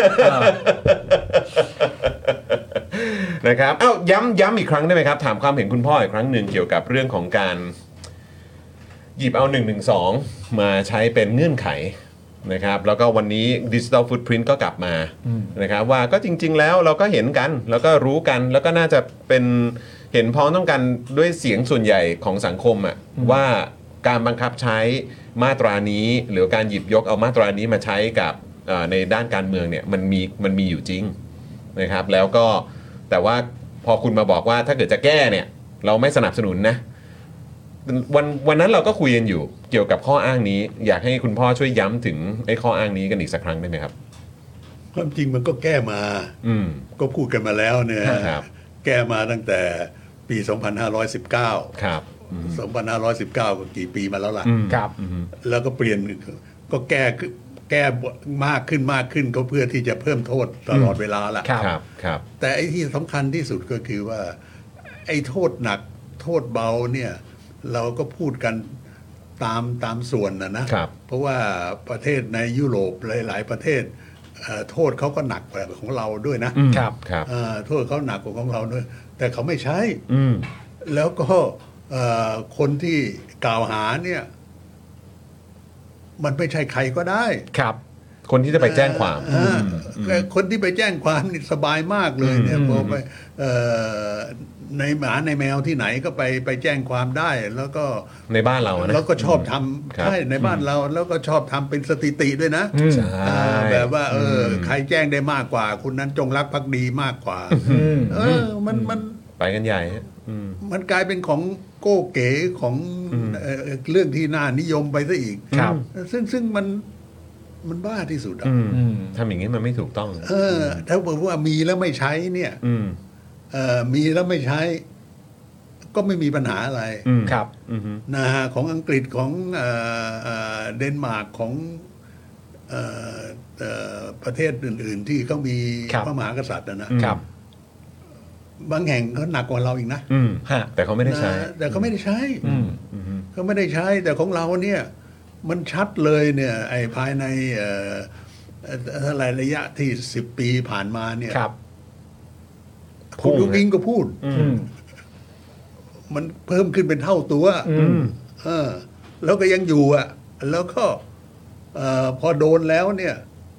นะครับย้ำอีกครั้งได้ไหมครับถามความเห็นคุณพ่ออีกครั้งหนึ่งเกี่ยวกับเรื่องของการหยิบเอา112มาใช้เป็นเงื่อนไขนะครับแล้วก็วันนี้ Digital Footprint ก็กลับมานะครับว่าก็จริงๆแล้วเราก็เห็นกันแล้วก็รู้กันแล้วก็น่าจะเป็นเห็นพ้องต้องกันด้วยเสียงส่วนใหญ่ของสังคมอ่ะว่าการบังคับใช้มาตรานี้หรือการหยิบยกเอามาตรานี้มาใช้กับในด้านการเมืองเนี่ยมันมีอยู่จริงนะครับแล้วก็แต่ว่าพอคุณมาบอกว่าถ้าเกิดจะแก้เนี่ยเราไม่สนับสนุนนะวันนั้นเราก็คุยกันอยู่เกี่ยวกับข้ออ้างนี้อยากให้คุณพ่อช่วยย้ำถึงไอ้ข้ออ้างนี้กันอีกสักครั้งได้ไหมครับความจริงมันก็แก้มาก็พูดกันมาแล้วเนี่ยแก้มาตั้งแต่ปี2519 ครับ 2519ก็กี่ปีมาแล้วล่ะครับแล้วก็เปลี่ยนก็แก้มากขึ้นก็เพื่อที่จะเพิ่มโทษตลอดเวลาล่ะครับแต่ไอ้ที่สำคัญที่สุดก็คือว่าไอ้โทษหนักโทษเบาเนี่ยเราก็พูดกันตามส่วนนะเพราะว่าประเทศในยุโรปหลายประเทศโทษเขาก็หนักกว่าของเราด้วยนะครับโทษเขาหนักกว่าของเราด้วยแต่เขาไม่ใช้แล้วก็คนที่กล่าวหาเนี่ยมันไม่ใช่ใครก็ได้ครับ คนที่จะไปแจ้งความคนที่ไปแจ้งความนี่สบายมากเลยเนี่ยพอไปในหมาในแมวที่ไหนก็ไปแจ้งความได้แล้วก็ในบ้านเรานะแล้วก็ชอบทำใช่ในบ้านเราแล้วก็ชอบทำเป็นสถิติด้วยนะแบบว่าใครแจ้งได้มากกว่าคนนั้นจงรักภักดีมากกว่ามันไปกันใหญ่มันกลายเป็นของโก้เก๋ของเรื่องที่น่านิยมไปซะอีกซึ่งมันบ้าที่สุดทำอย่างนี้มันไม่ถูกต้องถ้าบอกว่ามีแล้วไม่ใช้เนี่ยมีแล้วไม่ใช้ก็ไม่มีปัญหาอะไรครับนะฮะของอังกฤษของเดนมาร์กของประเทศอื่นๆที่เขามีพระมหากษัตริย์นะครับบางแห่งเขาหนักกว่าเราอีกนะแต่เขาไม่ได้ใช้แต่เขาไม่ได้ใช้เขาไม่ได้ใช้แต่ของเราเนี่ยมันชัดเลยเนี่ยไอ้ภายในอะไรระยะที่10 ปีผ่านมาเนี่ยคุณยุ้งอิงก็พูดมันเพิ่มขึ้นเป็นเท่าตัวแล้วก็ยังอยู่อ่ะแล้วก็พอโดนแล้วเนี่ย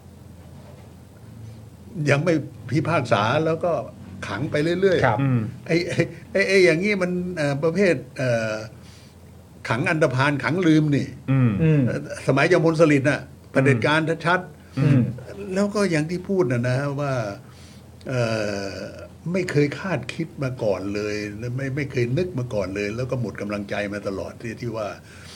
ยังไม่พิพากษาแล้วก็ขังไปเรื่อยๆไอ้อย่างนี้มันประเภทขังอันธพาลขังลืมนี่สมัยจอมพลสฤษดิ์น่ะเผด็จการชัดๆแล้วก็อย่างที่พูดนะว่าไม่เคยคาดคิดมาก่อนเลยไม่เคยนึกมาก่อนเลยแล้วก็หมดกำลังใจมาตลอดที่ว่า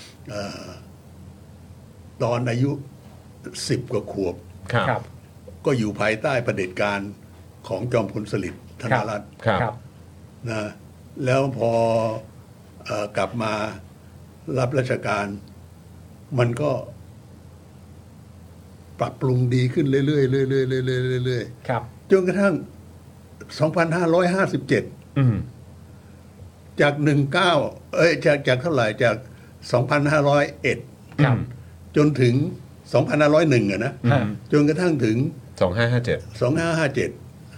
ตอนอายุ10 กว่าขวบก็อยู่ภายใต้เผด็จการของจอมพลสฤษดิ์ธนรัตน์นะแล้วพอกลับมารับราชการมันก็ปรับปรุงดีขึ้นเรื่อยๆเรื่อยๆจนกระทั่ง 2557 จากจากเท่าไหร่จาก 2,501 จนถึง 2,501นะจนกระทั่งถึง 2557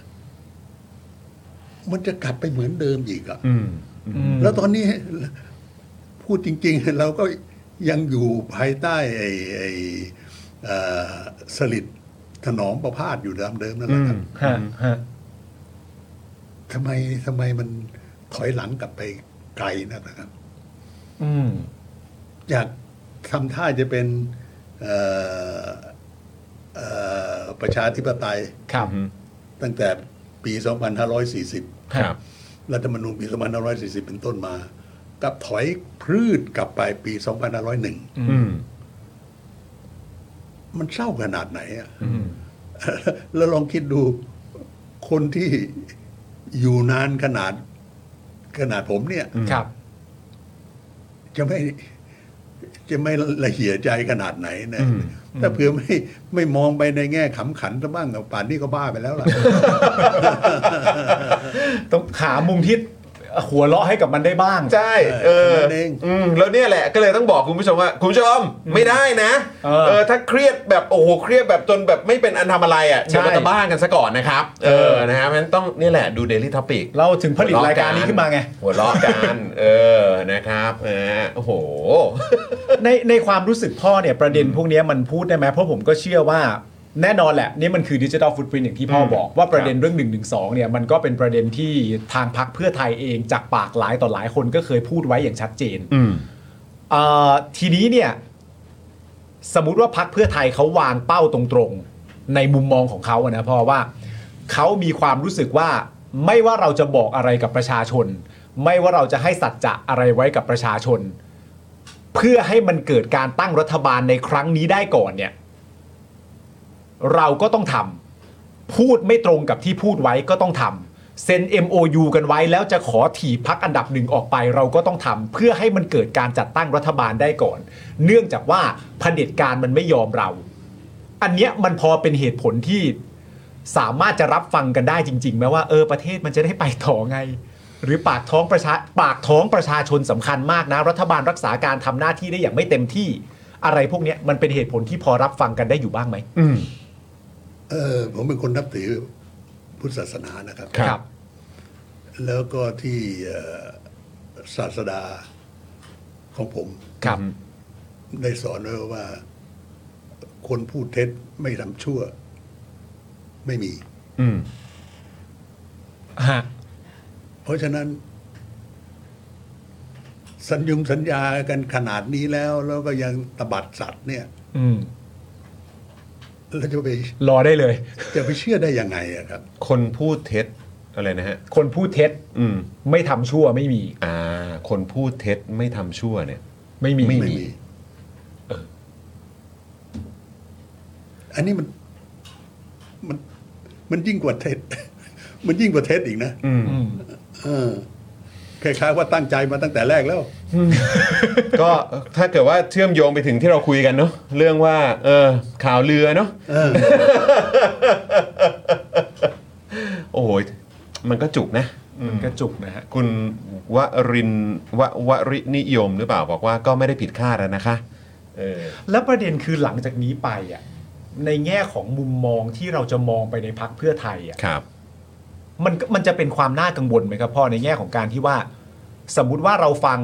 มันจะกลับไปเหมือนเดิมอีกอ่ะแล้วตอนนี้พูดจริงๆเราก็ยังอยู่ภายใต้สฤษดิ์ถนอมประพาสอยู่ตามเดิมนั่นแหละครับทำไมมันถอยหลังกลับไปไกลนะครับอยากทำท่าจะเป็นประชาธิปไตยตั้งแต่ปี 2540 รัฐธรรมนูญปี 2540 เป็นต้นมากับถอยพืชกลับไปปี 2501 มันเศร้าขนาดไหนอ่ะแล้วลองคิดดูคนที่อยู่นานขนาดผมเนี่ยจะไม่ละเหี่ยใจขนาดไหนนะถ้าเผื่อไม่มองไปในแง่ขำขันซะบ้างป่านนี้ก็บ้าไปแล้วล่ะต้องหามุมที่หัวเราะให้กับมันได้บ้างใช่แล้วเนี่ยแหละก็เลยต้องบอกคุณผู้ชมว่าคุณผู้ชมไม่ได้นะถ้าเครียดแบบโอ้โหเครียดแบบจนแบบไม่เป็นอันทำอะไรอ่ะเดี๋ยวเราจะบ้ากันซะก่อนนะครับนะฮะมันต้องนี่แหละดู Daily Topic เราถึงผลิตรายการนี้ขึ้นมาไงหัวเราะกันนะครับโอ้โหในความรู้สึกพ่อเนี่ยประเด็นพวกนี้มันพูดได้ไหมเพราะผมก็เชื่อว่าแน่นอนแหละนี่มันคือดิจิทัลฟุตพริ้นท์อย่างที่พ่อบอกว่าประเด็นเรื่อง112เนี่ยมันก็เป็นประเด็นที่ทางพรรคเพื่อไทยเองจากปากหลายต่อหลายคนก็เคยพูดไว้อย่างชัดเจนทีนี้เนี่ยสมมุติว่าพรรคเพื่อไทยเขาวางเป้าตรงๆในมุมมองของเขาอะนะพ่อว่าเขามีความรู้สึกว่าไม่ว่าเราจะบอกอะไรกับประชาชนไม่ว่าเราจะให้สัจจะอะไรไว้กับประชาชนเพื่อให้มันเกิดการตั้งรัฐบาลในครั้งนี้ได้ก่อนเนี่ยเราก็ต้องทำพูดไม่ตรงกับที่พูดไว้ก็ต้องทำเซ็น MOU กันไว้แล้วจะขอถีบพรรคอันดับหนึ่งออกไปเราก็ต้องทำเพื่อให้มันเกิดการจัดตั้งรัฐบาลได้ก่อนเนื่องจากว่าเผด็จการมันไม่ยอมเราอันเนี้ยมันพอเป็นเหตุผลที่สามารถจะรับฟังกันได้จริงๆไหมว่าประเทศมันจะได้ไปต่อไงหรือปากท้องประชาชนสำคัญมากนะรัฐบาลรักษาการทำหน้าที่ได้อย่างไม่เต็มที่อะไรพวกนี้มันเป็นเหตุผลที่พอรับฟังกันได้อยู่บ้างไหมผมเป็นคนนับถือพุทธศาสนานะครับแล้วก็ที่ศาสดาของผมครับได้สอนไว้ว่า คนพูดเท็จไม่ทำชั่ว ไม่มี เพราะฉะนั้น สัญญากันขนาดนี้แล้วก็ยังตบัดสัตว์เนี่ยแล้วจะไปรอได้เลยจะไปเชื่อได้ยังไงอะครับคนพูดเท็จอะไรนะฮะคนพูดเท็จไม่ทำชั่วไม่มีคนพูดเท็จไม่ทำชั่วเนี่ยไม่มีอันนี้มันยิ่งกว่าเท็จ มันยิ่งกว่าเท็จอีกนะคล้ายๆว่าตั้งใจมาตั้งแต่แรกแล้วก็ถ้าเกิดว่าเชื่อมโยงไปถึงที่เราคุยกันเนาะเรื่องว่าข่าวเรือเนาะโอ้โหมันก็จุกนะมันก็จุกนะฮะคุณวรินิยมหรือเปล่าบอกว่าก็ไม่ได้ผิดคาดแล้วนะคะแล้วประเด็นคือหลังจากนี้ไปอ่ะในแง่ของมุมมองที่เราจะมองไปในพรรคเพื่อไทยอ่ะมันจะเป็นความน่ากังวลไหมครับพ่อในแง่ของการที่ว่าสมมุติว่าเราฟัง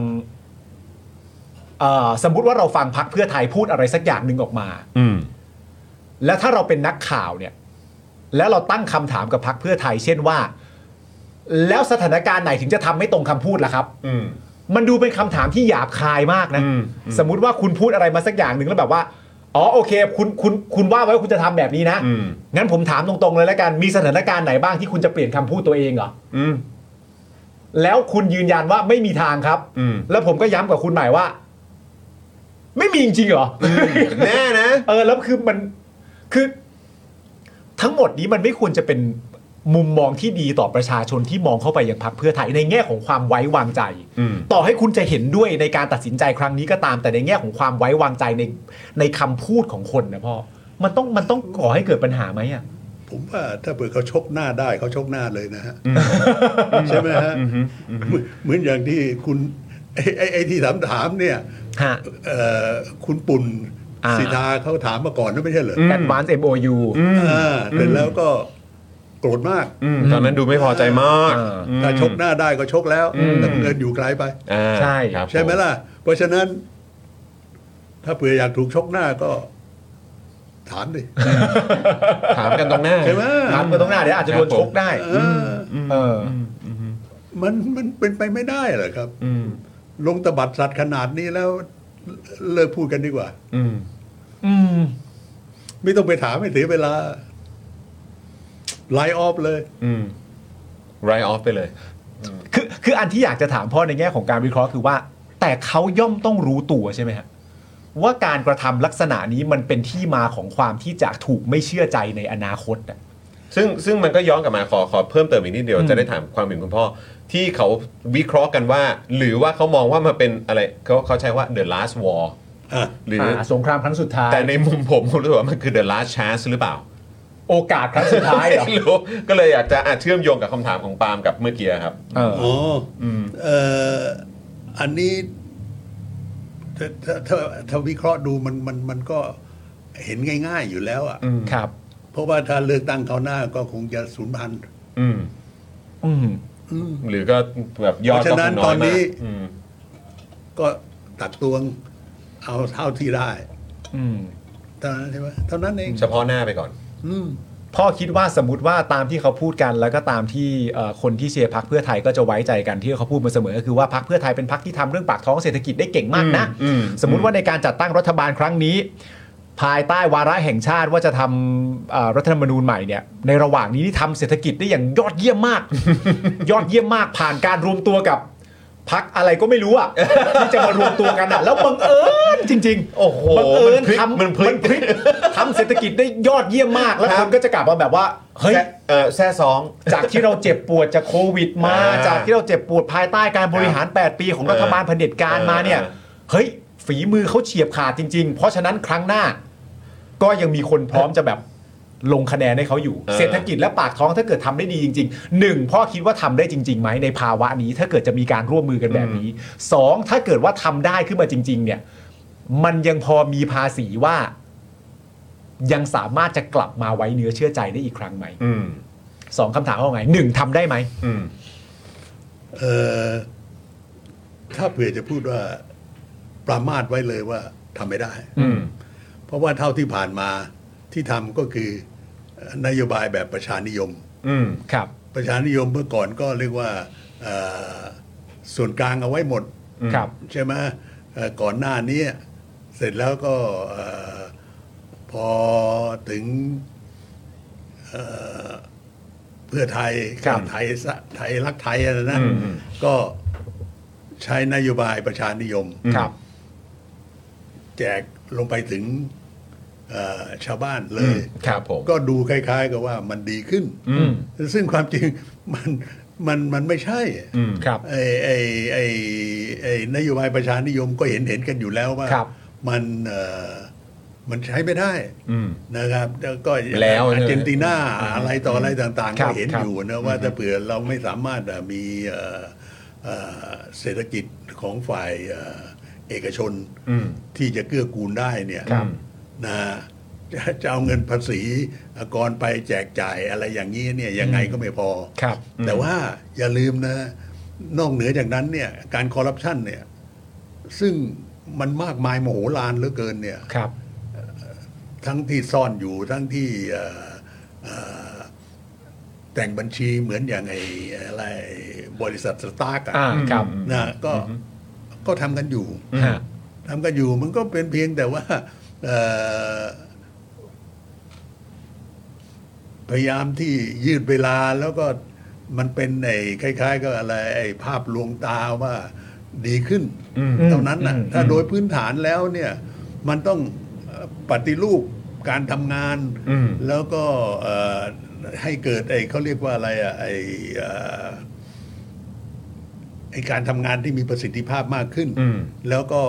พรรคเพื่อไทยพูดอะไรสักอย่างหนึ่งออกมาแล้วถ้าเราเป็นนักข่าวเนี่ยแล้วเราตั้งคำถามกับพรรคเพื่อไทยเช่นว่าแล้วสถานการณ์ไหนถึงจะทำไม่ตรงคำพูดล่ะครับมันดูเป็นคำถามที่หยาบคายมากนะสมมุติว่าคุณพูดอะไรมาสักอย่างหนึ่งแล้วแบบว่าอ๋อโอเคคุณว่าไว้ว่าคุณจะทำแบบนี้นะงั้นผมถามตรงๆเลยแล้วกันมีสถานการณ์ไหนบ้างที่คุณจะเปลี่ยนคำพูดตัวเองเหรอแล้วคุณยืนยันว่าไม่มีทางครับแล้วผมก็ย้ำกับคุณใหม่ว่าไม่มีจริงๆเหรอแน่นะแล้วคือทั้งหมดนี้มันไม่ควรจะเป็นมุมมองที่ดีต่อประชาชนที่มองเข้าไปยังพรรคเพื่อไทยในแง่ของความไว้วางใจต่อให้คุณจะเห็นด้วยในการตัดสินใจครั้งนี้ก็ตามแต่ในแง่ของความไว้วางใจในคำพูดของคนนะพ่อมันต้องก่อให้เกิดปัญหาไหมอ่ะผมว่าถ้าเปิดเขาชกหน้าได้เขาชกหน้าเลยนะฮะใช่ไหมฮะเหมือนอย่างที่คุณไอ้ที่ถามเนี่ยคุณปุ่นสิทธาเขาถามมาก่อนนั่นไม่ใช่เหรอ Advance MOU เสร็จแล้วก็โกรธมากตอนนั้นดูไม่พอใจมากถ้าชกหน้าได้ก็ชกแล้วแต่เงินอยู่ไกลไปใช่ใช่ไหมล่ะเพราะฉะนั้นถ้าเผื่ออยากถูกชกหน้าก็ถามดิถามกันตรงหน้าใช่ไหมถามกันตรงหน้าเดี๋ยวอาจจะโดนชกได้มันเป็นไปไม่ได้เหรอครับลงตบัดสัตว์ขนาดนี้แล้วเลิกพูดกันดีกว่าไม่ต้องไปถามให้เสียเวลาไลน์ออฟเลยไลน์ออฟไปเลยคืออันที่อยากจะถามพ่อในแง่ของการวิเคราะห์คือว่าแต่เขาย่อมต้องรู้ตัวใช่ไหมฮะว่าการกระทำลักษณะนี้มันเป็นที่มาของความที่จะถูกไม่เชื่อใจในอนาคตอ่ะซึ่งมันก็ย้อนกลับมาขอเพิ่มเติมอีกนิดเดียวจะได้ถามความเห็นคุณพ่อที่เขาวิเคราะห์กันว่าหรือว่าเขามองว่ามันเป็นอะไรเขาใช้ว่า the last war หรือสงครามครั้งสุดท้ายแต่ในมุมผมรู้สึกว่ามันคือ the last chance หรือเปล่าโอกาสครั้งสุดท้ายเหรอก็เลยอยากจะเชื่อมโยงกับคำถามของปาล์มกับเมื่อกี้ครับอันนี้ถ้าวิเคราะห์ดูมันก็เห็นง่ายๆอยู่แล้วอ่ะครับเพราะว่าถ้าเลือกตั้งเขาหน้าก็คงจะสูญพันธุ์หรือก็แบบยอดก็น้อยมากเพราะฉะนั้นตอนนี้ก็ตักตวงเอาเท่าที่ได้เท่านั้นใช่ไหมเท่านั้นเองเฉพาะหน้าไปก่อนพ่อคิดว่าสมมติว่าตามที่เขาพูดกันแล้วก็ตามที่คนที่เชียร์พรรคเพื่อไทยก็จะไว้ใจกันที่เขาพูดมาเสมอก็คือว่าพรรคเพื่อไทยเป็นพรรคที่ทำเรื่องปากท้องเศรษฐกิจได้เก่งมากนะสมมุติว่าในการจัดตั้งรัฐบาลครั้งนี้ภายใต้วาระแห่งชาติว่าจะทำรัฐธรรมนูญใหม่เนี่ยในระหว่างนี้ที่ทำเศรษฐกิจได้อย่างยอดเยี่ยมมาก ยอดเยี่ยมมากผ่านการรวมตัวกับพรรคอะไรก็ไม่รู้อ่ะที่จะมารวมตัวกันอ่ะแล้วบังเอิญจริงๆโอ้โหบังเอิญมันพลิกทำเศรษฐกิจได้ยอดเยี่ยมมากแล้วคนก็จะกลับมาแบบว่าเฮ้ยแซ่ซองจากที่เราเจ็บปวดจากโควิดมาจากที่เราเจ็บปวดภายใต้การบริหาร8ปีของรัฐบาลเผด็จการมาเนี่ยเฮ้ยฝีมือเขาเฉียบขาดจริงๆเพราะฉะนั้นครั้งหน้าก็ยังมีคนพร้อมจะแบบลงคะแนนให้เขาอยู่เศรษฐกิจและปากท้องถ้าเกิดทำได้ดีจริงๆ1พ่อคิดว่าทำได้จริงๆไหมในภาวะนี้ถ้าเกิดจะมีการร่วมมือกันแบบนี้2ถ้าเกิดว่าทำได้ขึ้นมาจริงๆเนี่ยมันยังพอมีภาษีว่ายังสามารถจะกลับมาไว้เนื้อเชื่อใจได้อีกครั้งไหม2คำถามว่าไง1ทำได้ไหมถ้าเผื่อจะพูดว่าประมาทไว้เลยว่าทำไม่ได้เพราะว่าเท่าที่ผ่านมาที่ทำก็คือนโยบายแบบประชานิยมครับประชานิยมเมื่อก่อนก็เรียกว่าส่วนกลางเอาไว้หมดใช่ไหมก่อนหน้านี้เสร็จแล้วก็พอถึงเพื่อไทยไทยรักไทยนะก็ใช้นโยบายประชานิยมแจกลงไปถึงชาวบ้านเลยก็ดูคล้ายๆกับว่ามันดีขึ้นซึ่งความจริงมันไม่ใช่ไอ้นโยบายประชานิยมก็เห็นกันอยู่แล้วว่ามันใช้ไม่ได้นะครับก็แล้วอาร์เจนตินาอะไรต่ออะไรต่างๆก็เห็นอยู่นะว่าถ้าเผื่อเราไม่สามารถมีเศรษฐกิจของฝ่ายเอกชนที่จะเกื้อกูลได้เนี่ยนะจะเอาเงินภาษีกรไปแจกจ่ายอะไรอย่างนี้เนี่ยยังไงก็ไม่พอแต่ว่าอย่าลืมนะนอกเหนือจากนั้นเนี่ยการคอร์รัปชันเนี่ยซึ่งมันมากมายมโหฬารเหลือเกินเนี่ยทั้งที่ซ่อนอยู่ทั้งที่แต่งบัญชีเหมือนอย่างอะไรบริษัทสตาร์กนะก็ทำกันอยู่มันก็เป็นเพียงแต่ว่าพยายามที่ยืดเวลาแล้วก็มันเป็นคล้ายๆก็อะไรภาพลวงตาว่าดีขึ้นเท่านั้นนะถ้าโดยพื้นฐานแล้วเนี่ยมันต้องปฏิรูปการทำงานแล้วก็ให้เกิดเขาเรียกว่าอะไรการทำงานที่มีประสิทธิภาพมากขึ้นแล้วก็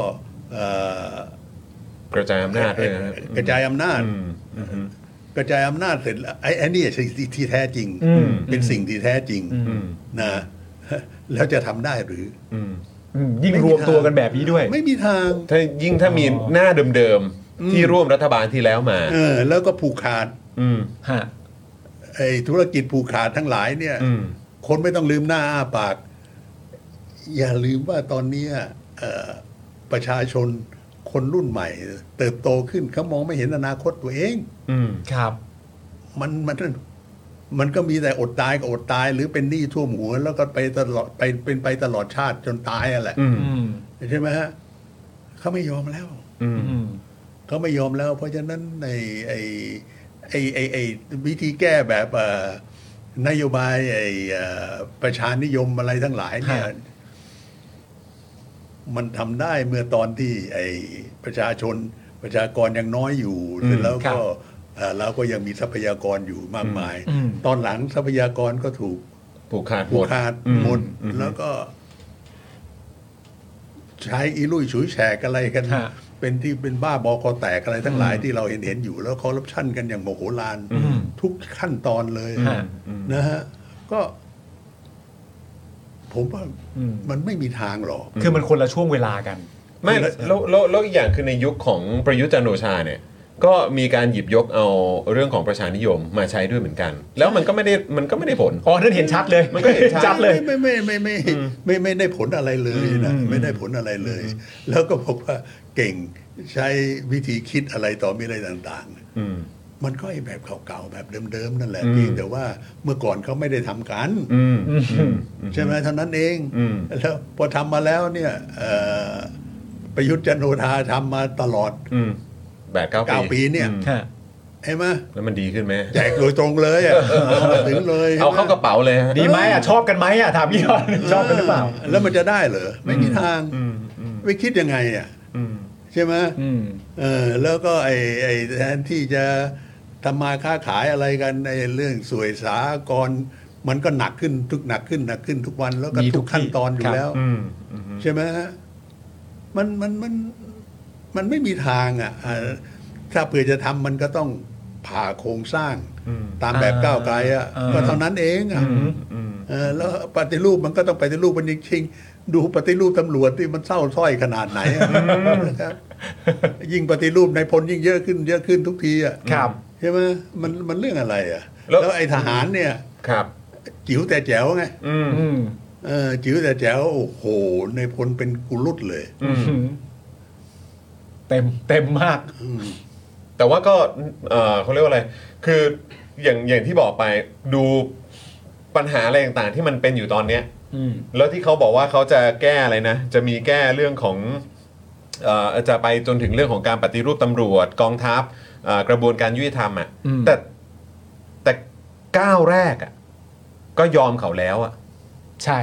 กระจายอำนาจด้วยนะกระจายอำนาจเสร็จไอ้นี่สิ่งที่แท้จริงเป็นสิ่งที่แท้จริงนะแล้วจะทำได้หรือยิ่งรวมตัวกันแบบนี้ด้วยไม่มีทางถ้ามีหน้าเดิมๆที่ร่วมรัฐบาลที่แล้วมาแล้วก็ผูกขาดไอ้ธุรกิจผูกขาดทั้งหลายเนี่ยคนไม่ต้องลืมหน้าอ้าปากอย่าลืมว่าตอนนี้ประชาชนคนรุ่นใหม่เติบโตขึ้นเขามองไม่เห็นอนาคตตัวเองครับมันก็มีแต่อดตายกับอดตายหรือเป็นหนี้ท่วมหัวแล้วก็ไปตลอดเป็นไปตลอดชาติจนตายแหละใช่ไหมฮะเขาไม่ยอมแล้วเขาไม่ยอมแล้วเพราะฉะนั้นในไอ้วิธีแก้แบบนโยบายประชานิยมอะไรทั้งหลายเนี่ยมันทำได้เมื่อตอนที่ประชากรยังน้อยอยู่เสร็จแล้วก็เราก็ยังมีทรัพยากรอยู่มากมายตอนหลังทรัพยากรก็ถูกผูกขาดหมดแล้วก็ใช้อีลุ่ยฉุยแฉกอะไรกันเป็นบ้าบอคอแตกอะไรทั้งหลายที่เราเห็นอยู่แล้วคอร์รัปชันกันอย่างโมโหฬารทุกขั้นตอนเลยนะฮะก็ผมว่ามันไม่มีทางหรอกคือมันคนละช่วงเวลากันไม่แล้วอีกอย่างคือในยุคของประยุทธ์จันทร์โอชาเนี่ยก็มีการหยิบยกเอาเรื่องของประชานิยมมาใช้ด้วยเหมือนกันแล้วมันก็ไม่ได้ผลนั่นเห็นชัดเลยมันก็เห็นชัดเลยไม่ได้ผลอะไรเลยนะไม่ได้ผลอะไรเลยแล้วก็บอกว่าเก่งใช้วิธีคิดอะไรต่อมีอะไรต่างๆมันก็ไอ้แบบเก่าๆแบบเดิมๆนั่นแหละเพียงแต่ว่าเมื่อก่อนเขาไม่ได้ทำกันใช่ไหมเท่านั้นเองแล้วพอทำมาแล้วเนี่ยประยุทธ์จันทร์โอชาทำมาตลอด9 ปีเนี่ยเห็นไหมแล้วมันดีขึ้นไหมแจกโดยตรงเลยถึงเลยเอาเข้ากระเป๋าเลยดีไหมชอบกันไหมถามพี่ก่อนชอบกันหรือเปล่าแล้วมันจะได้เหรอไม่มีทางไม่คิดยังไงใช่ไหมแล้วก็ไอ้แทนที่จะทำมาค้าขายอะไรกันในเรื่องสวยสากรมันก็หนักขึ้นหนักขึ้นทุกวันแล้วก็ทุกขั้นตอนอยู่แล้วใช่ไหมมันไม่มีทางถ้าเผื่อจะทำมันก็ต้องผ่าโครงสร้างตามแบบก้าวไกลก็เท่านั้นเองแล้วปฏิรูปมันก็ต้องปฏิรูปมันจริงๆดูปฏิรูปตำรวจที่มันเศร้าส้อยขนาดไหนนะครับยิ่งปฏิรูปในพลยิ่งเยอะขึ้นทุกทีใช่ไหมมันเรื่องอะไรแล้วไอ้ทหารเนี่ยจิ๋วแต่แจ๋วไงจิ๋วแต่แจ๋วโอ้โหในพลเป็นกุลุตเลยเต็มมากแต่ว่าก็เขาเรียกว่าอะไรคืออย่างที่บอกไปดูปัญหาอะไรต่างๆที่มันเป็นอยู่ตอนเนี้ยแล้วที่เขาบอกว่าเขาจะแก้อะไรนะจะมีแก้เรื่องของจะไปจนถึงเรื่องของการปฏิรูปตำรวจกองทัพกระบวนการยุติธรรมอ่ะแต่ก้าวแรกอ่ะก็ยอมเขาแล้วอ่ะใช่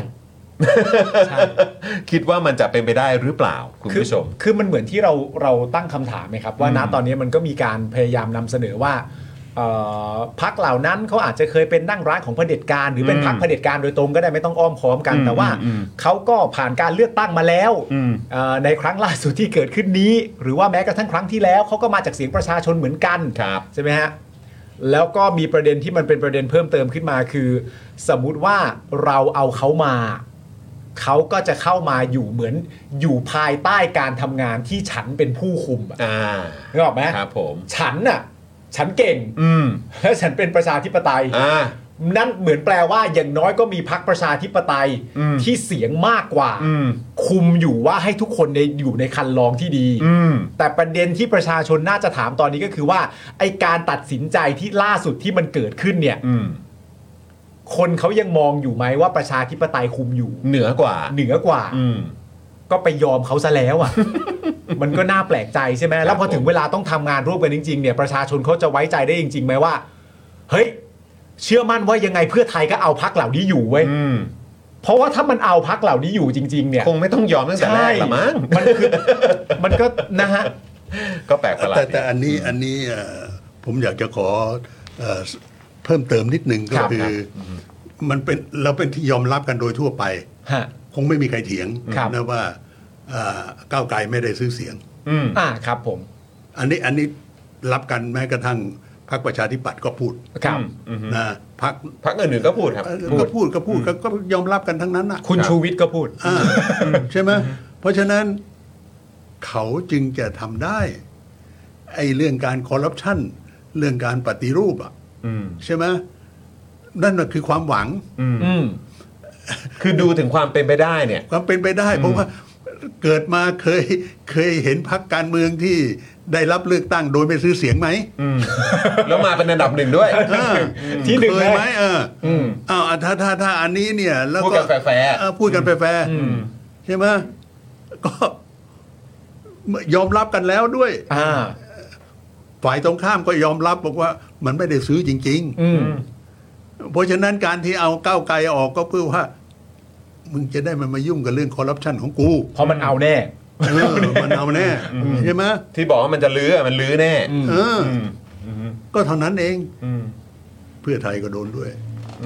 คิดว่ามันจะเป็นไปได้หรือเปล่าคุณผู้ชมคือมันเหมือนที่เราตั้งคำถามไหมครับว่าณตอนนี้มันก็มีการพยายามนำเสนอว่าพรรคเหล่านั้นเขาอาจจะเคยเป็นนั่งร้านของเผด็จการหรือเป็นพรรคเผด็จการโดยตรงก็ได้ไม่ต้องอ้อมค้อมกันแต่ว่าเขาก็ผ่านการเลือกตั้งมาแล้วในครั้งล่าสุดที่เกิดขึ้นนี้หรือว่าแม้กระทั่งครั้งที่แล้วเขาก็มาจากเสียงประชาชนเหมือนกันใช่ไหมฮะแล้วก็มีประเด็นที่มันเป็นประเด็นเพิ่มเติมขึ้นมาคือสมมุติว่าเราเอาเขามาเขาก็จะเข้ามาอยู่เหมือนอยู่ภายใต้การทำงานที่ฉันเป็นผู้คุมนึกออกไหมครับผมฉันเก่งและฉันเป็นประชาธิปไตยนั่นเหมือนแปลว่าอย่างน้อยก็มีพรรคประชาธิปไตยที่เสียงมากกว่าคุมอยู่ว่าให้ทุกคนอยู่ในคันลองที่ดีแต่ประเด็นที่ประชาชนน่าจะถามตอนนี้ก็คือว่าไอการตัดสินใจที่ล่าสุดที่มันเกิดขึ้นเนี่ยคนเขายังมองอยู่ไหมว่าประชาธิปไตยคุมอยู่เหนือกว่าก็ไปยอมเขาซะแล้วอ่ะ มันก็น่าแปลกใจใช่ไหมแล้วพอถึงเวลาต้องทำงานร่วมกันจริงๆเนี่ยประชาชนเขาจะไว้ใจได้จริงๆไหมว่าเฮ้ยเชื่อมั่นว่ายังไงเพื่อไทยก็เอาพรรคเหล่านี้อยู่เว้ยเพราะว่าถ้ามันเอาพรรคเหล่านี้อยู่จริงๆเนี่ยคงไม่ต้องยอมตั้งแต่แรกละมั้งมันก็นะฮะก็แปลกประหลาดแต่อันนี้ผมอยากจะขอเพิ่มเติมนิดนึงก็คือมันเป็นเราเป็นที่ยอมรับกันโดยทั่วไปคงไม่มีใครเถียงนะว่าก้าวไกลไม่ได้ซื้อเสียงครับผมอันนี้รับกันแม้กระทั่งพรรคประชาธิปัตย์ก็พูดนะพรรคอื่นๆก็พูดครับก็พูดก็ยอมรับกันทั้งนั้นนะคุณชูวิทย์ก็พูดใช่ไหมเพราะฉะนั้นเขาจึงจะทำได้ไอ้เรื่องการคอร์รัปชันเรื่องการปฏิรูปอ่ะใช่ไหมนั่นน่ะคือความหวังคือดูถึงความเป็นไปได้เนี่ยความเป็นไปได้เพราะว่าเกิดมาเคยเห็นพรรคการเมืองที่ได้รับเลือกตั้งโดยไม่ซื้อเสียงไหมแล้วมาเป็นอันดับหนึ่งด้วยที่หนึ่งเลยไหมถ้าอันนี้เนี่ยแล้วพูดกันแฟร์พูดกันแฟร์ใช่ไหมก็ยอมรับกันแล้วด้วยฝ่ายตรงข้ามก็ยอมรับบอกว่ามันไม่ได้ซื้อจริงๆเพราะฉะนั้นการที่เอาก้าวไกลออกก็เพื่อว่ามึงจะได้มันมายุ่งกับเรื่องคอร์รัปชันของกูเพราะมันเอาแน่มันเอาแน่ใช่ไหมที่บอกว่ามันจะลื้อมันลื้อแน่ก็เท่านั้นเองเพื่อไทยก็โดนด้วย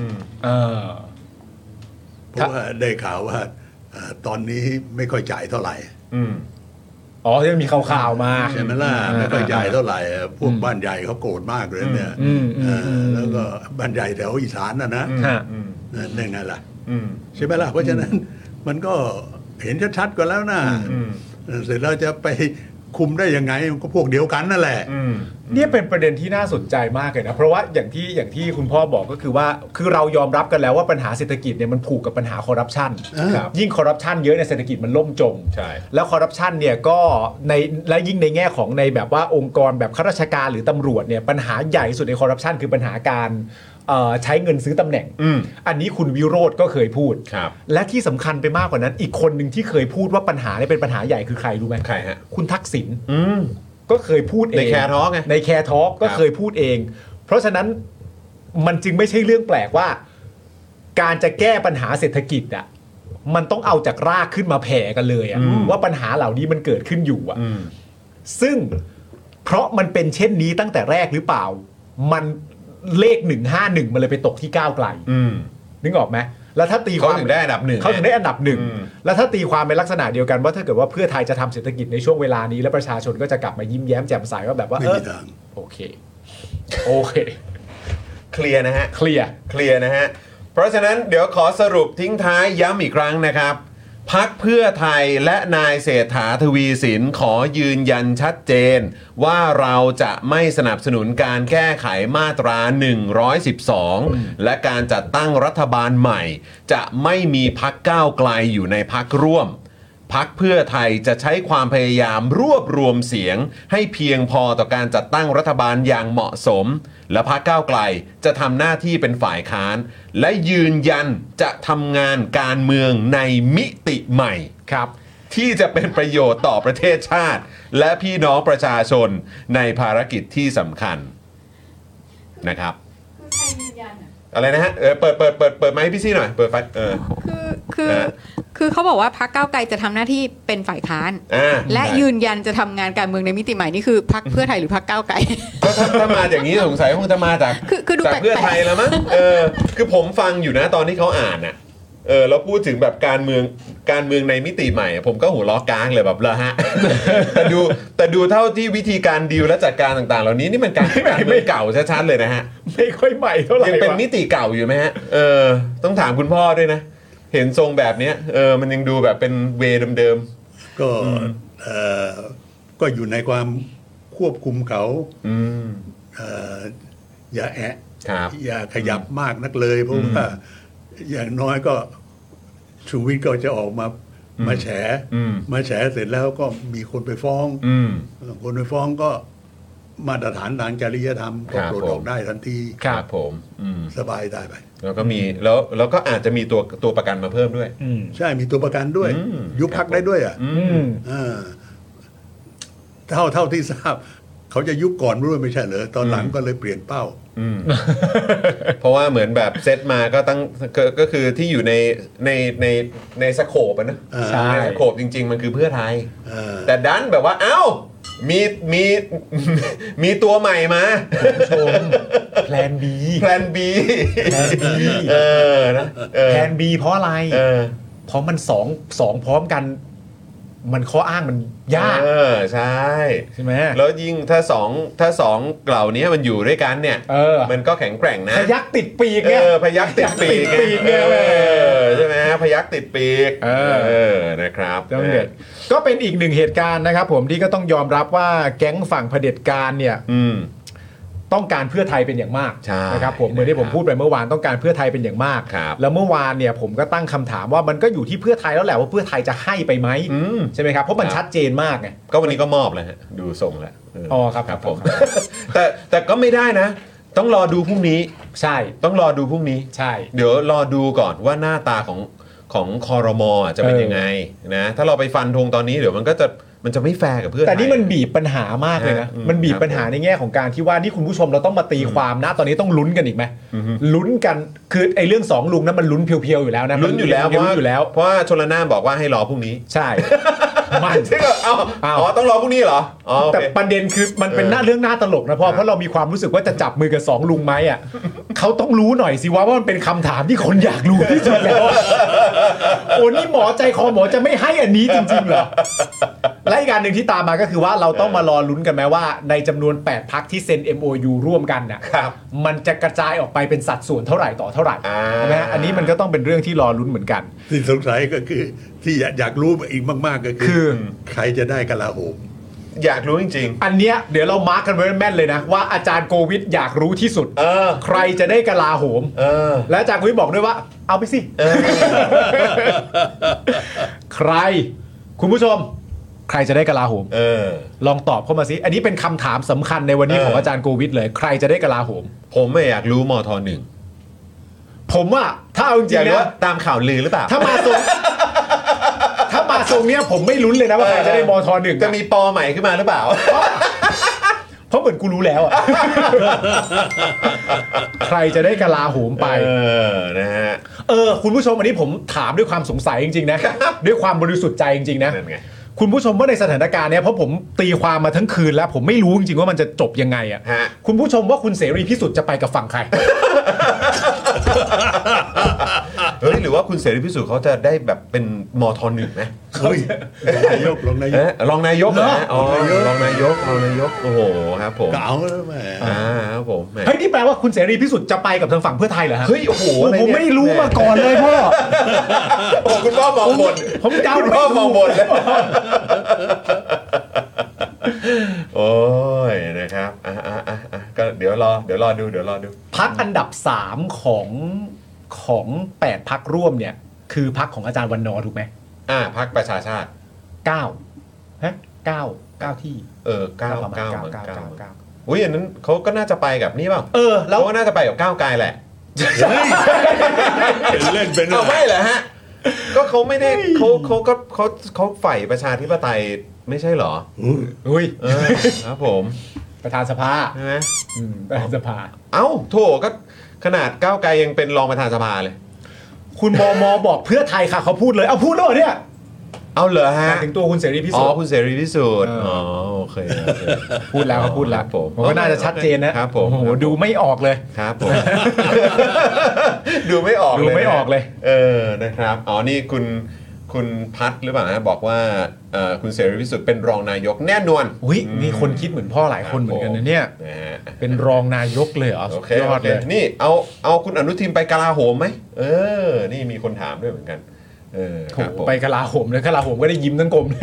เพราะว่าได้ข่าวว่าตอนนี้ไม่ค่อยจ่ายเท่าไหร่ที่มีข่าวมาใช่ไหมล่ะไม่ค่อยจ่ายเท่าไหร่พวกบ้านใหญ่เขาโกรธมากเลยเนี่ยแล้วก็บ้านใหญ่แถวอีสานนะนั่นไงล่ะใช่ไหมล่ะเพราะฉะนั้นมันก็เห็นชัดๆกันแล้วนะเสร็จแล้วจะไปคุมได้ยังไงก็พวกเดียวกันนั่นแหละเนี่ยเป็นประเด็นที่น่าสนใจมากเลยนะเพราะว่าอย่างที่คุณพ่อบอกก็คือว่าคือเรายอมรับกันแล้วว่าปัญหาเศรษฐกิจเนี่ยมันผูกกับปัญหาคอร์รัปชันยิ่งคอร์รัปชันเยอะในเศรษฐกิจมันล่มจมแล้วคอร์รัปชันเนี่ยก็และยิ่งในแง่ของในแบบว่าองค์กรแบบข้าราชการหรือตำรวจเนี่ยปัญหาใหญ่สุดในคอร์รัปชันคือปัญหาการใช้เงินซื้อตำแหน่งอันนี้คุณวิโรจน์ก็เคยพูดและที่สำคัญไปมากกว่านั้นอีกคนหนึ่งที่เคยพูดว่าปัญหาเนี่ยเป็นปัญหาใหญ่คือใครรู้ไหมใครฮะคุณทักษิณก็เคยพูดเองในแคร์ทอล์กไงในแคร์ทอล์กก็เคยพูดเองเพราะฉะนั้นมันจึงไม่ใช่เรื่องแปลกว่าการจะแก้ปัญหาเศรษฐกิจอ่ะมันต้องเอาจากรากขึ้นมาแผ่กันเลยอ่ะว่าปัญหาเหล่านี้มันเกิดขึ้นอยู่อ่ะซึ่งเพราะมันเป็นเช่นนี้ตั้งแต่แรกหรือเปล่ามันเลข151มันเลยไปตกที่ก้าวไกลนึกออกไหมแล้วถ้าตีความเขาถึงได้อันดับหนึ่งแล้วถ้าตีความเป็นลักษณะเดียวกันว่าถ้าเกิดว่าเพื่อไทยจะทำเศรษฐกิจในช่วงเวลานี้แล้วประชาชนก็จะกลับมายิ้มแย้มแจ่มใสว่าแบบว่าโอเคเคลียร์นะฮะเคลียร์นะฮะเพราะฉะนั้นเดี๋ยวขอสรุปทิ้งท้ายย้ำอีกครั้งนะครับพรรคเพื่อไทยและนายเศรษฐาทวีสินขอยืนยันชัดเจนว่าเราจะไม่สนับสนุนการแก้ไขมาตรา112และการจัดตั้งรัฐบาลใหม่จะไม่มีพรรคก้าวไกลอยู่ในพรรคร่วมพรรคเพื่อไทยจะใช้ความพยายามรวบรวมเสียงให้เพียงพอต่อการจัดตั้งรัฐบาลอย่างเหมาะสมและพรรคก้าวไกลจะทำหน้าที่เป็นฝ่ายค้านและยืนยันจะทำงานการเมืองในมิติใหม่ครับที่จะเป็นประโยชน์ต่อประเทศชาติและพี่น้องประชาชนในภารกิจที่สำคัญนะครับอะไรนะฮะเปิดไมค์พี่ซี่หน่อยเปิดไฟคือเขาบอกว่าพรรคก้าวไกลจะทำหน้าที่เป็นฝ่ายค้านและยืนยันจะทำงานการเมืองในมิติใหม่นี่คือพรรคเพื่อไทยหรือพรรคก้าวไกลก็ถ้ามาอย่างนี้สงสัยคงจะมาจากเพื่อไทยแล้วมั้งคือผมฟังอยู่นะตอนที่เขาอ่านน่ะแล้วพูดถึงแบบการเมืองในมิติใหม่ผมก็หัวล้อก้างเลยแบบละฮะ แต่ดูเท่าที่วิธีการดีลและจัดการต่างๆเหล่านี้นี่มันการเมืองเก่าชัดๆเลยนะฮะไม่ค่อยใหม่เท่าไหร่ยังเป็นมิติเก่าอยู่ไหมฮะต้องถามคุณพ่อด้วยนะเห็นทรงแบบนี้มันยังดูแบบเป็นเวเดิมๆก็อยู่ในความควบคุมเขาอย่าแอะอย่าขยับมากนักเลยเพราะว่าอย่างน้อยก็ชูวิทย์ก็จะออกมาแฉเสร็จแล้วก็มีคนไปฟ้องคนไปฟ้องก็มาตรฐานทางจริยธรรมก็ปลดออกได้ทันทีครับผมสบายได้ไปแล้วก็มีแล้วก็อาจจะมีตัวประกันมาเพิ่มด้วยใช่มีตัวประกันด้วยยุบพรรคได้ด้วยเท่าที่ทราบเขาจะยุบก่อนด้วยไม่ใช่เหรอตอนหลังก็เลยเปลี่ยนเป้าเพราะว่าเหมือนแบบเซตมาก็คือที่อยู่ในสโคปนะในสโคปจริงๆมันคือเพื่อไทยแต่ดันแบบว่าเอ้ามีตัวใหม่มาชมแพลน B แพลน B นะแพลน B เพราะอะไรเพราะมันสองพร้อมกันมันข้ออ้างมันยากใช่ไหมแล้วยิ่งถ้าสองเหล่านี้มันอยู่ด้วยกันเนี่ยมันก็แข็งแกร่งนะพยักติดปีกไงพยักติดปีกใช่ไหมพยักติดปีกนะครับก็เป็นอีกหนึ่งเหตุการณ์นะครับผมที่ก็ต้องยอมรับว่าแก๊งฝั่งเผด็จการเนี่ยต้องการเพื่อไทยเป็นอย่างมากนะครับผมเหมือนที่ผมพูดไปเมื่อวานต้องการเพื่อไทยเป็นอย่างมากแล้วเมื่อวานเนี่ยผมก็ตั้งคำถามว่ามันก็อยู่ที่เพื่อไทยแล้วแหละว่าเพื่อไทยจะให้ไปไหมใช่ไหมครับเพราะมันชัดเจนมากไงก็วันนี้ก็มอบเลยฮะดูทรงแล้วครับผมแต่ก็ไม่ได้นะต้องรอดูพรุ่งนี้ใช่ต้องรอดูพรุ่งนี้ใช่เดี๋ยวรอดูก่อนว่าหน้าตาของครม.จะเป็นยังไงนะถ้าเราไปฟันธงตอนนี้เดี๋ยวมันจะไม่แฟร์กับเพื่อนแต่นี่มันบีบปัญหามากเลยนะมันบีบปัญหาในแง่ของการที่ว่านี่คุณผู้ชมเราต้องมาตีความนะตอนนี้ต้องลุ้นกันอีกไหมลุ้นกันคือไอ้เรื่องสองลุงนั้นมันลุ้นเพียวๆอยู่แล้วนะลุ้นอยู่แล้วเพราะว่าชลน่านบอกว่าให้รอพรุ่งนี้ใช่มันใช่ก็ต้องรอพรุ่งนี้เหรอแต่ประเด็นคือมันเป็นเรื่องน่าตลกนะเพราะเรามีความรู้สึกว่าจะจับมือกับสองลุงไหมอ่ะเขาต้องรู้หน่อยสิว่ามันเป็นคำถามที่คนอยากรู้ที่สุดแล้วโอ้นี่หมอใจคอหมอจะไม่ให้อันนี้จริงๆเหรอและอีกการหนึ่งที่ตามมาก็คือว่าเราต้องมารอลุ้นกันไหมว่าในจำนวน8พรรคที่เซ็น MOU ร่วมกันน่ะมันจะกระจายออกไปเป็นสัดส่วนเท่าไหร่ต่อเท่าไหร่ใช่ไหมอันนี้มันก็ต้องเป็นเรื่องที่รอลุ้นเหมือนกันที่สงสัยก็คือที่อยากรู้อีกมากๆก็คือใครจะได้กลาโหมอยากรู้จริงๆอันเนี้ยเดี๋ยวเรามาร์กกันไว้แม่นเลยนะว่าอาจารย์โควิดอยากรู้ที่สุดใครจะได้กลาโหมและอาจารย์โควิดบอกด้วยว่าเอาไปสิใครคุณผู้ชมใครจะได้กลาโหมลองตอบเข้ามาสิอันนี้เป็นคำถามสำคัญในวันนี้ของอาจารย์โควิดเลยใครจะได้กลาโหมผมไม่อยากรู้มท.1 ผมว่าถ้าเอาจริงๆนะตามข่าวลือหรือเปล่าถ้ามาทรงเนี้ยผมไม่ลุ้นเลยนะว่าใครจะได้มท.1 จะมีปอใหม่ขึ้นมาหรือเปล่าเพราะเหมือนกูรู้แล้วอ่ะใครจะได้กลาโหมไปนะฮะคุณผู้ชมอันนี้ผมถามด้วยความสงสัยจริงๆนะด้วยความบริสุทธิ์ใจจริงๆนะคุณผู้ชมว่าในสถานการณ์เนี้ยเพราะผมตีความมาทั้งคืนแล้วผมไม่รู้จริงๆว่ามันจะจบยังไงอ่ะคุณผู้ชมว่าคุณเสรีพิสุทธิ์จะไปกับฝั่งใครเฮ้ยหรือว่าคุณเสรีพิสุทธิ์เขาจะได้แบบเป็นมท.1ไหมเฮ้ยนายกรองนายกรองนายกนะอ๋อรองนายกโอ้โหครับผมเก๋าแล้วแหมครับผมเฮ้ยนี่แปลว่าคุณเสรีพิสุทธิ์จะไปกับทางฝั่งเพื่อไทยเหรอฮะเฮ้ยโอ้โหผมไม่รู้มาก่อนเลยพ่อโอ้คุณพ่อมองบนผมเดาคุณพ่อมองบนเลยโอ้ยนะครับก็เดี๋ยวรอดูพรรคอันดับ3ของ8พรรคร่วมเนี่ยคือพรรคของอาจารย์วันนอร์ถูกไหมพรรคประชาชาติ 9ฮะ9ที่ 9อุ้ยอันนั้นเขาก็น่าจะไปกับนี่เปล่าแล้วเขาก็น่าจะไปกับก้าวไกลแหละเล่นเป็นไม่เหรอฮะก็เขาไม่ได้เขาฝ่ายประชาธิปไตยไม่ใช่เหรออุ้ยครับผมประธานสภาใช่ไหมประธานสภาโถก็ขนาดก้าวไกลยังเป็นรองประธานสภาเลยคุณมบอกเพื่อไทยค่ะเขาพูดเลยพูดแล้วเนี่ยเอาเหรอฮะถึงตัวคุณเสรีพิสุทธิ์คุณเสรีพิสุทธิ์โอเคพูดแล้วเขาพูดแล้วผมก็น่าจะชัดเจนนะครับผมโอ้โหดูไม่ออกเลยครับผมดูไม่ออกเลยนะครับนี่คุณพัดหรือเปล่านะบอกว่าคุณเสรีพิสุทธิ์เป็นรองนายกแน่นอนมีคนคิดเหมือนพ่อหลายคนเหมือนกันนะเนี่ยเป็นรองนายกเลยเหรอยอดเลยนี่เอาคุณอนุทินไปกลาโหมไหมนี่มีคนถามด้วยเหมือนกันไปกลาโหมเลยกลาโหมก็ได้ยิ้มทั้งกลม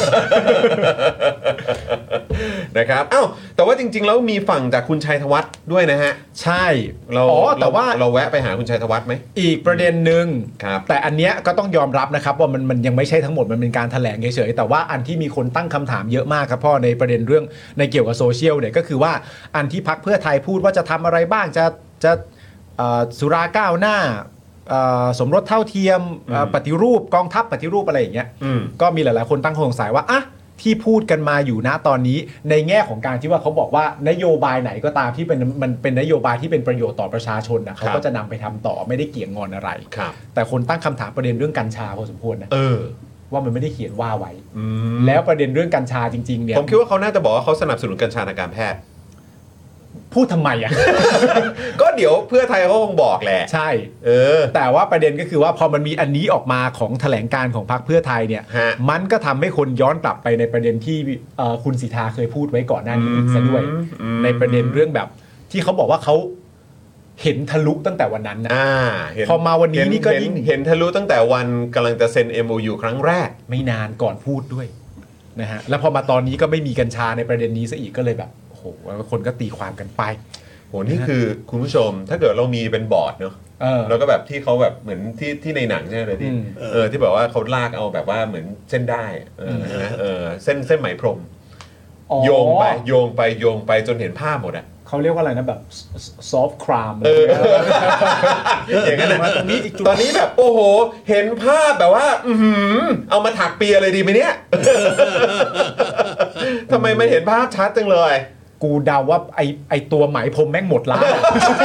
นะครับแต่ว่าจริงๆแล้วมีฝั่งจากคุณชัยธวัฒน์ด้วยนะฮะใช่แต่ว่าเราแวะไปหาคุณชัยธวัฒน์ไหมอีกประเด็นหนึ่งครับแต่อันเนี้ยก็ต้องยอมรับนะครับว่ามันยังไม่ใช่ทั้งหมดมันเป็นการแถลงเฉยๆแต่ว่าอันที่มีคนตั้งคำถามเยอะมากครับพ่อในประเด็นเรื่องในเกี่ยวกับโซเชียลเนี่ยก็คือว่าอันที่พรรคเพื่อไทยพูดว่าจะทำอะไรบ้างจะสุราก้าวหน้าสมรสเท่าเทียมปฏิรูปกองทัพปฏิรูปอะไรอย่างเงี้ยก็มีหลายๆคนตั้งข้อสงสัยว่าที่พูดกันมาอยู่ณตอนนี้ในแง่ของการที่ว่าเขาบอกว่านโยบายไหนก็ตามที่มันเป็นนโยบายที่เป็นประโยชน์ต่อประชาชนนะเขาก็จะนำไปทำต่อไม่ได้เกี่ยงงอนอะไรแต่คนตั้งคำถามประเด็นเรื่องกัญชาพอสมควรนะว่ามันไม่ได้เขียนว่าไว้แล้วประเด็นเรื่องกัญชาจริงๆเนี่ยผมคิดว่าเขาน่าจะบอกว่าเขาสนับสนุนกัญชาทางการแพทย์พูดทำไมก็เดี๋ยวเพื่อไทยเขาคงบอกแหละใช่แต่ว่าประเด็นก็คือว่าพอมันมีอันนี้ออกมาของแถลงการของพรรคเพื่อไทยเนี่ยมันก็ทำให้คนย้อนกลับไปในประเด็นที่คุณสิทธาเคยพูดไว้ก่อนหน้านี้ซะด้วยในประเด็นเรื่องแบบที่เขาบอกว่าเขาเห็นทะลุตั้งแต่วันนั้นนะพอมาวันนี้นี่ก็ยิ่งเห็นทะลุตั้งแต่วันกำลังจะเซ็น MOU ครั้งแรกไม่นานก่อนพูดด้วยนะฮะแล้วพอมาตอนนี้ก็ไม่มีกัญชาในประเด็นนี้ซะอีกก็เลยแบบโอ้โหคนก็ตีความกันไปโหนี่คือคุณผู้ชมถ้าเกิดเรามีเป็นบอร์ดเนาะแล้วก็แบบที่เขาแบบเหมือนที่ในหนังใช่ไหมที่ที่แบบว่าเขาลากเอาแบบว่าเหมือนเส้นได้เส้นไหมพรมโยงไปจนเห็นภาพหมดอ่ะเขาเรียกว่าอะไรนะแบบซอฟต์ครามอย่างนั้นนะตอนนี้แบบโอ้โหเห็นภาพแบบว่าเอามาถักเปียเลยดีไหมเนี่ยทำไมมันเห็นภาพชัดจังเลยกูเดาว่าไอตัวไหมพรมแม่งหมดล้าน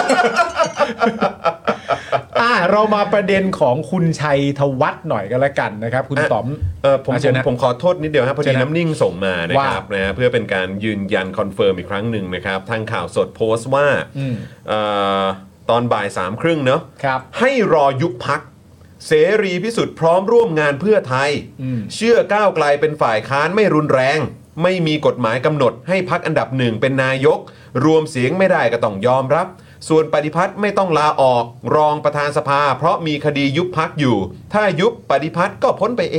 เรามาประเด็นของคุณชัยธวัฒน์หน่อยกันละกันนะครับคุณต๋อมผมขอโทษนิดเดียวครับพอดีน้ำนิ่งส่งมานะครับนะเพื่อเป็นการยืนยันคอนเฟิร์มอีกครั้งหนึ่งนะครับทางข่าวสดโพสต์ว่าตอนบ่าย 3:30 เนอะให้รอยุบพรรคเสรีพิสุทธิ์พร้อมร่วมงานเพื่อไทยเชื่อก้าวไกลเป็นฝ่ายค้านไม่รุนแรงไม่มีกฎหมายกำหนดให้พรรคอันดับ1เป็นนายกรวมเสียงไม่ได้ก็ต้องยอมรับส่วนปฏิพัฒน์ไม่ต้องลาออกรองประธานสภาเพราะมีคดียุบพรรคอยู่ถ้ายุบปฏิพัฒน์ก็พ้นไปเอง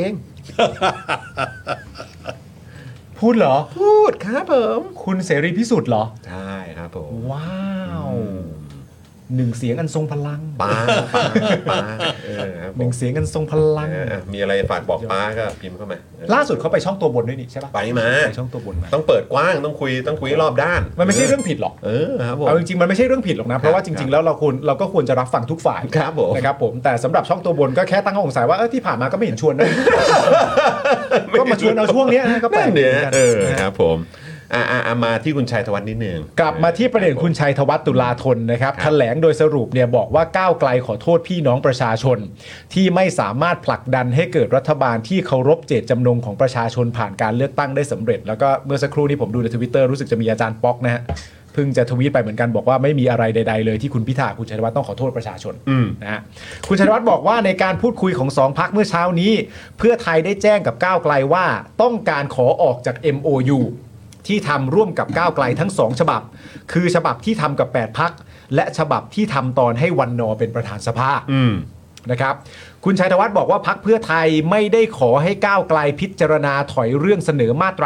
พูดเหรอพูดครับผมคุณเสรีพิสุทธิ์เหรอใช่ครับผมว้าวหนึ่งเสียงอันทรงพลังป้าหนึ่งเสียงอันทรงพลังมีอะไรฝากบอกป้าก็พิมพ์เข้ามาล่าสุดเขาไปช่องตัวบนด้วยนี่ใช่ปะไปมาช่องตัวบนมาต้องเปิดกว้างต้องคุยรอบด้านมันไม่ใช่เรื่องผิดหรอกครับเอาจริงๆมันไม่ใช่เรื่องผิดหรอกนะเพราะว่าจริงๆแล้วเราก็ควรจะรับฟังทุกฝ่ายนะครับผมแต่สำหรับช่องตัวบนก็แค่ตั้งข้อสงสัยว่าที่ผ่านมาก็ไม่เห็นชวนนะก็มาชวนเอาช่วงนี้ก็ไปเนี่ยครับผมมาที่คุณชัยธวัฒน์นิดนึงกลับมาที่ประเด็นคุณชัยธวัฒน์ตุลาธนนะครับแถลงโดยสรุปเนี่ยบอกว่าก้าวไกลขอโทษพี่น้องประชาชนที่ไม่สามารถผลักดันให้เกิดรัฐบาลที่เคารพเจตจำนงของประชาชนผ่านการเลือกตั้งได้สำเร็จแล้วก็เมื่อสักครู่นี้ผมดูใน Twitter รู้สึกจะมีอาจารย์ป๊อกนะฮะเพิ่งจะทวีตไปเหมือนกันบอกว่าไม่มีอะไรใดๆเลยที่คุณพิธาคุณชัยธวัฒน์ต้องขอโทษประชาชนนะฮะคุณชัยธวัฒน์บอกว่าในการพูดคุยของ2พรรคเมื่อเช้านี้เพื่อไทยได้แจ้งกับก้าวไกลว่าต้องการขอออกจาก MOU ที่ทำร่วมกับก้าวไกลทั้ง2ฉบับคือฉบับที่ทำกับ8พรรคและฉบับที่ทำตอนให้วันนอเป็นประธานสภานะครับคุณชัยธวัฒน์บอกว่าพรรคเพื่อไทยไม่ได้ขอให้ก้าวไกลพิจารณาถอยเรื่องเสนอมาตรา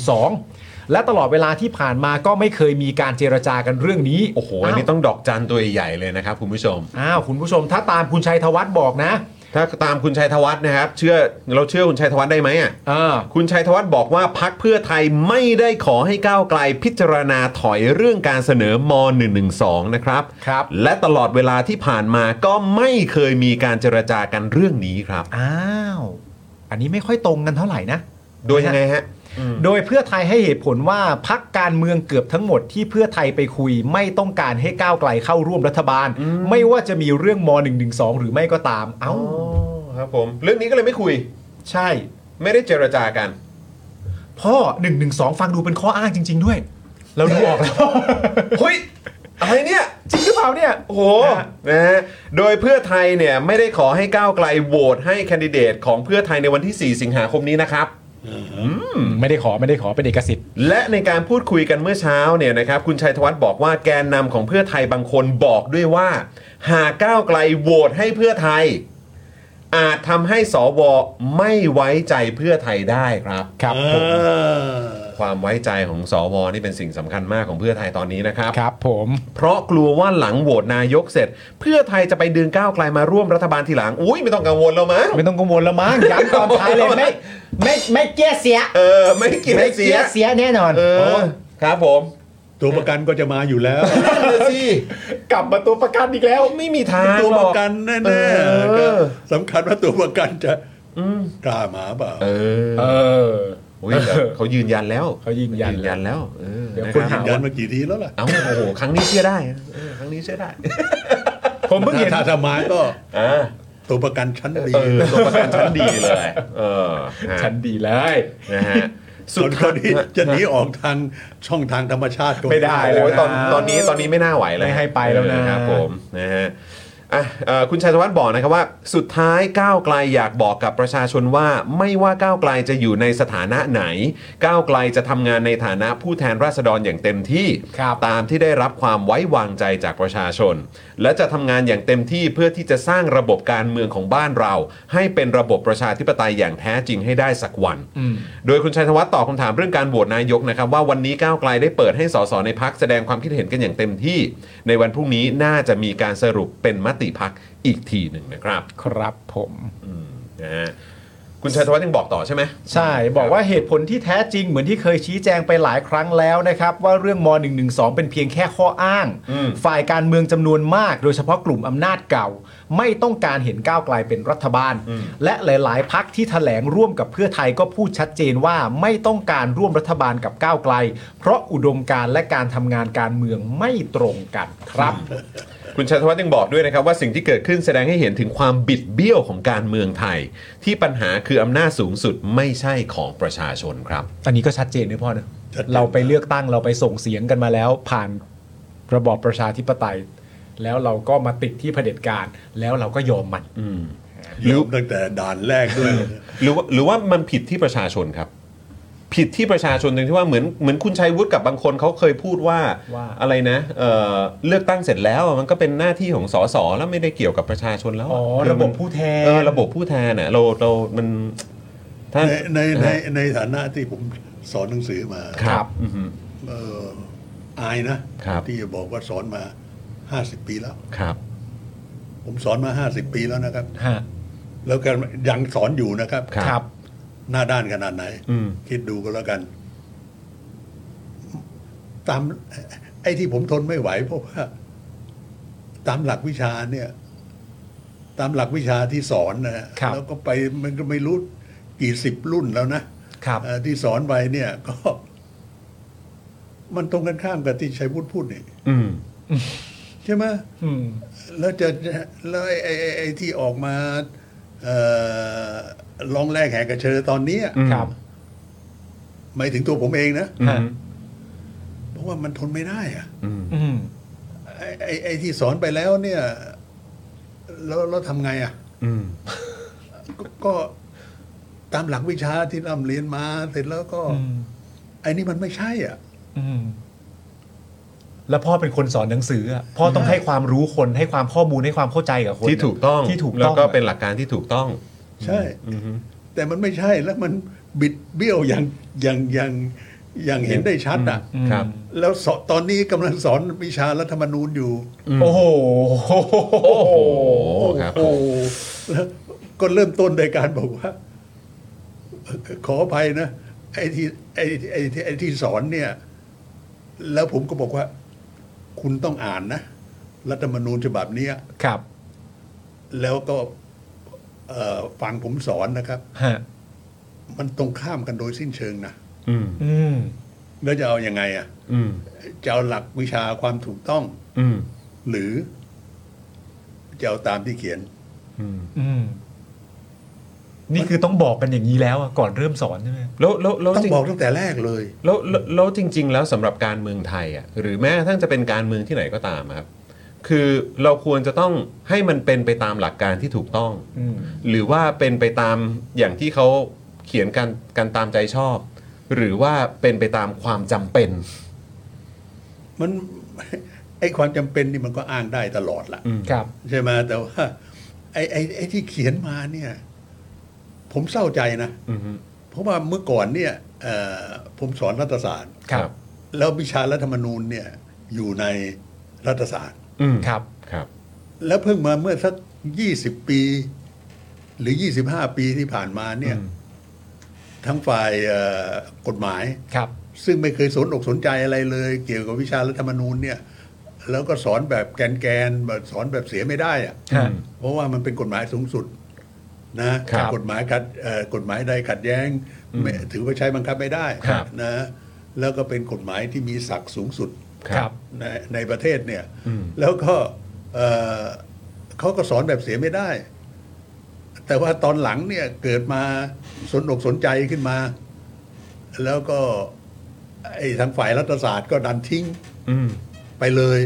112และตลอดเวลาที่ผ่านมาก็ไม่เคยมีการเจรจากันเรื่องนี้โอ้โหอันนี้ต้องดอกจันตัวใหญ่เลยนะครับคุณผู้ชมคุณผู้ชมถ้าตามคุณชัยธวัฒน์บอกนะถ้าตามคุณชัยธวัฒน์นะครับเราเชื่อคุณชัยธวัฒน์ได้ไหมคุณชัยธวัฒน์บอกว่าพรรคเพื่อไทยไม่ได้ขอให้ก้าวไกลพิจารณาถอยเรื่องการเสนอม.112 นะครับและตลอดเวลาที่ผ่านมาก็ไม่เคยมีการเจรจากันเรื่องนี้ครับอันนี้ไม่ค่อยตรงกันเท่าไหร่นะโดยยังไงฮะโดยเพื่อไทยให้เหตุผลว่าพรรคการเมืองเกือบทั้งหมดที่เพื่อไทยไปคุยไม่ต้องการให้ก้าวไกลเข้าร่วมรัฐบาลไม่ว่าจะมีเรื่องม.112 หรือไม่ก็ตามครับผมเรื่องนี้ก็เลยไม่คุยใช่ไม่ได้เจรจากันพ่อ112ฟังดูเป็นข้ออ้างจริงๆด้วยเราดูออกแล้วเฮ้ยอะไรเนี่ยจริงหรือเปล่าเนี่ยโอ้โหนะฮะโดยเพื่อไทยเนี่ยไม่ได้ขอให้ก้าวไกลโหวตให้แคนดิเดตของเพื่อไทยในวันที่4สิงหาคมนี้นะครับไม่ได้ขอเป็นเอกสิทธิ์และในการพูดคุยกันเมื่อเช้าเนี่ยนะครับคุณชัยธวัฒน์บอกว่าแกนนำของเพื่อไทยบางคนบอกด้วยว่าหากก้าวไกลโหวตให้เพื่อไทยอาจทำให้สวไม่ไว้ใจเพื่อไทยได้ครับครับผมความไว้ใจของสวนี่เป็นสิ่งสำคัญมากของเพื่อไทยตอนนี้นะครับครับผมเพราะกลัวว่าหลังโหวตนายกเสร็จเพื่อไทยจะไปดึงก้าวไกลมาร่วมรัฐบาลทีหลังไม่ต้องกังวลแล้วมั้งไม่ต้องกังวลแล้วมั้งย้ำตอนท้ายเลยไม่เกี้ยเสียไม่เกี้ยเสียแน่นอนครับผมตัวประกันก็จะมาอยู่แล้วสิกลับมาตัวประกันอีกแล้วไม่มีทางตัวประกันแน่ๆสำคัญว่าตัวประกันจะกล้ามาเปล่าเขายืนยันแล้วเขายืนยันแล้วเดี๋ยวคุณยืนยันมากี่ทีแล้วล่ะโอ้โหครั้งนี้เชื่อได้ครั้งนี้เชื่อได้ผมเพิ่งเห็นถ้ามาก็ตัวประกันชั้นดีตัวประกันชั้นดีเลยชั้นดีเลยนะฮะสุดคนที่จะหนีออกทางช่องทางธรรมชาติก็ไม่ได้เลยตอนนี้ไม่น่าไหวเลยไม่ให้ไปแล้วนะครับผมนะฮะคุณชัยธวัฒน์บอกนะครับว่าสุดท้ายก้าวไกลอยากบอกกับประชาชนว่าไม่ว่าก้าวไกลจะอยู่ในสถานะไหนก้าวไกลจะทำงานในฐานะผู้แทนราษฎรอย่างเต็มที่ตามที่ได้รับความไว้วางใจจากประชาชนและจะทำงานอย่างเต็มที่เพื่อที่จะสร้างระบบการเมืองของบ้านเราให้เป็นระบบประชาธิปไตยอย่างแท้จริงให้ได้สักวันโดยคุณชัยธวัฒน์ตอบคำถามเรื่องการโหวตนายกนะครับว่าวันนี้ก้าวไกลได้เปิดให้สสในพรรคแสดงความคิดเห็นกันอย่างเต็มที่ในวันพรุ่งนี้น่าจะมีการสรุปเป็นมติพรรคอีกทีหนึ่งนะครับครับผมนะฮะคุณชัยธวัฒน์ยังบอกต่อใช่ไหมใช่บอกว่าเหตุผลที่แท้จริงเหมือนที่เคยชี้แจงไปหลายครั้งแล้วนะครับว่าเรื่องม.112 เป็นเพียงแค่ข้ออ้างฝ่ายการเมืองจำนวนมากโดยเฉพาะกลุ่มอำนาจเก่าไม่ต้องการเห็นก้าวไกลเป็นรัฐบาลและหลายๆพรรคที่แถลงร่วมกับเพื่อไทยก็พูดชัดเจนว่าไม่ต้องการร่วมรัฐบาลกับก้าวไกลเพราะอุดมการณ์และการทำงานการเมืองไม่ตรงกันครับคุณชัยธวัฒน์ยังบอกด้วยนะครับว่าสิ่งที่เกิดขึ้นแสดงให้เห็นถึงความบิดเบี้ยวของการเมืองไทยที่ปัญหาคืออำนาจสูงสุดไม่ใช่ของประชาชนครับอันนี้ก็ชัดเจนด้วยพ่อนะเราไปเลือกตั้งเราไปส่งเสียงกันมาแล้วผ่านระบอบประชาธิปไตยแล้วเราก็มาติดที่เผด็จการแล้วเราก็ยอมมันยอมตั้งแต่ด่านแรกด้วยหรือว่ามันผิดที่ประชาชนครับผิดที่ประชาชนตรงที่ว่าเหมือนคุณชัยวุฒิกับบางคนเขาเคยพูดว่าอะไรนะเลือกตั้งเสร็จแล้วมันก็เป็นหน้าที่ของสสแล้วไม่ได้เกี่ยวกับประชาชนแล้วระบบผู้แทนระบบผู้แทนเนี่ยเรามันถ้าในฐานะที่ผมสอนหนังสือมาครับอายนะที่จะบอกว่าสอนมา50 ปีแล้วครับผมสอนมา50 ปีแล้วนะครับแล้วก็ยังสอนอยู่นะครับหน้าด้านขนาดไหนคิดดูก็แล้วกันตามไอ้ที่ผมทนไม่ไหวเพราะว่าตามหลักวิชาเนี่ยตามหลักวิชาที่สอนนะแล้วก็ไปมันก็ไม่รู้กี่10 รุ่นแล้วนะที่สอนไปเนี่ยก็มันตรงกันข้ามกับที่ชัยวุฒิพูดนี่ใช่ไหมแล้วไอ้ที่ออกมาลองแรกแหกกระเชอตอนนี้หมายถึงตัวผมเองนะผมะว่ามันทนไม่ได้อะไอ้ที่สอนไปแล้วเนี่ยแล้วทำไงอ่ะก็ตามหลักวิชาที่ร่ำเรียนมาเสร็จแล้วก็ไอ้นี่มันไม่ใช่อ่ะแล้วพ่อเป็นคนสอนหนังสืออ่ะพ่อต้องให้ความรู้คนให้ความข้อมูลให้ความเข้าใจกับคนที่ถูกต้องแล้วก็เป็นหลักการที่ถูกต้องใช่แต่มันไม่ใช่แล้วมันบิดเบี้ยวอย่างเห็นได้ชัดอ่ะแล้วตอนนี้กำลังสอนวิชารัฐธรรมนูญอยู่โอ้โหครับแล้วก็เริ่มต้นโดยการบอกว่าขออภัยนะไอ้ที่สอนเนี่ยแล้วผมก็บอกว่าคุณต้องอ่านนะรัฐธรรมนูญฉบับนี้ครับแล้วก็ฟังผมสอนนะครับมันตรงข้ามกันโดยสิ้นเชิงนะแล้วจะเอายังไงอ่ะจะเอาหลักวิชาความถูกต้องหรือจะเอาตามที่เขียนนี่คือต้องบอกกันอย่างนี้แล้วก่อนเริ่มสอนใช่ไหมแล้วต้องบอกตั้งแต่แรกเลยแล้วจริงๆแล้วสำหรับการเมืองไทยหรือแม้กระทั่งจะเป็นการเมืองที่ไหนก็ตามครับคือเราควรจะต้องให้มันเป็นไปตามหลักการที่ถูกต้องหรือว่าเป็นไปตามอย่างที่เขาเขียนกันตามใจชอบหรือว่าเป็นไปตามความจำเป็นมันไอ้ความจำเป็นนี่มันก็อ้างได้ตลอดล่ะใช่ไหมแต่ว่าไอ้ที่เขียนมาเนี่ยผมเศร้าใจนะเพราะว่าเมื่อก่อนเนี่ยผมสอนรัฐศาสตร์แล้ววิชารัฐธรรมนูญเนี่ยอยู่ในรัฐศาสตร์ครับแล้วเพิ่งมาเมื่อสัก20 ปีหรือ25 ปีที่ผ่านมาเนี่ยทั้งฝ่ายกฎหมายซึ่งไม่เคยสนอกสนใจอะไรเลยเกี่ยวกับวิชารัฐธรรมนูญเนี่ยแล้วก็สอนแบบแกนสอนแบบเสียไม่ได้อะเพราะว่ามันเป็นกฎหมายสูงสุดนะกฎหมายใดขัดแย้งถือว่าใช้บังคับไม่ได้นะแล้วก็เป็นกฎหมายที่มีศักดิ์สูงสุดในประเทศเนี่ยแล้วก็เขาก็สอนแบบเสียไม่ได้แต่ว่าตอนหลังเนี่ยเกิดมาสนอกสนใจขึ้นมาแล้วก็ไอ้ทางฝ่ายรัฐศาสตร์ก็ดันทิ้งไปเลย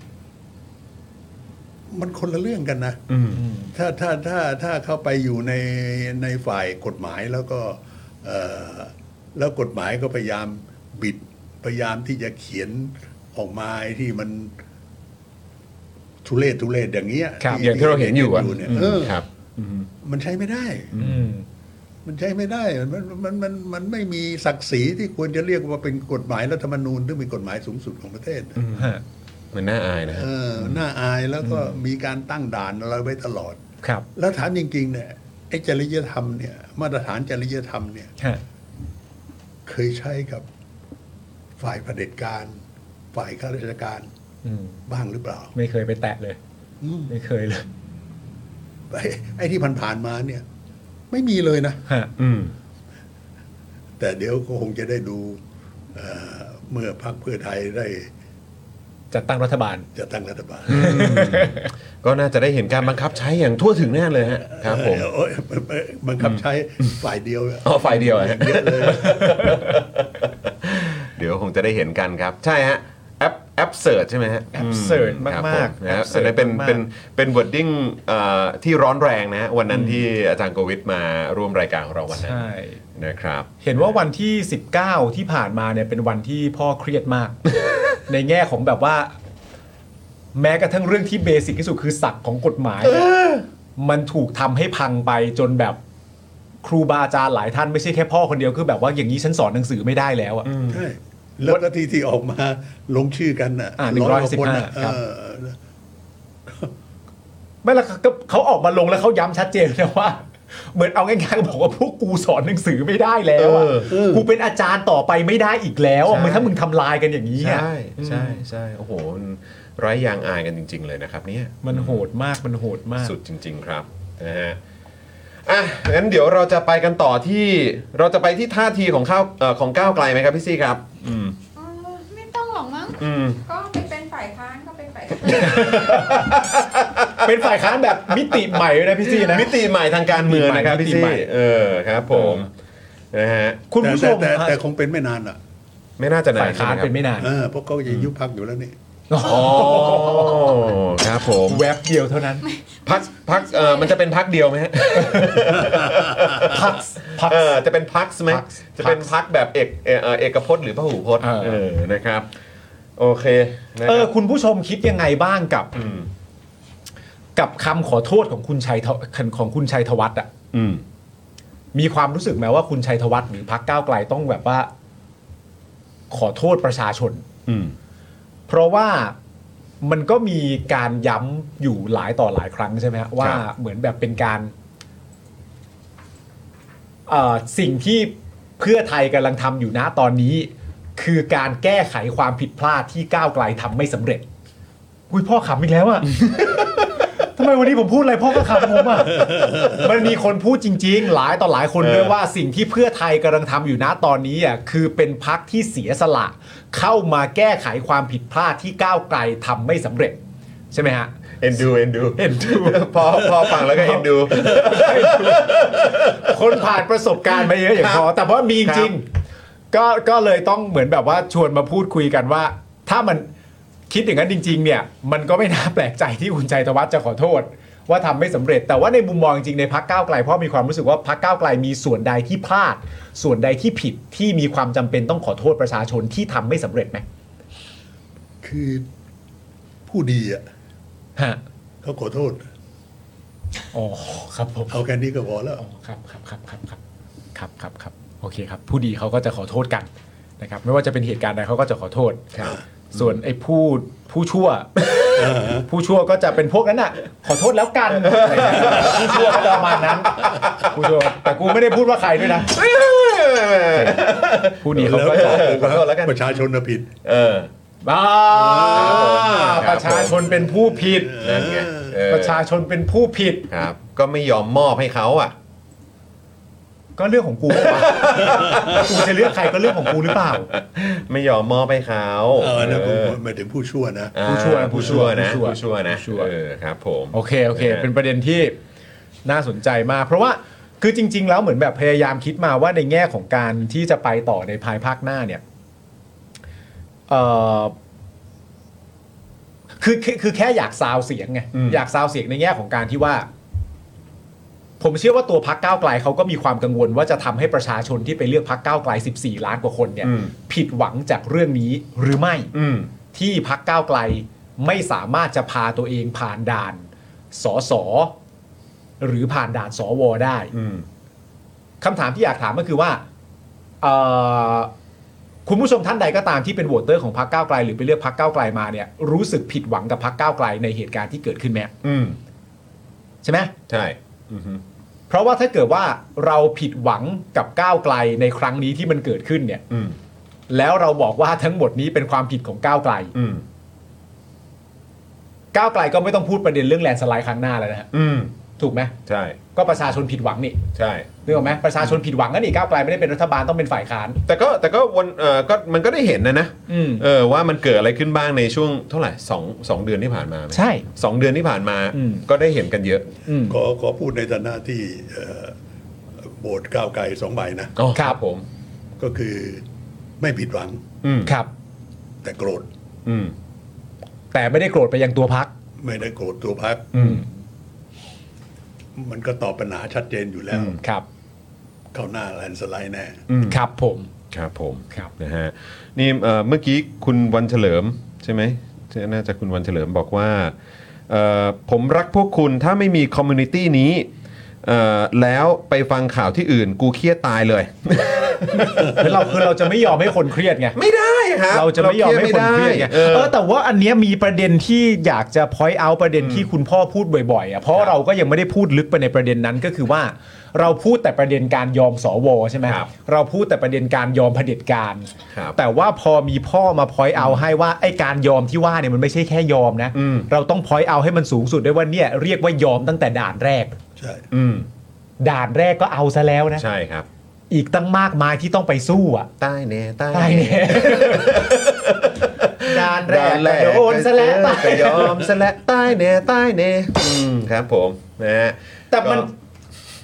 มันคนละเรื่องกันนะถ้าเข้าไปอยู่ในฝ่ายกฎหมายแล้วก็แล้วกฎหมายก็พยายามบิดพยายามที่จะเขียนออกมาที่มันทุเรศอย่างเงี้ยอย่างที่เราเห็นอยู่เนี่ยมันใช้ไม่ได้มันใช้ไม่ได้มันไม่มีศักดิ์ศรีที่ควรจะเรียกว่าเป็นกฎหมายรัฐธรรมนูญหรือเป็นกฎหมายสูงสุดของประเทศมันน่าอายนะน่าอายแล้วก็มีการตั้งด่านอะไรไว้ตลอดแล้วถามจริงๆเนี่ยไอ้จริยธรรมเนี่ยมาตรฐานจริยธรรมเนี่ยเคยใช้กับฝ่ายเผด็จการฝ่ายข้าราชการบ้างหรือเปล่าไม่เคยไปแตะเลยไม่เคยเลยไอ้ที่ผ่านมาเนี่ยไม่มีเลยนะแต่เดี๋ยวก็คงจะได้ดูเมื่อพรรคเพื่อไทยได้จัดตั้งรัฐบาลก็น่าจะได้เห็นการบังคับใช้อย่างทั่วถึงแน่เลยครับผมบังคับใช้ฝ่ายเดียวฝ่ายเดียวเดี๋ยวคงจะได้เห็นกันครับใช่ฮะแอปเสิร์ชใช่ไหมฮะแอปเสิร์ชมากๆนะอันนี้เป็นวอร์ดดิ้งที่ร้อนแรงนะวันนั้นที่อาจารย์โกวิทมาร่วมรายการของเราวันนั้นนะครับเห็นว่าวันที่19ที่ผ่านมาเนี่ยเป็นวันที่พ่อเครียดมาก ในแง่ของแบบว่าแม้กระทั่งเรื่องที่เบสิกที่สุดคือศักดิ์ของกฎหมายมันถูกทำให้พังไปจนแบบครูบาอาจารย์หลายท่านไม่ใช่แค่พ่อคนเดียวคือแบบว่าอย่างนี้ฉันสอนหนังสือไม่ได้แล้วอ่ะใช่แล้วก็ที่ออกมาลงชื่อกันอ่ะ 115ครับไม่ละเขาออกมาลงแล้วเขาย้ำชัดเจนนะว่าเหมือนเอาง่ายๆบอกว่าพวกกูสอนหนังสือไม่ได้แล้วอ่ะกูเป็นอาจารย์ต่อไปไม่ได้อีกแล้วอ่ะถ้ามึงทำลายกันอย่างนี้ใช่โอ้โหไร้ยางอายกันจริงๆเลยนะครับเนี่ยมันโหดมากสุดจริงๆครับนะฮะงั้นเดี๋ยวเราจะไปกันต่อที่เราจะไปที่ท่าทีของก้าวไกลไหมครับพี่ซี่ครับไม่ต้องหรอกมั้งก็เป็นฝ่ายค้านก็เป็นฝ่ายค้านเป็นฝ่ายค้านแบบมิติใหม่นะพี่ซี่นะมิติใหม่ทางการเมืองนะครับพี่ซี่ครับผมนะฮะคุณผู้ชมแต่คงเป็นไม่นานอ่ะไม่น่าจะนานฝ่ายค้านเป็นไม่นานเพราะเขาจะยุบพรรคอยู่แล้วนี่อ๋อครับผมแวบเดียวเท่านั้นพักมันจะเป็นพักเดียวไหมฮะพักจะเป็นพักไหมจะเป็นพักแบบเอกพจน์หรือพหุพจน์นะครับโอเคคุณผู้ชมคิดยังไงบ้างกับคำขอโทษของคุณชัยธวัฒน์อ่ะมีความรู้สึกไหมว่าคุณชัยธวัฒน์หรือพรรคก้าวไกลต้องแบบว่าขอโทษประชาชนเพราะว่ามันก็มีการย้ำอยู่หลายต่อหลายครั้งใช่ไหมว่าเหมือนแบบเป็นการสิ่งที่เพื่อไทยกำลังทำอยู่ณตอนนี้คือการแก้ไขความผิดพลาดที่ก้าวไกลทำไม่สำเร็จอุ้ยพ่อขำอีกแล้วอะ ทำไมวันนี้ผมพูดอะไรพ่อก็ขำผมอ่ะ มันมีคนพูดจริงๆหลายต่อหลายคนด้วยว่าสิ่งที่เพื่อไทยกำลังทำอยู่ณตอนนี้อ่ะคือเป็นพรรคที่เสียสละเข้ามาแก้ไขความผิดพลาดที่ก้าวไกลทำไม่สำเร็จใช่ไหมฮะเอ็นดูพอฟังแล้วก็เอ็นดูคนผ่านประสบการณ์มาเยอะอย่างพอแต่ว่ามีจริงก็เลยต้องเหมือนแบบว่าชวนมาพูดคุยกันว่าถ้ามันคิดอย่างนั้นจริงๆเนี่ยมันก็ไม่น่าแปลกใจที่คุณชัยธวัฒน์จะขอโทษว่าทำไม่สำเร็จแต่ว่าในมุมมองจริงในพรรคก้าวไกลเพราะมีความรู้สึกว่าพรรคก้าวไกลมีส่วนใดที่พลาดส่วนใดที่ผิดที่มีความจำเป็นต้องขอโทษประชาชนที่ทำไม่สำเร็จไหมคือผู้ดีอ่ะเขาขอโทษอ๋อครับผมเอาแค่นี้ก็พอแล้วครับโอเคครับผู้ดีเขาก็จะขอโทษกันนะครับไม่ว่าจะเป็นเหตุการณ์ใดเขาก็จะขอโทษส่วนไอ้ผู้ชั่วก็จะเป็นพวกนั้นน่ะขอโทษแล้วกันผู้ชั่วก็จะประมาณนั้นผู้ชั่วแต่กูไม่ได้พูดว่าใครด้วยนะผู้ดีเขาก็จะขอโทษแล้วกันประชาชนน่ะผิดประชาชนเป็นผู้ผิดประชาชนเป็นผู้ผิดครับก็ไม่ยอมมอบให้เขาอ่ะก็เรื่องของกูกูจะเลือกใครก็เรื่องของกูหรือเปล่าไม่ยอมมอบให้เขานะหมายถึงผู้ชั่วนะผู้ชั่วนะครับผมโอเคเป็นประเด็นที่น่าสนใจมากเพราะว่าคือจริงๆแล้วเหมือนแบบพยายามคิดมาว่าในแง่ของการที่จะไปต่อในภายภาคหน้าเนี่ยคือแค่อยากซาวเสียงไงอยากซาวเสียงในแง่ของการที่ว่าผมเชื่อว่าตัวพรรคก้าวไกลเขาก็มีความกังวลว่าจะทำให้ประชาชนที่ไปเลือกพรรคก้าวไกล14ล้านกว่าคนเนี่ยผิดหวังจากเรื่องนี้หรือไม่ที่พรรคก้าวไกลไม่สามารถจะพาตัวเองผ่านด่านสสหรือผ่านด่านสวได้คำถามที่อยากถามก็คือว่าคุณผู้ชมท่านใดก็ตามที่เป็นโหวตเตอร์ของพรรคก้าวไกลหรือไปเลือกพรรคก้าวไกลมาเนี่ยรู้สึกผิดหวังกับพรรคก้าวไกลในเหตุการณ์ที่เกิดขึ้นไหมใช่ไหมใช่เพราะว่าถ้าเกิดว่าเราผิดหวังกับก้าวไกลในครั้งนี้ที่มันเกิดขึ้นเนี่ยแล้วเราบอกว่าทั้งหมดนี้เป็นความผิดของก้าวไกลก้าวไกลก็ไม่ต้องพูดประเด็นเรื่องแลนด์สไลด์ครั้งหน้าแล้วนะฮะถูกไหมใช่ก็ประชาชนผิดหวังนี่ใช่นึกออกไหมประชาชนผิดหวังก็นี่ก้าวไกลไม่ได้เป็นรัฐบาลต้องเป็นฝ่ายค้านแต่ก็วันก็มันก็ได้เห็นนะว่ามันเกิดอะไรขึ้นบ้างในช่วงเท่าไหร่2เดือนที่ผ่านมาใช่ 2เดือนที่ผ่านมาก็ได้เห็นกันเยอะขอพูดในฐานะที่โหวตก้าวไกล2ใบนะครับผมก็คือไม่ผิดหวังครับแต่โกรธแต่ไม่ได้โกรธไปยังตัวพรรคไม่ได้โกรธตัวพรรคมันก็ตอบปัญหาชัดเจนอยู่แล้วครับเข้าหน้าแลนด์สไลด์แน่ครับผมครับนะฮะนี่เมื่อกี้คุณวันเฉลิมใช่ไหมน่าจะคุณวันเฉลิมบอกว่าผมรักพวกคุณถ้าไม่มีคอมมูนิตี้นี้แล้วไปฟังข่าวที่อื่นกูเครียดตายเลยเราจะไม่ยอมให้คนเครียดไงไม่ได้ครับเราจะไม่ยอมให้คนเครียดไงแต่ว่าอันนี้มีประเด็นที่อยากจะ point out ประเด็นที่คุณพ่อพูดบ่อยๆเพราะเราก็ยังไม่ได้พูดลึกไปในประเด็นนั้นก็คือว่าเราพูดแต่ประเด็นการยอมสวใช่ไหมเราพูดแต่ประเด็นการยอมเผด็จการแต่ว่าพอมีพ่อมา point out ให้ว่าไอ้การยอมที่ว่าเนี่ยมันไม่ใช่แค่ยอมนะเราต้อง point out ให้มันสูงสุดด้วยว่าเนี่ยเรียกว่ายอมตั้งแต่ด่านแรกใช่ด่านแรกก็เอาซะแล้วนะใช่ครับอีกตั้งมากมายที่ต้องไปสู้อ่ะใต้แน่ด่านแรกโดนซะแล้วก็ยอมซะแล้วใต้แน่ครับผมนะฮะแต่มัน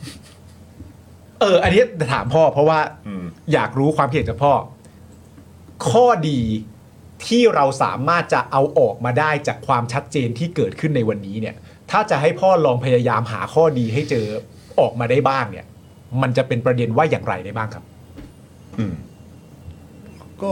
อันนี้ถามพ่อเพราะว่าอยากรู้ความคิดจากพ่อข้อดีที่เราสามารถจะเอาออกมาได้จากความชัดเจนที่เกิดขึ้นในวันนี้เนี่ยถ้าจะให้พ่อลองพยายามหาข้อดีให้เจอออกมาได้บ้างเนี่ยมันจะเป็นประเด็นว่าอย่างไรได้บ้างครับก็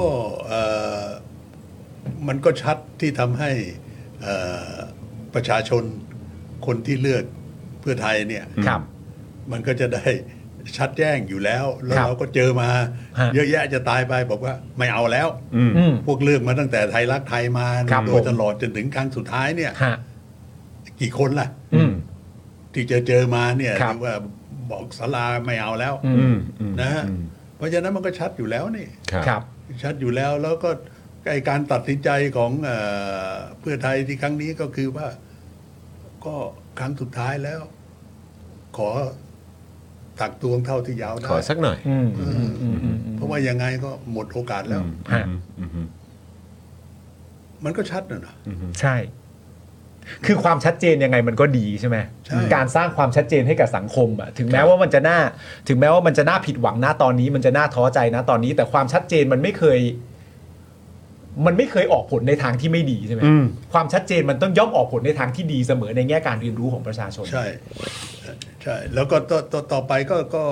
มันก็ชัดที่ทำให้ประชาชนคนที่เลือกเพื่อไทยเนี่ยมันก็จะได้ชัดแจ้งอยู่แล้วแล้วเราก็เจอมาเยอะแยะจะตายไปบอกว่าไม่เอาแล้วพวกเลือกมาตั้งแต่ไทยรักไทยมาโดยตลอดจนถึงครั้งสุดท้ายเนี่ยกี่คนล่ะที่เจอมาเนี่ยที่ว่าบอกศาลาไม่เอาแล้วนะฮะเพราะฉะนั้นมันก็ชัดอยู่แล้วนี่ชัดอยู่แล้วแล้วก็การตัดสินใจของเพื่อไทยที่ครั้งนี้ก็คือว่าก็ครั้งสุดท้ายแล้วขอตักตวงเท่าที่ยาวได้ขอสักหน่อยเพราะว่ายังไงก็หมดโอกาสแล้วมันก็ชัดนะใช่คือความชัดเจนยังไงมันก็ดีใช่ไหมการสร้างความชัดเจนให้กับสังคมอ่ะถึงแม้ว่ามันจะน่าผิดหวังนะตอนนี้มันจะน่าท้อใจนะตอนนี้แต่ความชัดเจนมันไม่เคยออกผลในทางที่ไม่ดีใช่ไหมความชัดเจนมันต้องย่อมออกผลในทางที่ดีเสมอในแง่การเรียนรู้ของประชาชนใช่แล้วก็ต่อไปก็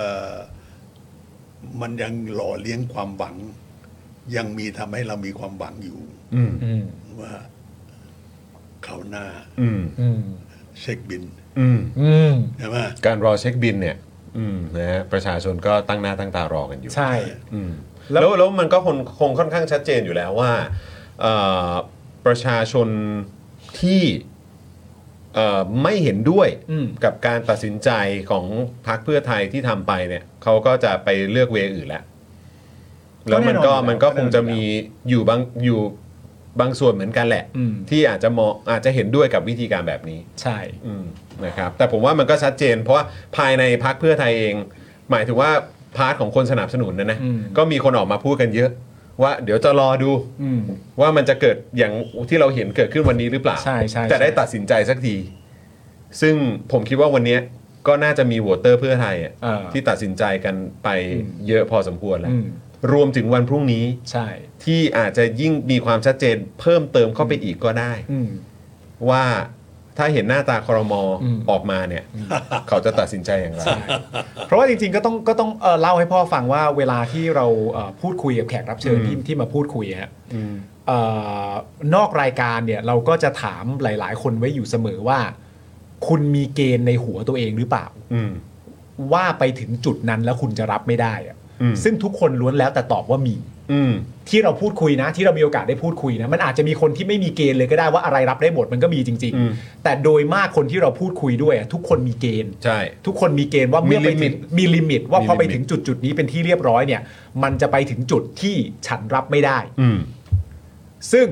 มันยังหล่อเลี้ยงความหวังยังมีทำให้เรามีความหวังอยู่ว่าเขาหน้าเช็คบินใช่ไหมการรอเช็คบินเนี่ยนะฮะประชาชนก็ตั้งหน้าตั้งตารอกันอยู่ใช่แล้วมันก็คงค่อนข้างชัดเจนอยู่แล้วว่าประชาชนที่ไม่เห็นด้วยกับการตัดสินใจของพรรคเพื่อไทยที่ทำไปเนี่ยเขาก็จะไปเลือกเวอื่นแล้วแล้วมันก็คงจะมีอยู่บางส่วนเหมือนกันแหละที่อาจจะเห็นด้วยกับวิธีการแบบนี้ใช่นะครับแต่ผมว่ามันก็ชัดเจนเพราะว่าภายในพรรคเพื่อไทยเองหมายถึงว่าพาร์ทของคนสนับสนุนนะก็มีคนออกมาพูดกันเยอะว่าเดี๋ยวจะรอดูว่ามันจะเกิดอย่างที่เราเห็นเกิดขึ้นวันนี้หรือเปล่าจะได้ตัดสินใจสักทีซึ่งผมคิดว่าวันนี้ก็น่าจะมีโหวตเตอร์เพื่อไทยที่ตัดสินใจกันไปเยอะพอสมควรแล้วรวมถึงวันพรุ่งนี้ที่อาจจะยิ่งมีความชัดเจนเพิ่มเติมเข้าไปอีกก็ได้ว่าถ้าเห็นหน้าตาครม.ออกมาเนี่ยเขาจะตัดสินใจอย่างไรเพราะว่าจริงๆก็ต้องเล่าให้พ่อฟังว่าเวลาที่เราพูดคุยกับแขกรับเชิญที่มาพูดคุยฮะนอกรายการเนี่ยเราก็จะถามหลายๆคนไว้อยู่เสมอว่าคุณมีเกณฑ์ในหัวตัวเองหรือเปล่าว่าไปถึงจุดนั้นแล้วคุณจะรับไม่ได้อะซึ่งทุกคนล้วนแล้วแต่ตอบว่ามีที่เราพูดคุยนะที่เรามีโอกาสได้พูดคุยนะมันอาจจะมีคนที่ไม่มีเกณฑ์เลยก็ได้ว่าอะไรรับได้หมดมันก็มีจริงๆแต่โดยมากคนที่เราพูดคุยด้วยทุกคนมีเกณฑ์ใช่ทุกคนมีเกณฑ์ว่าเมื่อไปถึงมีลิมิตว่าพอไปถึงจุดนี้เป็นที่เรียบร้อยเนี่ยมันจะไปถึงจุดที่ฉันรับไม่ได้ซึ่ง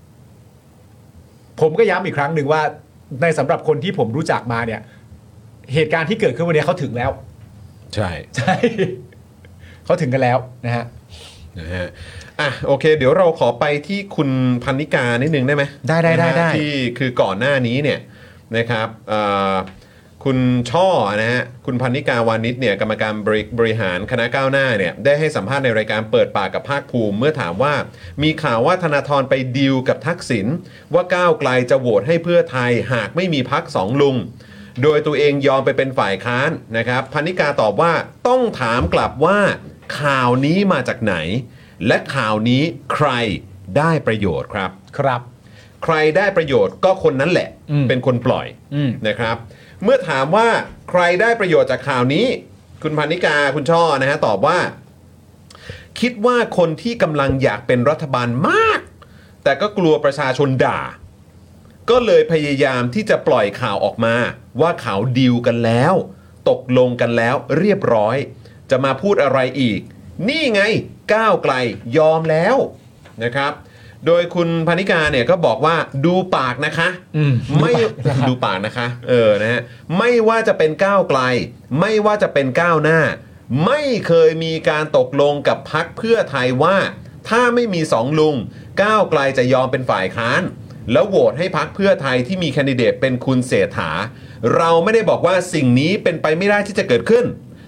ผมก็ย้ำอีกครั้งหนึ่งว่าในสำหรับคนที่ผมรู้จักมาเนี่ยเหตุการณ์ที่เกิดขึ้นวันนี้เขาถึงแล้วใช่เขาถึงกันแล้วนะฮะโอเคเดี๋ยวเราขอไปที่คุณพันนิกานิดนึงได้ไหมได้ที่คือก่อนหน้านี้เนี่ยนะครับคุณช่อนะฮะคุณพันนิกาวานิชเนี่ยกรรมการบริหารคณะก้าวหน้าเนี่ยได้ให้สัมภาษณ์ในรายการเปิดปากกับภาคภูมิเมื่อถามว่ามีข่าวว่าธนาธรไปดีลกับทักษิณว่าก้าวไกลจะโหวตให้เพื่อไทยหากไม่มีพรรคสองลุงโดยตัวเองยอมไปเป็นฝ่ายค้านนะครับพันนิกาตอบว่าต้องถามกลับว่าข่าวนี้มาจากไหนและข่าวนี้ใครได้ประโยชน์ครับใครได้ประโยชน์ก็คนนั้นแหละเป็นคนปล่อยนะครับเมื่อถามว่าใครได้ประโยชน์จากข่าวนี้คุณพันนิกาคุณช่อนะฮะตอบว่าคิดว่าคนที่กำลังอยากเป็นรัฐบาลมากแต่ก็กลัวประชาชนด่าก็เลยพยายามที่จะปล่อยข่าวออกมาว่าเขาดีลกันแล้วตกลงกันแล้วเรียบร้อยจะมาพูดอะไรอีกนี่ไงก้าวไกลยอมแล้วนะครับโดยคุณพนิกาเนี่ยก็บอกว่าดูปากนะคะไม่ดูปากนะคะนะฮะไม่ว่าจะเป็นก้าวไกลไม่ว่าจะเป็นก้าวหน้าไม่เคยมีการตกลงกับพรรคเพื่อไทยว่าถ้าไม่มีสองลุงก้าวไกลจะยอมเป็นฝ่ายค้านแล้วโหวตให้พรรคเพื่อไทยที่มีแคนดิเดตเป็นคุณเศรษฐาเราไม่ได้บอกว่าสิ่งนี้เป็นไปไม่ได้ที่จะเกิดขึ้น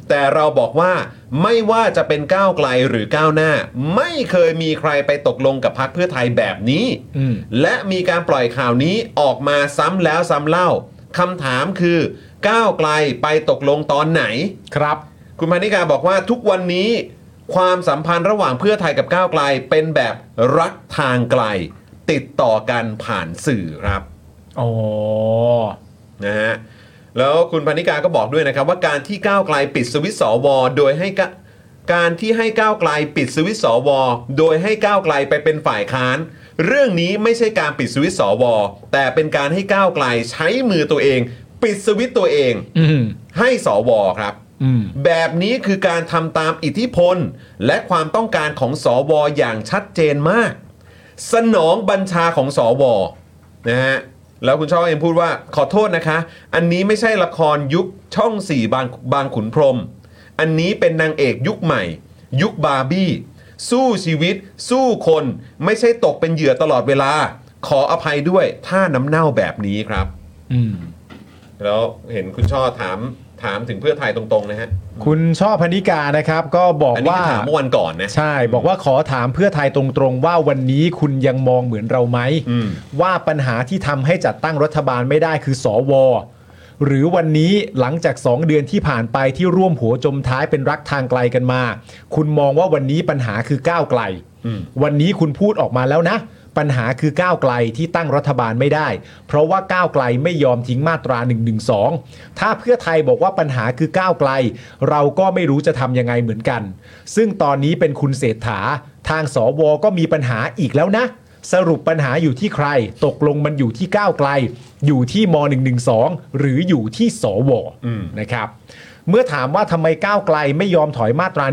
แต่เราบอกว่าไม่ว่าจะเป็นก้าวไกลหรือก้าวหน้าไม่เคยมีใครไปตกลงกับพรรคเพื่อไทยแบบนี้และมีการปล่อยข่าวนี้ออกมาซ้ำแล้วซ้ำเล่าคำถามคือก้าวไกลไปตกลงตอนไหนครับคุณพนิกาบอกว่าทุกวันนี้ความสัมพันธ์ระหว่างเพื่อไทยกับก้าวไกลเป็นแบบรักทางไกลติดต่อกันผ่านสื่อครับอ๋อนะฮะแล้วคุณพนิกาก็บอกด้วยนะครับว่าการที่ก้าวไกลปิดสวิตช์สวโดยให้การที่ให้ก้าวไกลปิดสวิตช์สวโดยให้ก้าวไกลไปเป็นฝ่ายค้านเรื่องนี้ไม่ใช่การปิดสวิตช์สวแต่เป็นการให้ก้าวไกลใช้มือตัวเองปิดสวิตช์ตัวเองให้สวครับแบบนี้คือการทำตามอิทธิพลและความต้องการของสวอย่างชัดเจนมากสนองบัญชาของสวนะฮะแล้วคุณช่อเองพูดว่าขอโทษนะคะอันนี้ไม่ใช่ละครยุคช่อง4บางขุนพรหมอันนี้เป็นนางเอกยุคใหม่ยุคบาร์บี้สู้ชีวิตสู้คนไม่ใช่ตกเป็นเหยื่อตลอดเวลาขออภัยด้วยถ้าน้ำเน่าแบบนี้ครับแล้วเห็นคุณช่อถามถึงเพื่อไทยตรงๆนะฮะคุณช่อพนิกานะครับก็บอกว่าถามเมื่อวันก่อนนะใช่บอกว่าขอถามเพื่อไทยตรงๆว่าวันนี้คุณยังมองเหมือนเราไหมว่าปัญหาที่ทำให้จัดตั้งรัฐบาลไม่ได้คือสวหรือวันนี้หลังจาก2 เดือนที่ผ่านไปที่ร่วมหัวจมท้ายเป็นรักทางไกลกันมาคุณมองว่าวันนี้ปัญหาคือก้าวไกลวันนี้คุณพูดออกมาแล้วนะปัญหาคือก้าวไกลที่ตั้งรัฐบาลไม่ได้เพราะว่าก้าวไกลไม่ยอมทิ้งมาตรา112ถ้าเพื่อไทยบอกว่าปัญหาคือก้าวไกลเราก็ไม่รู้จะทำยังไงเหมือนกันซึ่งตอนนี้เป็นคุณเศรษฐาทางสวก็มีปัญหาอีกแล้วนะสรุปปัญหาอยู่ที่ใครตกลงมันอยู่ที่ก้าวไกลอยู่ที่ม.112หรืออยู่ที่สวนะครับเมื่อถามว่าทำไมก้าวไกลไม่ยอมถอยมาตรา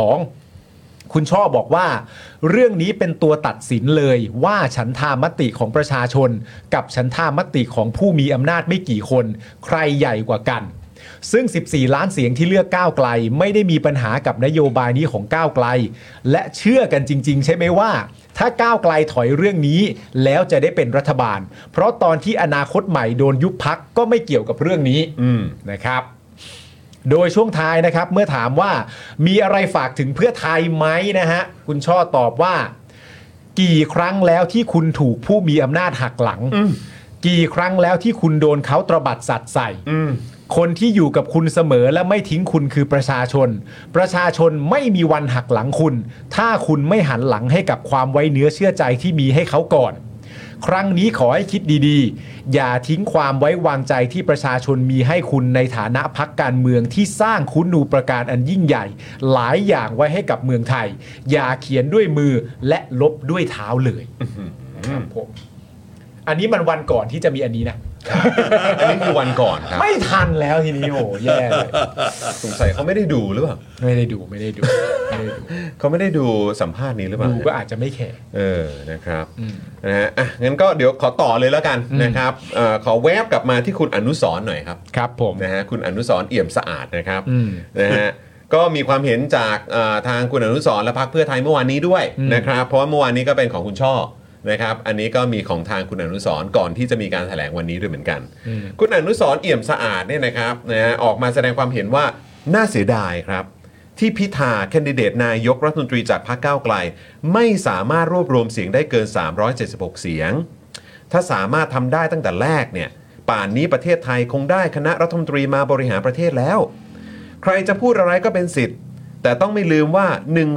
112คุณช่อบอกว่าเรื่องนี้เป็นตัวตัดสินเลยว่าฉันทามติของประชาชนกับฉันทามติของผู้มีอำนาจไม่กี่คนใครใหญ่กว่ากันซึ่ง14ล้านเสียงที่เลือกก้าวไกลไม่ได้มีปัญหากับนโยบายนี้ของก้าวไกลและเชื่อกันจริงๆใช่ไหมว่าถ้าก้าวไกลถอยเรื่องนี้แล้วจะได้เป็นรัฐบาลเพราะตอนที่อนาคตใหม่โดนยุบพรรคก็ไม่เกี่ยวกับเรื่องนี้นะครับโดยช่วงท้ายนะครับเมื่อถามว่ามีอะไรฝากถึงเพื่อไทยไหมนะฮะคุณช่อตอบว่ากี่ครั้งแล้วที่คุณถูกผู้มีอำนาจหักหลังกี่ครั้งแล้วที่คุณโดนเขาตระบัดสัตว์ใส่คนที่อยู่กับคุณเสมอและไม่ทิ้งคุณคือประชาชนประชาชนไม่มีวันหักหลังคุณถ้าคุณไม่หันหลังให้กับความไว้เนื้อเชื่อใจที่มีให้เขาก่อนครั้งนี้ขอให้คิดดีๆอย่าทิ้งความไว้วางใจที่ประชาชนมีให้คุณในฐานะพรรคการเมืองที่สร้างคุณูปการอันยิ่งใหญ่หลายอย่างไว้ให้กับเมืองไทยอย่าเขียนด้วยมือและลบด้วยเท้าเลยครับผมอันนี้มันวันก่อนที่จะมีอันนี้นะอันนี้คือวันก่อนครับไม่ทันแล้วทีนี้โอ้แย่เลยสงสัยเขาไม่ได้ดูหรือเปล่าไม่ได้ดูเขาไม่ได้ดูสัมภาษณ์นี้หรือเปล่าดูก็อาจจะไม่แคร์นะครับนะฮะงั้นก็เดี๋ยวขอต่อเลยแล้วกันนะครับขอแวบกลับมาที่คุณอนุสรณ์หน่อยครับครับผมนะฮะคุณอนุสรณ์เอี่ยมสะอาดนะครับนะฮะก็มีความเห็นจากทางคุณอนุสรณ์และพรรคเพื่อไทยเมื่อวานนี้ด้วยนะครับเพราะว่าเมื่อวานนี้ก็เป็นของคุณช่อนะครับอันนี้ก็มีของทางคุณอนุสรณ์ก่อนที่จะมีการแถลงวันนี้ด้วยเหมือนกันคุณอนุสรณ์เอี่ยมสะอาดเนี่ยนะครับนะออกมาแสดงความเห็นว่าน่าเสียดายครับที่พิธาแคนดิเดตนายกรัฐมนตรีจากพรรคก้าวไกลไม่สามารถรวบรวมเสียงได้เกิน376เสียงถ้าสามารถทำได้ตั้งแต่แรกเนี่ยป่านนี้ประเทศไทยคงได้คณะรัฐมนตรีมาบริหารประเทศแล้วใครจะพูดอะไรก็เป็นสิทธิ์แต่ต้องไม่ลืมว่า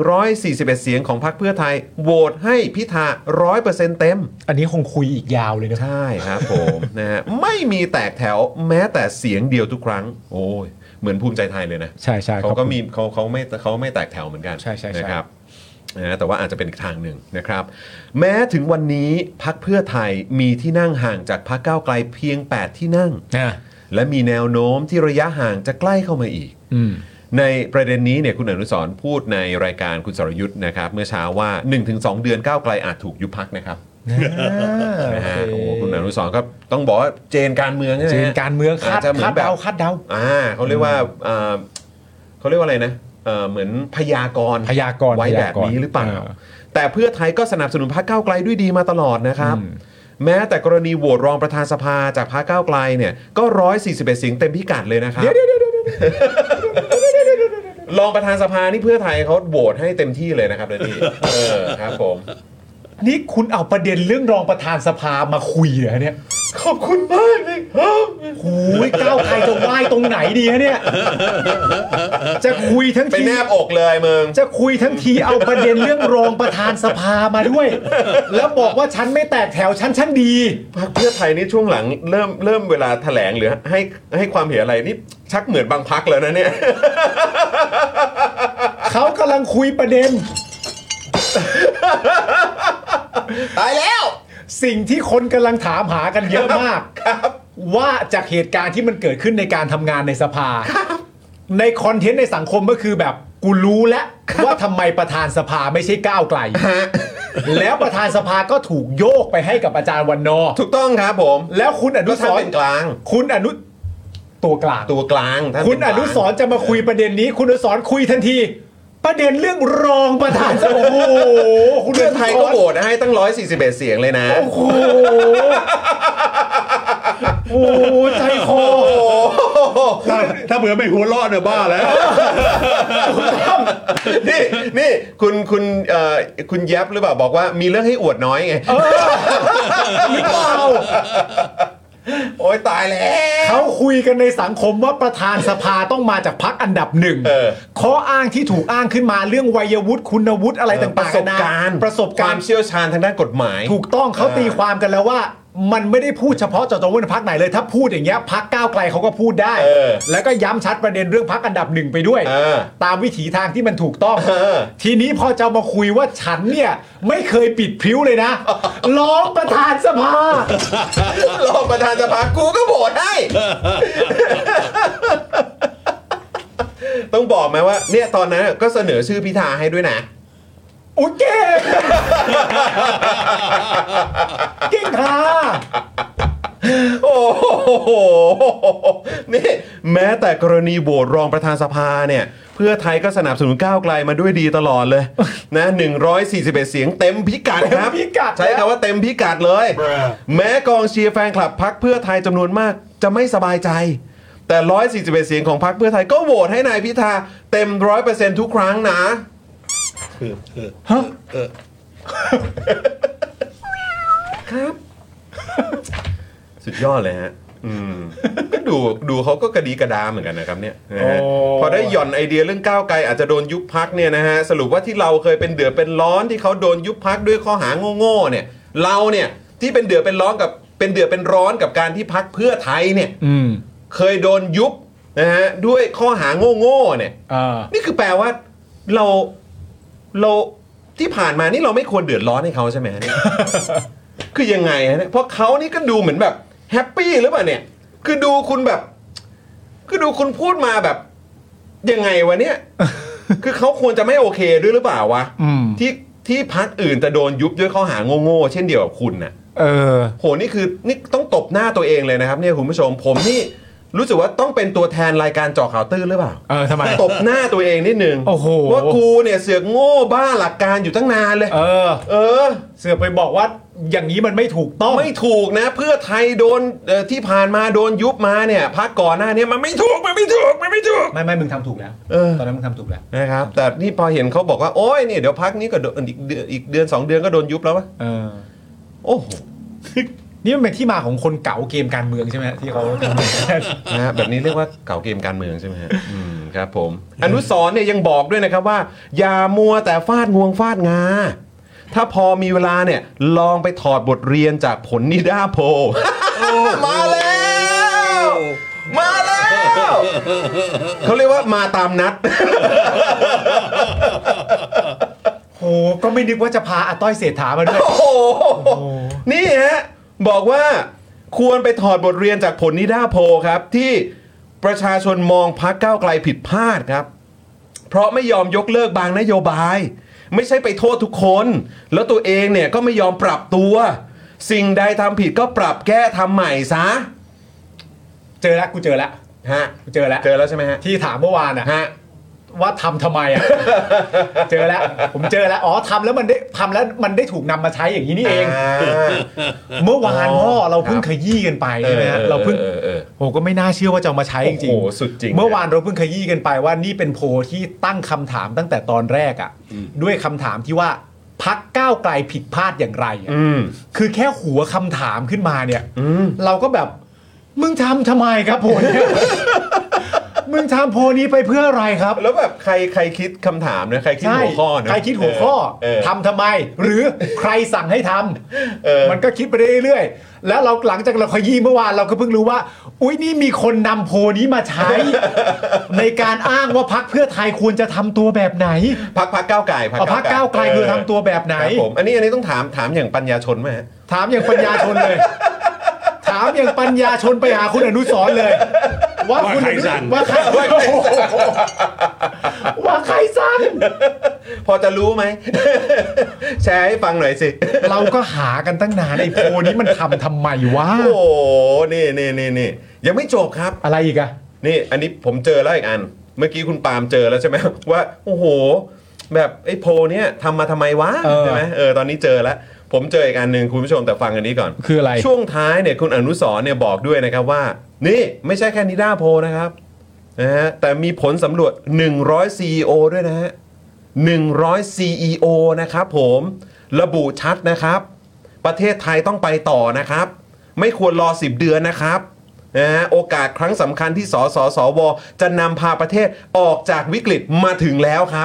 141เสียงของพรรคเพื่อไทยโหวตให้พิธา 100% เต็มอันนี้คงคุยอีกยาวเลยนะใช่ครับผมนะฮะไม่มีแตกแถวแม้แต่เสียงเดียวทุกครั้งโอ้ยเหมือนภูมิใจไทยเลยนะใช่ๆเขาก็มีเขาไม่แตกแถวเหมือนกันใช่ๆนะครับนะแต่ว่าอาจจะเป็นอีกทางหนึ่งนะครับแม้ถึงวันนี้พรรคเพื่อไทยมีที่นั่งห่างจากพรรคก้าวไกลเพียง8ที่นั่งและมีแนวโน้มที่ระยะห่างจะใกล้เข้ามาอีกในประเด็นนี้เนี่ยคุณอนุสรณ์พูดในรายการคุณสรยุทธ์นะครับเมื่อเช้าว่า 1-2 เดือนก้าวไกลอาจถูกยุบพรรคนะครับนะฮะโอ้คุณอนุสรณ์ก็ต้องบอกว่าเจนการเมืองใช่ไหมเจนการเมืองคาดเดาเขาเรียกว่าอะไรนะเหมือนพยากรณ์ไว้แบบนี้หรือเปล่าแต่เพื่อไทยก็สนับสนุนพรรคก้าวไกลด้วยดีมาตลอดนะครับแม้แต่กรณีโหวตรองประธานสภาจากพรรคก้าวไกลเนี่ยก็141เสียงเต็มพิกัดเลยนะครับรองประธานสภานี่เพื่อไทยเขาโหวตให้เต็มที่เลยนะครับเลยนี่ครับผมนี่คุณเอาประเด็นเรื่องรองประธานสภามาคุยเหรอเนี่ยขอบคุณมากเลยครับโอ้ยก้าวไกลจะไหว้ตรงไหนดีฮะเนี่ยจะคุยทั้งทีไปแนบอกเลยมึงจะคุยทั้งทีเอาประเด็นเรื่องรองประธานสภามาด้วยแล้วบอกว่าฉันไม่แตกแถวฉันดีพรรคเพื่อไทยนี่ช่วงหลังเริ่มเวลาแถลงหรือให้ความเห็นอะไรนี่ชักเหมือนบางพรรคแล้วนะเนี่ยเขากำลังคุยประเด็นตายแล้วสิ่งที่คนกำลังถามหากันเยอะมากว่าจากเหตุการณ์ที่มันเกิดขึ้นในการทำงานในสภาในคอนเทนต์ในสังคมก็คือแบบกูรู้แล้วว่าทำไมประธานสภาไม่ใช่ก้าวไกลแล้วประธานสภาก็ถูกโยกไปให้กับอาจารย์วันนอร์ถูกต้องครับผมแล้วคุณอนุสรณ์เป็นกลางคุณอนุตัวกลางคุณอนุสรณ์จะมาคุยประเด็นนี้คุณอนุสรณ์คุยทันทีประเด็นเรื่องรองประธานสภาโอ้โหเพื่อไทยก็โหวตให้ตั้ง141เสียงเลยนะโอ้โหโอ้ใจคอถ้าเผื่อไม่หัวรอดเนี่ยบ้าแล้วนี่คุณแยบหรือเปล่าบอกว่ามีเรื่องให้อวดน้อยไงหรือเปล่าโอ๊ยตายแล้วเขาคุยกันในสังคมว่าประธานสภาต้องมาจากพรรคอันดับหนึ่งข้ออ้างที่ถูกอ้างขึ้นมาเรื่องวัยวุฒิคุณวุฒิอะไรต่างๆประสบการณ์ความเชี่ยวชาญทางด้านกฎหมายถูกต้องเขาตีความกันแล้วว่ามันไม่ได้พูดเฉพาะเจาะจงว่าพรรคไหนเลยถ้าพูดอย่างเงี้ยพรรคก้าวไกลเขาก็พูดได้แล้วก็ย้ำชัดประเด็นเรื่องพรรคอันดับหนึ่งไปด้วยตามวิถีทางที่มันถูกต้องทีนี้พอจะมาคุยว่าฉันเนี่ยไม่เคยปิดพริ้วเลยนะร้องประธานสภารองประธานสภากูก็โหวตให้ต้องบอกไหมว่าเนี่ยตอนนั้นก็เสนอชื่อพิธาให้ด้วยนะโอเคเก่งค่ะโอ้โหนี่แม้แต่กรณีโหวตรองประธานสภาเนี่ยเพื่อไทยก็สนับสนุนก้าวไกลมาด้วยดีตลอดเลยนะ141เสียงเต็มพิกัดครับใช้คำว่าเต็มพิกัดเลยแม้กองเชียร์แฟนคลับพรรคเพื่อไทยจำนวนมากจะไม่สบายใจแต่141เสียงของพรรคเพื่อไทยก็โหวตให้นายพิธาเต็ม 100% ทุกครั้งนะครับสุดยอดเลยฮะก็ดูเขาก็กระดีกระดาเหมือนกันนะครับเนี่ยพอได้หย่อนไอเดียเรื่องก้าวไกลอาจจะโดนยุบพรรคเนี่ยนะฮะสรุปว่าที่เราเคยเป็นเดือดเป็นร้อนที่เขาโดนยุบพรรคด้วยข้อหาโง่ๆเนี่ยเราเนี่ยที่เป็นเดือดเป็นร้อนกับการที่พรรคเพื่อไทยเนี่ยเคยโดนยุบนะฮะด้วยข้อหาโง่ๆเนี่ยนี่คือแปลว่าเราที่ผ่านมานี่เราไม่ควรเดือดร้อนให้เขาใช่ไหมเนี่ยคือยังไงฮะเนี่ยเพราะเขานี่ก็ดูเหมือนแบบแฮปปี้หรือเปล่าเนี่ยคือดูคุณพูดมาแบบยังไงวะเนี่ยคือเขาควรจะไม่โอเคด้วยหรือเปล่าวะที่พรรคอื่นแต่โดนยุบด้วยข้อหาโง่ๆเช่นเดียวกับคุณน่ะโหนี่ต้องตบหน้าตัวเองเลยนะครับเนี่ยคุณผู้ชมผมนี่รู้สึกว่าต้องเป็นตัวแทนรายการเจาะข่าวตื้นหรือเปล่าทำไมตบหน้าตัวเองนิดนึงว่ากูเนี่ยเสือกโง่บ้าหลักการอยู่ตั้งนานเลยเสือกไปบอกว่าอย่างนี้มันไม่ถูกต้องไม่ถูกนะเพื่อไทยโดนที่ผ่านมาโดนยุบมาเนี่ยพักก่อนหน้านี้มันไม่ถูกไม่มึงทำถูกแล้วตอนนั้นมึงทำถูกแล้วนะครับแต่นี่พอเห็นเขาบอกว่าโอ้ยนี่เดี๋ยวพักนี้ก็อีกเดือน2 เดือนก็โดนยุบแล้ววะโอ้โหนี่มันเป็นที่มาของคนเก่าเกมการเมืองใช่ไหมที่เขานะแบบนี้เรียกว่าเก่าเกมการเมืองใช่ไหมครับผมอนุสรณ์เนี่ยยังบอกด้วยนะครับว่าอย่ามัวแต่ฟาดงวงฟาดงาถ้าพอมีเวลาเนี่ยลองไปถอดบทเรียนจากผลนิด้าโพลมาแล้วเขาเรียกว่ามาตามนัดโหก็ไม่นึกว่าจะพาอาต้อยเศรษฐามาด้วยนี่ฮะบอกว่าควรไปถอดบทเรียนจากผลนิด้าโพลครับที่ประชาชนมองพรรคก้าวไกลผิดพลาดครับเพราะไม่ยอมยกเลิกบางนโยบายไม่ใช่ไปโทษทุกคนแล้วตัวเองเนี่ยก็ไม่ยอมปรับตัวสิ่งใดทำผิดก็ปรับแก้ทำใหม่ซะกูเจอแล้วฮะกูเจอแล้วใช่ไหมฮะที่ถามเมื่อวานฮะว่าทำทำไมอ่ะ เจอแล้วผมเจอแล้วอ๋อทำแล้วมันได้ถูกนำมาใช้อย่างนี้นี่เองเมื่อวานพ่อเราเพิ่งขยี้กันไปใช่ไหมฮะเราเพิ่งผมก็ไม่น่าเชื่อว่าจะมาใช้จริงๆโอ้สุดจริงเมื่อวานเราเพิ่งขยี้กันไปว่านี่เป็นโพลที่ตั้งคำถามตั้งแต่ตอนแรกอ่ะด้วยคำถามที่ว่าพรรคก้าวไกลผิดพลาดอย่างไรคือแค่หัวคำถามขึ้นมาเนี่ยเราก็แบบมึงทำทำไมครับโพลเนี่ยมึงทำโพลนี้ไปเพื่ออะไรครับแล้วแบบใครคิดคำถามนะใครคิดหัวข้อนะใครคิดหัวข้อทำทำไมหรือใครสั่งให้ทำมันก็คิดไปเรื่อยๆแล้วเราหลังจากเราขยี้เมื่อวานเราก็เพิ่งรู้ว่าอุ้ยนี่มีคนนำโพลนี้มาใช้ ในการอ้างว่าพรรคเพื่อไทยควรจะทำตัวแบบไหนพรรคก้าวไกลพรรคก้าวไกลควรทำตัวแบบไหนผมอันนี้ต้องถามอย่างปัญญาชนไหมถามอย่างปัญญาชนเลยถามอย่างปัญญาชนไปหาคุณอนุสรณ์เลยว่าใครสั่งว่าใครสั่งพอจะรู้ไหมแชร์ให้ฟังหน่อยสิเราก็หากันตั้งนานไอ้โพนี้มันทำไมวะโอ้นี่ยังไม่จบครับอะไรอีกอะนี่อันนี้ผมเจอแล้วอีกอันเมื่อกี้คุณปาล์มเจอแล้วใช่ไหมว่าโอ้โหแบบไอ้โพเนี้ยทำมาทำไมวะใช่ไหมตอนนี้เจอแล้วผมเจออีกอันหนึ่งคุณผู้ชมแต่ฟังอันนี้ก่อนคืออะไรช่วงท้ายเนี่ยคุณอนุสรณ์เนี่ยบอกด้วยนะครับว่านี่ไม่ใช่แค่นิด้าโพนะครับนะฮะแต่มีผลสำรวจ100 CEO ด้วยนะฮะ100 CEO นะครับผมระบุชัดนะครับประเทศไทยต้องไปต่อนะครับไม่ควรรอ10เดือนนะครับนะฮะโอกาสครั้งสำคัญที่สวจะนำพาประเทศออกจากวิกฤตมาถึงแล้วครับ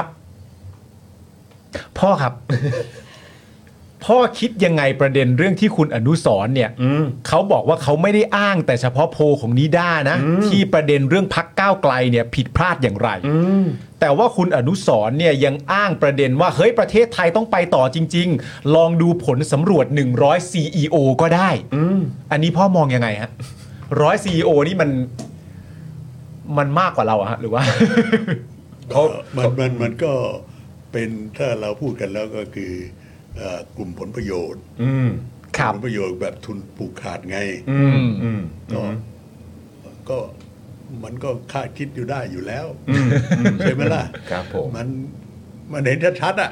พ่อครับ พ่อคิดยังไงประเด็นเรื่องที่คุณอนุสรณ์เนี่ยเขาบอกว่าเขาไม่ได้อ้างแต่เฉพาะโพลของนิด้านะที่ประเด็นเรื่องพรรคก้าวไกลเนี่ยผิดพลาดอย่างไรแต่ว่าคุณอนุสรณ์เนี่ยยังอ้างประเด็นว่าเฮ้ยประเทศไทยต้องไปต่อจริงๆลองดูผลสำรวจ100 CEO ก็ได้อันนี้พ่อมองยังไงฮะ100 CEO นี่มันมากกว่าเราอะฮะหรือว่ามันก็เป็นถ้าเราพูดกันแล้วก็คือกลุ่มผลประโยชน์ผลประโยชน์แบบทุนผูกขาดไงก็มันก็คาดคิดอยู่ได้อยู่แล้วใช่ไหมล่ะครับผมมันเห็นชัดๆอ่ะ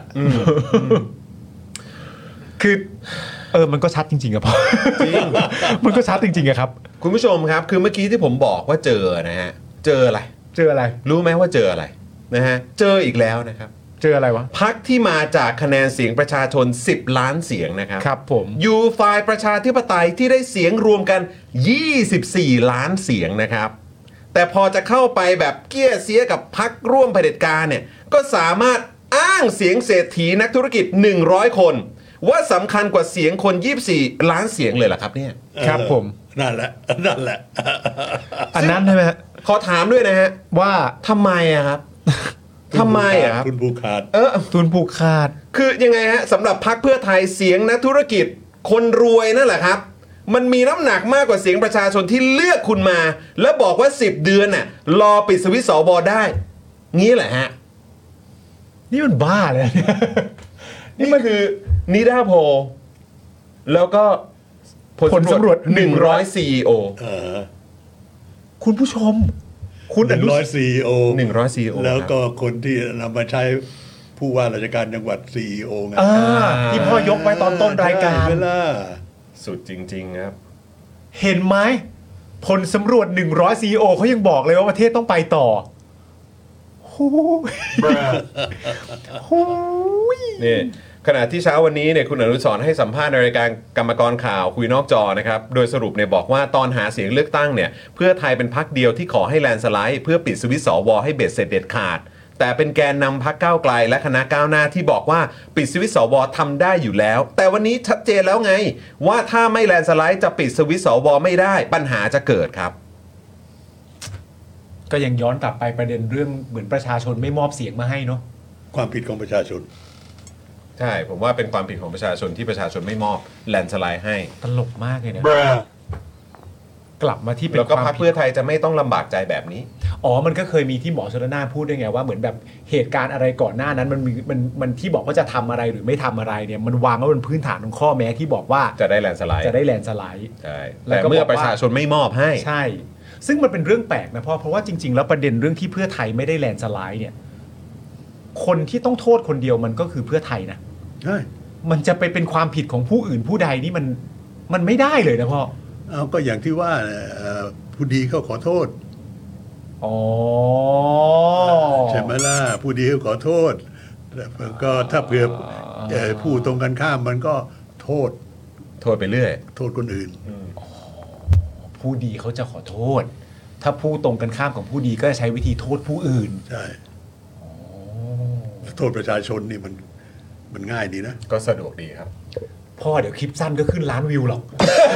คือมันก็ชัดจริงๆครับพ่อมันก็ชัดจริงๆครับคุณผู้ชมครับคือเมื่อกี้ที่ผมบอกว่าเจอนะฮะเจออะไรรู้ไหมว่าเจออะไรนะฮะเจออีกแล้วนะครับเจออะไรวะพรรคที่มาจากคะแนนเสียงประชาชน10ล้านเสียงนะครับครับผมอยู่ฝ่ายประชาธิปไตยที่ได้เสียงรวมกัน24ล้านเสียงนะครับแต่พอจะเข้าไปแบบเกี้ยเสียกับพรรคร่วมเผด็จการเนี่ยก็สามารถอ้างเสียงเศรษฐีนักธุรกิจ100คนว่าสำคัญกว่าเสียงคน24ล้านเสียงเลยล่ะครับเนี่ยครับผมนั่นแหละอันนั้นใช่ไหมฮะขอถามด้วยนะฮะว่าทำไมอะครับทำไมอ่ะทุนผูกขาดทุนผูกขาดคือยังไงฮะสำหรับพรรคเพื่อไทยเสียงนักธุรกิจคนรวยนั่นแหละครับมันมีน้ำหนักมากกว่าเสียงประชาชนที่เลือกคุณมาแล้วบอกว่า10เดือนน่ะรอปิดสวิตช์สวได้งี้แหละฮะนี่มันบ้าเลยนี่มันคือนิด้าโพลแล้วก็ผลสำรวจ 100 CEO คุณผู้ชมคุณ100 CEO 100 CEO แล้วก็คนที่นำมาใช้ผู้ว่าราชการจังหวัด CEO ไงที่พ่อยกไว้ตอนต้นรายการเวลาสุดจริงๆครับเห็นไหมผลสำรวจ100 CEO เขายังบอกเลยว่าประเทศต้องไปต่อนี่ขณะที่เช้าวันนี้เนี่ยคุณอนุสรณ์ให้สัมภาษณ์ในรายการกรรมกรข่าวคุยนอกจอนะครับโดยสรุปเนี่ยบอกว่าตอนหาเสียงเลือกตั้งเนี่ยเพื่อไทยเป็นพรรคเดียวที่ขอให้แลนสไลด์เพื่อปิดสวิตช์สวให้เบ็ดเสร็จเด็ดขาดแต่เป็นแกนนำพรรคก้าวไกลและคณะก้าวหน้าที่บอกว่าปิดสวิตช์สวทำได้อยู่แล้วแต่วันนี้ชัดเจนแล้วไงว่าถ้าไม่แลนสไลด์จะปิดสวิตช์สวไม่ได้ปัญหาจะเกิดครับก็ยังย้อนกลับไปประเด็นเรื่องเหมือนประชาชนไม่มอบเสียงมาให้เนาะความผิดของประชาชนใช่ผมว่าเป็นความผิดของประชาชนที่ประชาชนไม่มอบแลนสไลด์ให้ตลกมากเลยนะกลับมาที่เป็นแล้วก็พรรคเพื่อไทยจะไม่ต้องลำบากใจแบบนี้มันก็เคยมีที่หมอชลน่านพูดด้วยไงว่าเหมือนแบบเหตุการณ์อะไรก่อนหน้านั้นมันที่บอกว่าจะทำอะไรหรือไม่ทำอะไรเนี่ยมันวางไว้บนพื้นฐานของข้อแม้ที่บอกว่าจะได้แลนสไลด์ใช่แต่เมื่อประชาชนไม่มอบให้ใช่ซึ่งมันเป็นเรื่องแปลกนะเพราะว่าจริงๆแล้วประเด็นเรื่องที่เพื่อไทยไม่ได้แลนสไลด์เนี่ยคนที่ต้องโทษคนเดียวมันก็คือเพื่อไทยนะใช่มันจะไปเป็นความผิดของผู้อื่นผู้ใดนี่มันไม่ได้เลยนะพ่อเอาก็อย่างที่ว่าผู้ดีเขาขอโทษอ๋อใช่ไหมล่ะผู้ดีเขาขอโทษก็ถ้าเผื่อผู้ตรงกันข้ามมันก็โทษไปเรื่อยโทษคนอื่นผู้ดีเขาจะขอโทษ ถ้าผู้ตรงกันข้ามของผู้ดีก็จะใช้วิธีโทษผู้อื่นใช่โทษประชาชนนี่มันง่ายดีนะก็สะดวกดีครับพ่อเดี๋ยวคลิปสั้นก็ขึ้นล้านวิวหรอก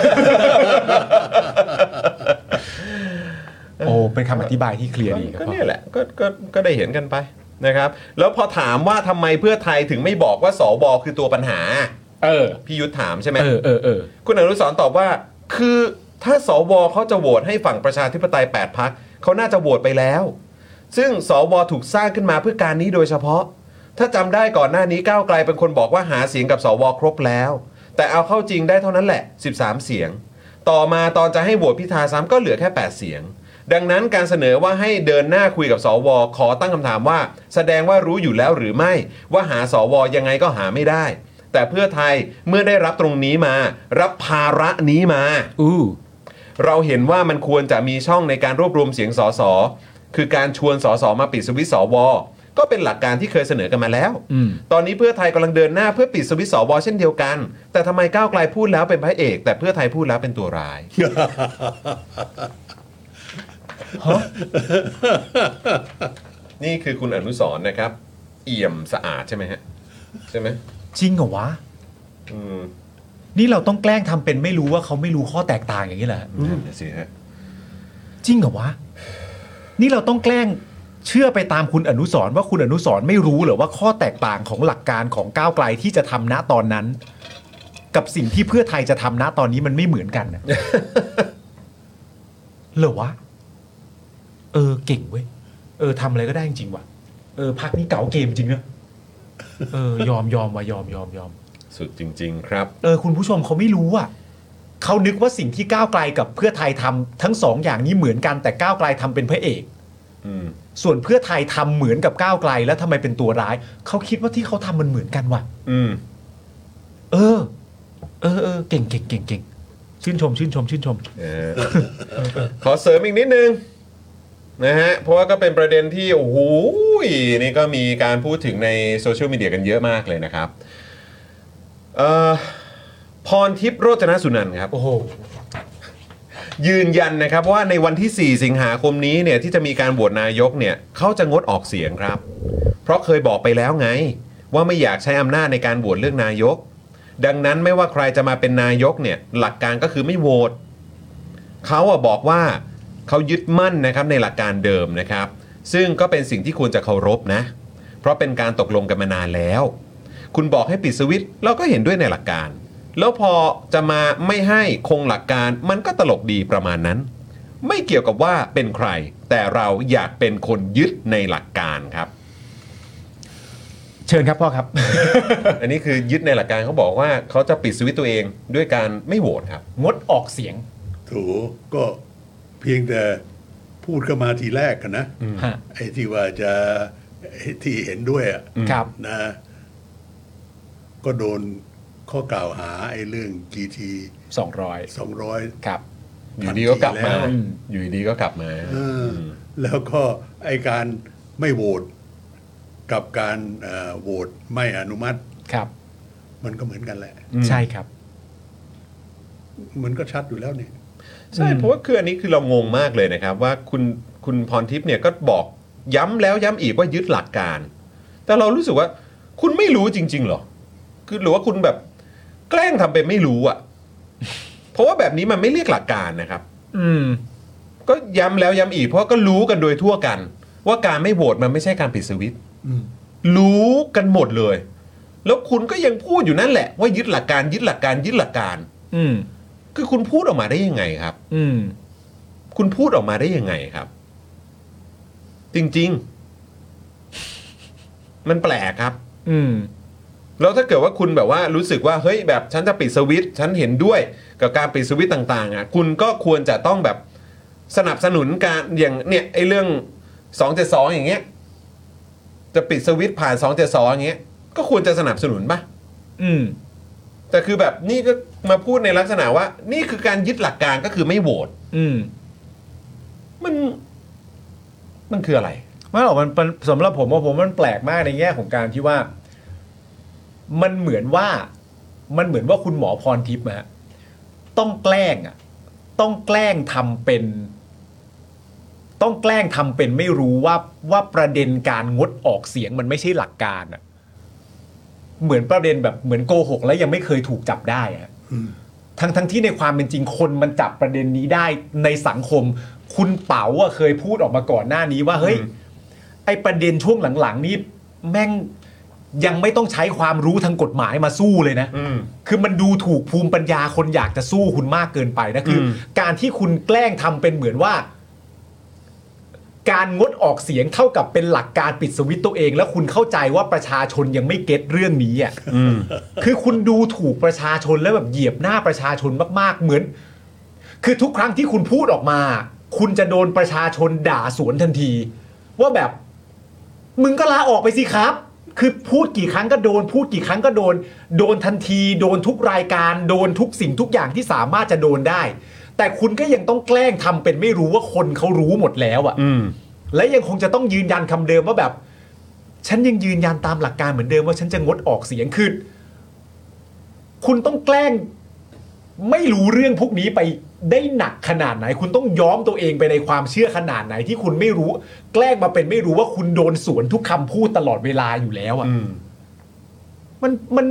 โอ้เป็นคำอธิบายที่เคลียร์ดีครับก็นี่แหละก็ได้เห็นกันไปนะครับแล้วพอถามว่าทำไมเพื่อไทยถึงไม่บอกว่าสวคือตัวปัญหาพี่ยุทธถามใช่ไหมคุณอนุสรณ์ตอบว่าคือถ้าสวเขาจะโหวตให้ฝั่งประชาธิปไตย8พรรคเขาน่าจะโหวตไปแล้วซึ่งสวถูกสร้างขึ้นมาเพื่อการนี้โดยเฉพาะถ้าจำได้ก่อนหน้านี้ก้าวไกลเป็นคนบอกว่าหาเสียงกับสวครบแล้วแต่เอาเข้าจริงได้เท่านั้นแหละ13เสียงต่อมาตอนจะให้โหวตพิธาซ้ำก็เหลือแค่8เสียงดังนั้นการเสนอว่าให้เดินหน้าคุยกับสวขอตั้งคำถามว่าแสดงว่ารู้อยู่แล้วหรือไม่ว่าหาสวยังไงก็หาไม่ได้แต่เพื่อไทยเมื่อได้รับตรงนี้มารับภาระนี้มาเราเห็นว่ามันควรจะมีช่องในการรวบรวมเสียงสสคือการชวนสสมาปิดสวิตช์สวก็เป็นหลักการที่เคยเสนอกันมาแล้วตอนนี้เพื่อไทยกำลังเดินหน้าเพื่อปิดสวิตช์สวเช่นเดียวกันแต่ทำไมก้าวไกลพูดแล้วเป็นพระเอกแต่เพื่อไทยพูดแล้วเป็นตัวร้าย นี่คือคุณอนุสรณ์นะครับเอี่ยมสะอาดใช่ไหมฮะใช่ไหมจริงเหรอวะนี่เราต้องแกล้งทำเป็นไม่รู้ว่าเขาไม่รู้ข้อแตกต่างอย่างนี้แหละสิฮะจริงเหรอวะนี่เราต้องแกล้งเชื่อไปตามคุณอนุสรณ์ว่าคุณอนุสรณ์ไม่รู้เหรอว่าข้อแตกต่างของหลักการของก้าวไกลที่จะทำณตอนนั้นกับสิ่งที่เพื่อไทยจะทำณตอนนี้มันไม่เหมือนกันนะ เหรอวะเก่งเว้ยทำอะไรก็ได้จริงๆว่ะพักนี้เก๋าเกมจริงเนอะยอมว่ะยอมสุดจริงๆครับคุณผู้ชมเขาไม่รู้อ่ะเขานึกว่าสิ่งที่ก้าวไกลกับเพื่อไทยทำทั้งสองอย่างนี้เหมือนกันแต่ก้าวไกลทำเป็นพระเอกส่วนเพื่อไทยทำเหมือนกับก้าวไกลแล้วทำไมเป็นตัวร้ายเขาคิดว่าที่เขาทำมันเหมือนกันว่ะเก่งชื่นชมขอเสริมอีกนิดนึงนะฮะเพราะว่าก็เป็นประเด็นที่โอ้โหนี่ก็มีการพูดถึงในโซเชียลมีเดียกันเยอะมากเลยนะครับพรทิพย์โรจนสุนันท์ครับโอ้โหยืนยันนะครับว่าในวันที่4สิงหาคมนี้เนี่ยที่จะมีการโหวตนายกเนี่ยเขาจะงดออกเสียงครับเพราะเคยบอกไปแล้วไงว่าไม่อยากใช้อำนาจในการโหวตเลือกนายกดังนั้นไม่ว่าใครจะมาเป็นนายกเนี่ยหลักการก็คือไม่โหวตเขาบอกว่าเขายึดมั่นนะครับในหลักการเดิมนะครับซึ่งก็เป็นสิ่งที่ควรจะเคารพนะเพราะเป็นการตกลงกันมานานแล้วคุณบอกให้ปิดสวิตช์เราก็เห็นด้วยในหลักการแล้วพอจะมาไม่ให้คงหลักการมันก็ตลกดีประมาณนั้นไม่เกี่ยวกับว่าเป็นใครแต่เราอยากเป็นคนยึดในหลักการครับเชิญครับพ่อครับอันนี้คือยึดในหลักการเขาบอกว่าเขาจะปิดสวิตช์ตัวเองด้วยการไม่โหวตครับงดออกเสียงถูกก็เพียงแต่พูดเข้ามาทีแรกกันนะไอ้ที่ว่าจะที่เห็นด้วยครับนะก็โดนข้อกล่าวหาไอ้เรื่อง GT 200 ครับอยู่ดีก็กลับมาอยู่ดีก็กลับมาแล้วก็ไอ้การไม่โหวตกับการโหวตไม่อนุมัติครับมันก็เหมือนกันแหละใช่ครับมันก็ชัดอยู่แล้วนี่ใช่เพราะว่าคืออันนี้คือเรางงมากเลยนะครับว่าคุณพรทิพย์เนี่ยก็บอกย้ำแล้วย้ำอีกว่ายึดหลักการแต่เรารู้สึกว่าคุณไม่รู้จริงๆหรอคือหรือว่าคุณแบบแกล้งทำเป็นไม่รู้อ่ะเพราะว่าแบบนี้มันไม่เรียกหลักการนะครับก็ย้ำแล้วย้ำอีกเพราะก็รู้กันโดยทั่วกันว่าการไม่โหวตมันไม่ใช่การปิดสวิตช์รู้กันหมดเลยแล้วคุณก็ยังพูดอยู่นั่นแหละว่ายึดหลักการยึดหลักการคือคุณพูดออกมาได้ยังไงครับคุณพูดออกมาได้ยังไงครับจริงๆมันแปลกครับแล้วถ้าเกิดว่าคุณแบบว่ารู้สึกว่าเฮ้ยแบบฉันจะปิดสวิตช์ฉันเห็นด้วยกับการปิดสวิตช์ต่างๆคุณก็ควรจะต้องแบบสนับสนุนการอย่างเนี่ยไอ้เรื่อง272อย่างเงี้ยจะปิดสวิตช์ผ่าน272อย่างเงี้ยก็ควรจะสนับสนุนป่ะแต่คือแบบนี่ก็มาพูดในลักษณะว่านี่คือการยึดหลักการก็คือไม่โหวตมันคืออะไรไม่หรอกมันสำหรับผมว่ามันแปลกมากในแง่ของการที่ว่ามันเหมือนว่าคุณหมอพรทิพย์อะต้องแกล้งทำเป็นไม่รู้ว่าประเด็นการงดออกเสียงมันไม่ใช่หลักการอะเหมือนประเด็นแบบเหมือนโกหกแล้วยังไม่เคยถูกจับได้อะทั้งที่ในความเป็นจริงคนมันจับประเด็นนี้ได้ในสังคมคุณเป๋าอะเคยพูดออกมาก่อนหน้านี้ว่าเฮ้ยไอประเด็นช่วงหลังๆนี่แม่งยังไม่ต้องใช้ความรู้ทางกฎหมายมาสู้เลยนะคือมันดูถูกภูมิปัญญาคนอยากจะสู้คุณมากเกินไปนะคือการที่คุณแกล้งทำเป็นเหมือนว่าการงดออกเสียงเท่ากับเป็นหลักการปิดสวิตช์ตัวเองแล้วคุณเข้าใจว่าประชาชนยังไม่เก็ตเรื่องนี้อ่ะคือคุณดูถูกประชาชนแล้วแบบเหยียบหน้าประชาชนมากๆเหมือนคือทุกครั้งที่คุณพูดออกมาคุณจะโดนประชาชนด่าสวนทันทีว่าแบบมึงก็ลาออกไปสิครับคือพูดกี่ครั้งก็โดนพูดกี่ครั้งก็โดนทันทีโดนทุกรายการโดนทุกสิ่งทุกอย่างที่สามารถจะโดนได้แต่คุณก็ยังต้องแกล้งทำเป็นไม่รู้ว่าคนเขารู้หมดแล้วอ่ะและยังคงจะต้องยืนยันคำเดิมว่าแบบฉันยังยืนยันตามหลักการเหมือนเดิมว่าฉันจะงดออกเสียงคือคุณต้องแกล้งไม่รู้เรื่องพวกนี้ไปได้หนักขนาดไหนคุณต้องย้อมตัวเองไปในความเชื่อขนาดไหนที่คุณไม่รู้แกล้งมาเป็นไม่รู้ว่าคุณโดนสวนทุกคำพูดตลอดเวลาอยู่แล้วอ่ะมัน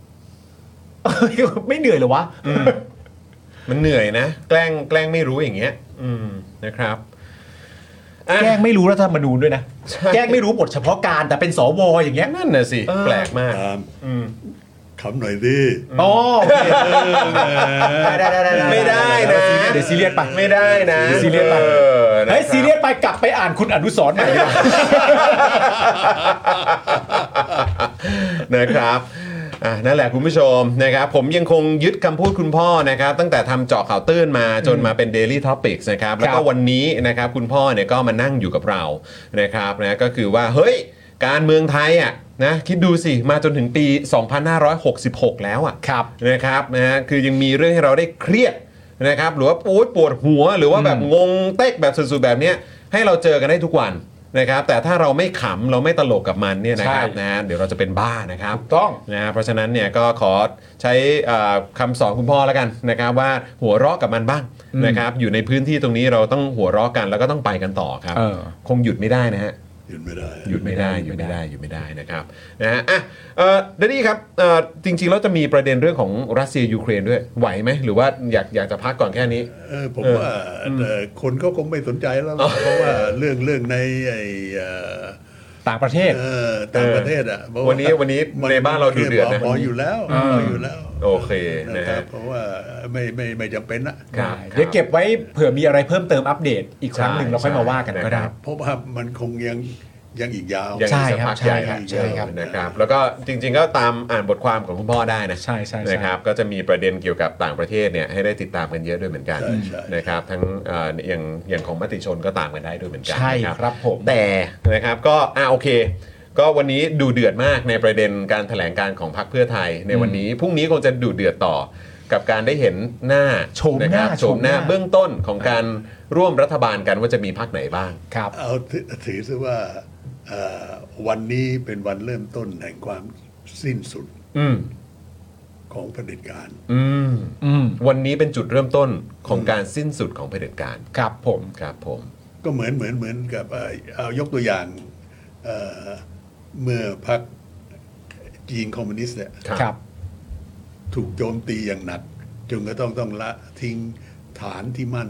ไม่เหนื่อยเหรอวะมันเหนื่อยนะแกล้งไม่รู้อย่างเงี้ยนะครับแกล้งไม่รู้รัฐธรรมนูญด้วยนะแกล้งไม่รู้บทเฉพาะการแต่เป็นสวอย่างเงี้ยนั่นน่ะสิแปลกมากคำหน่อยดิอ๋อไม่ได้นะเดี๋ยวซีเรียสไปไม่ได้นะซีเรียสไปเฮ้ยซีเรียสไปกลับไปอ่านคุณอนุสรณ์ใหม่ดีกว่านะครับนั่นแหละคุณผู้ชมนะครับผมยังคงยึดคำพูดคุณพ่อนะครับตั้งแต่ทำเจาะข่าวตื้นมาจนมาเป็น Daily Topics นะครับแล้วก็วันนี้นะครับคุณพ่อเนี่ยก็มานั่งอยู่กับเรานะครับนะก็คือว่าเฮ้ยการเมืองไทยอ่ะนะคิดดูสิมาจนถึงปี 2566 แล้วอ่ะนะครับนะคือยังมีเรื่องให้เราได้เครียดนะครับหรือว่าโอ๊ยปวดหัวหรือว่าแบบงงเต๊กแบบสุดๆแบบเนี้ยให้เราเจอกันได้ทุกวันนะครับแต่ถ้าเราไม่ขำเราไม่ตลกกับมันเนี่ยนะครับนะเดี๋ยวเราจะเป็นบ้านะครับต้องนะเพราะฉะนั้นเนี่ยก็ขอใช้คำสอนคุณพ่อแล้วกันนะครับว่าหัวเราะกับมันบ้างนะครับอยู่ในพื้นที่ตรงนี้เราต้องหัวเราะกันแล้วก็ต้องไปกันต่อครับคงหยุดไม่ได้นะฮะหยุดไม่ได้นะครับนะฮะเดนนี่ครับจริงๆแล้วจะมีประเด็นเรื่องของรัสเซียยูเครนด้วยไหวไหมหรือว่าอยากจะพักก่อนแค่นี้ผมว่าคนก็คงไม่สนใจแล้วเพราะว่าเรื่องในต่างประเทศอ่ะวันนี้ในบ้านเราดูเดือดนะพออยู่แล้วโอเคนะครับเพราะว่าไม่จำเป็นนะเดี๋ยวเก็บไว้เผื่อมีอะไรเพิ่มเติมอัปเดตอีกครั้งหนึ่งเราค่อยมาว่ากันก็ได้เพราะว่ามันคงยังอีกยาวใช่ครับนะครับแล้วก็จริงๆก็ตามอ่านบทความของคุณพ่อได้นะใช่นะครับก็จะมีประเด็นเกี่ยวกับต่างประเทศเนี่ยให้ได้ติดตามกันเยอะด้วยเหมือนกันนะครับทั้งอย่างของมติชนก็ตามกันได้ด้วยเหมือนกันใช่ครับผมแต่นะครับก็โอเคก็วันนี้ดูเดือดมากในประเด็นการแถลงการของพรรคเพื่อไทยในวันนี้พรุ่งนี้คงจะดูเดือดต่อกับการได้เห็นหน้าโฉมหน้าเบื้องต้นของการร่วมรัฐบาลกันว่าจะมีพรรคไหนบ้างครับเอาถือซะว่าวันนี้เป็นวันเริ่มต้นแห่งความสิ้นสุดของเผด็จการวันนี้เป็นจุดเริ่มต้นของการสิ้นสุดของเผด็จการครับผมก็เหมือนกับเอายกตัวอย่างเมื่อพรรคจีนคอมมิวนิสต์เนี่ยถูกโจมตีอย่างหนักจนก็ต้องละทิ้งฐานที่มั่น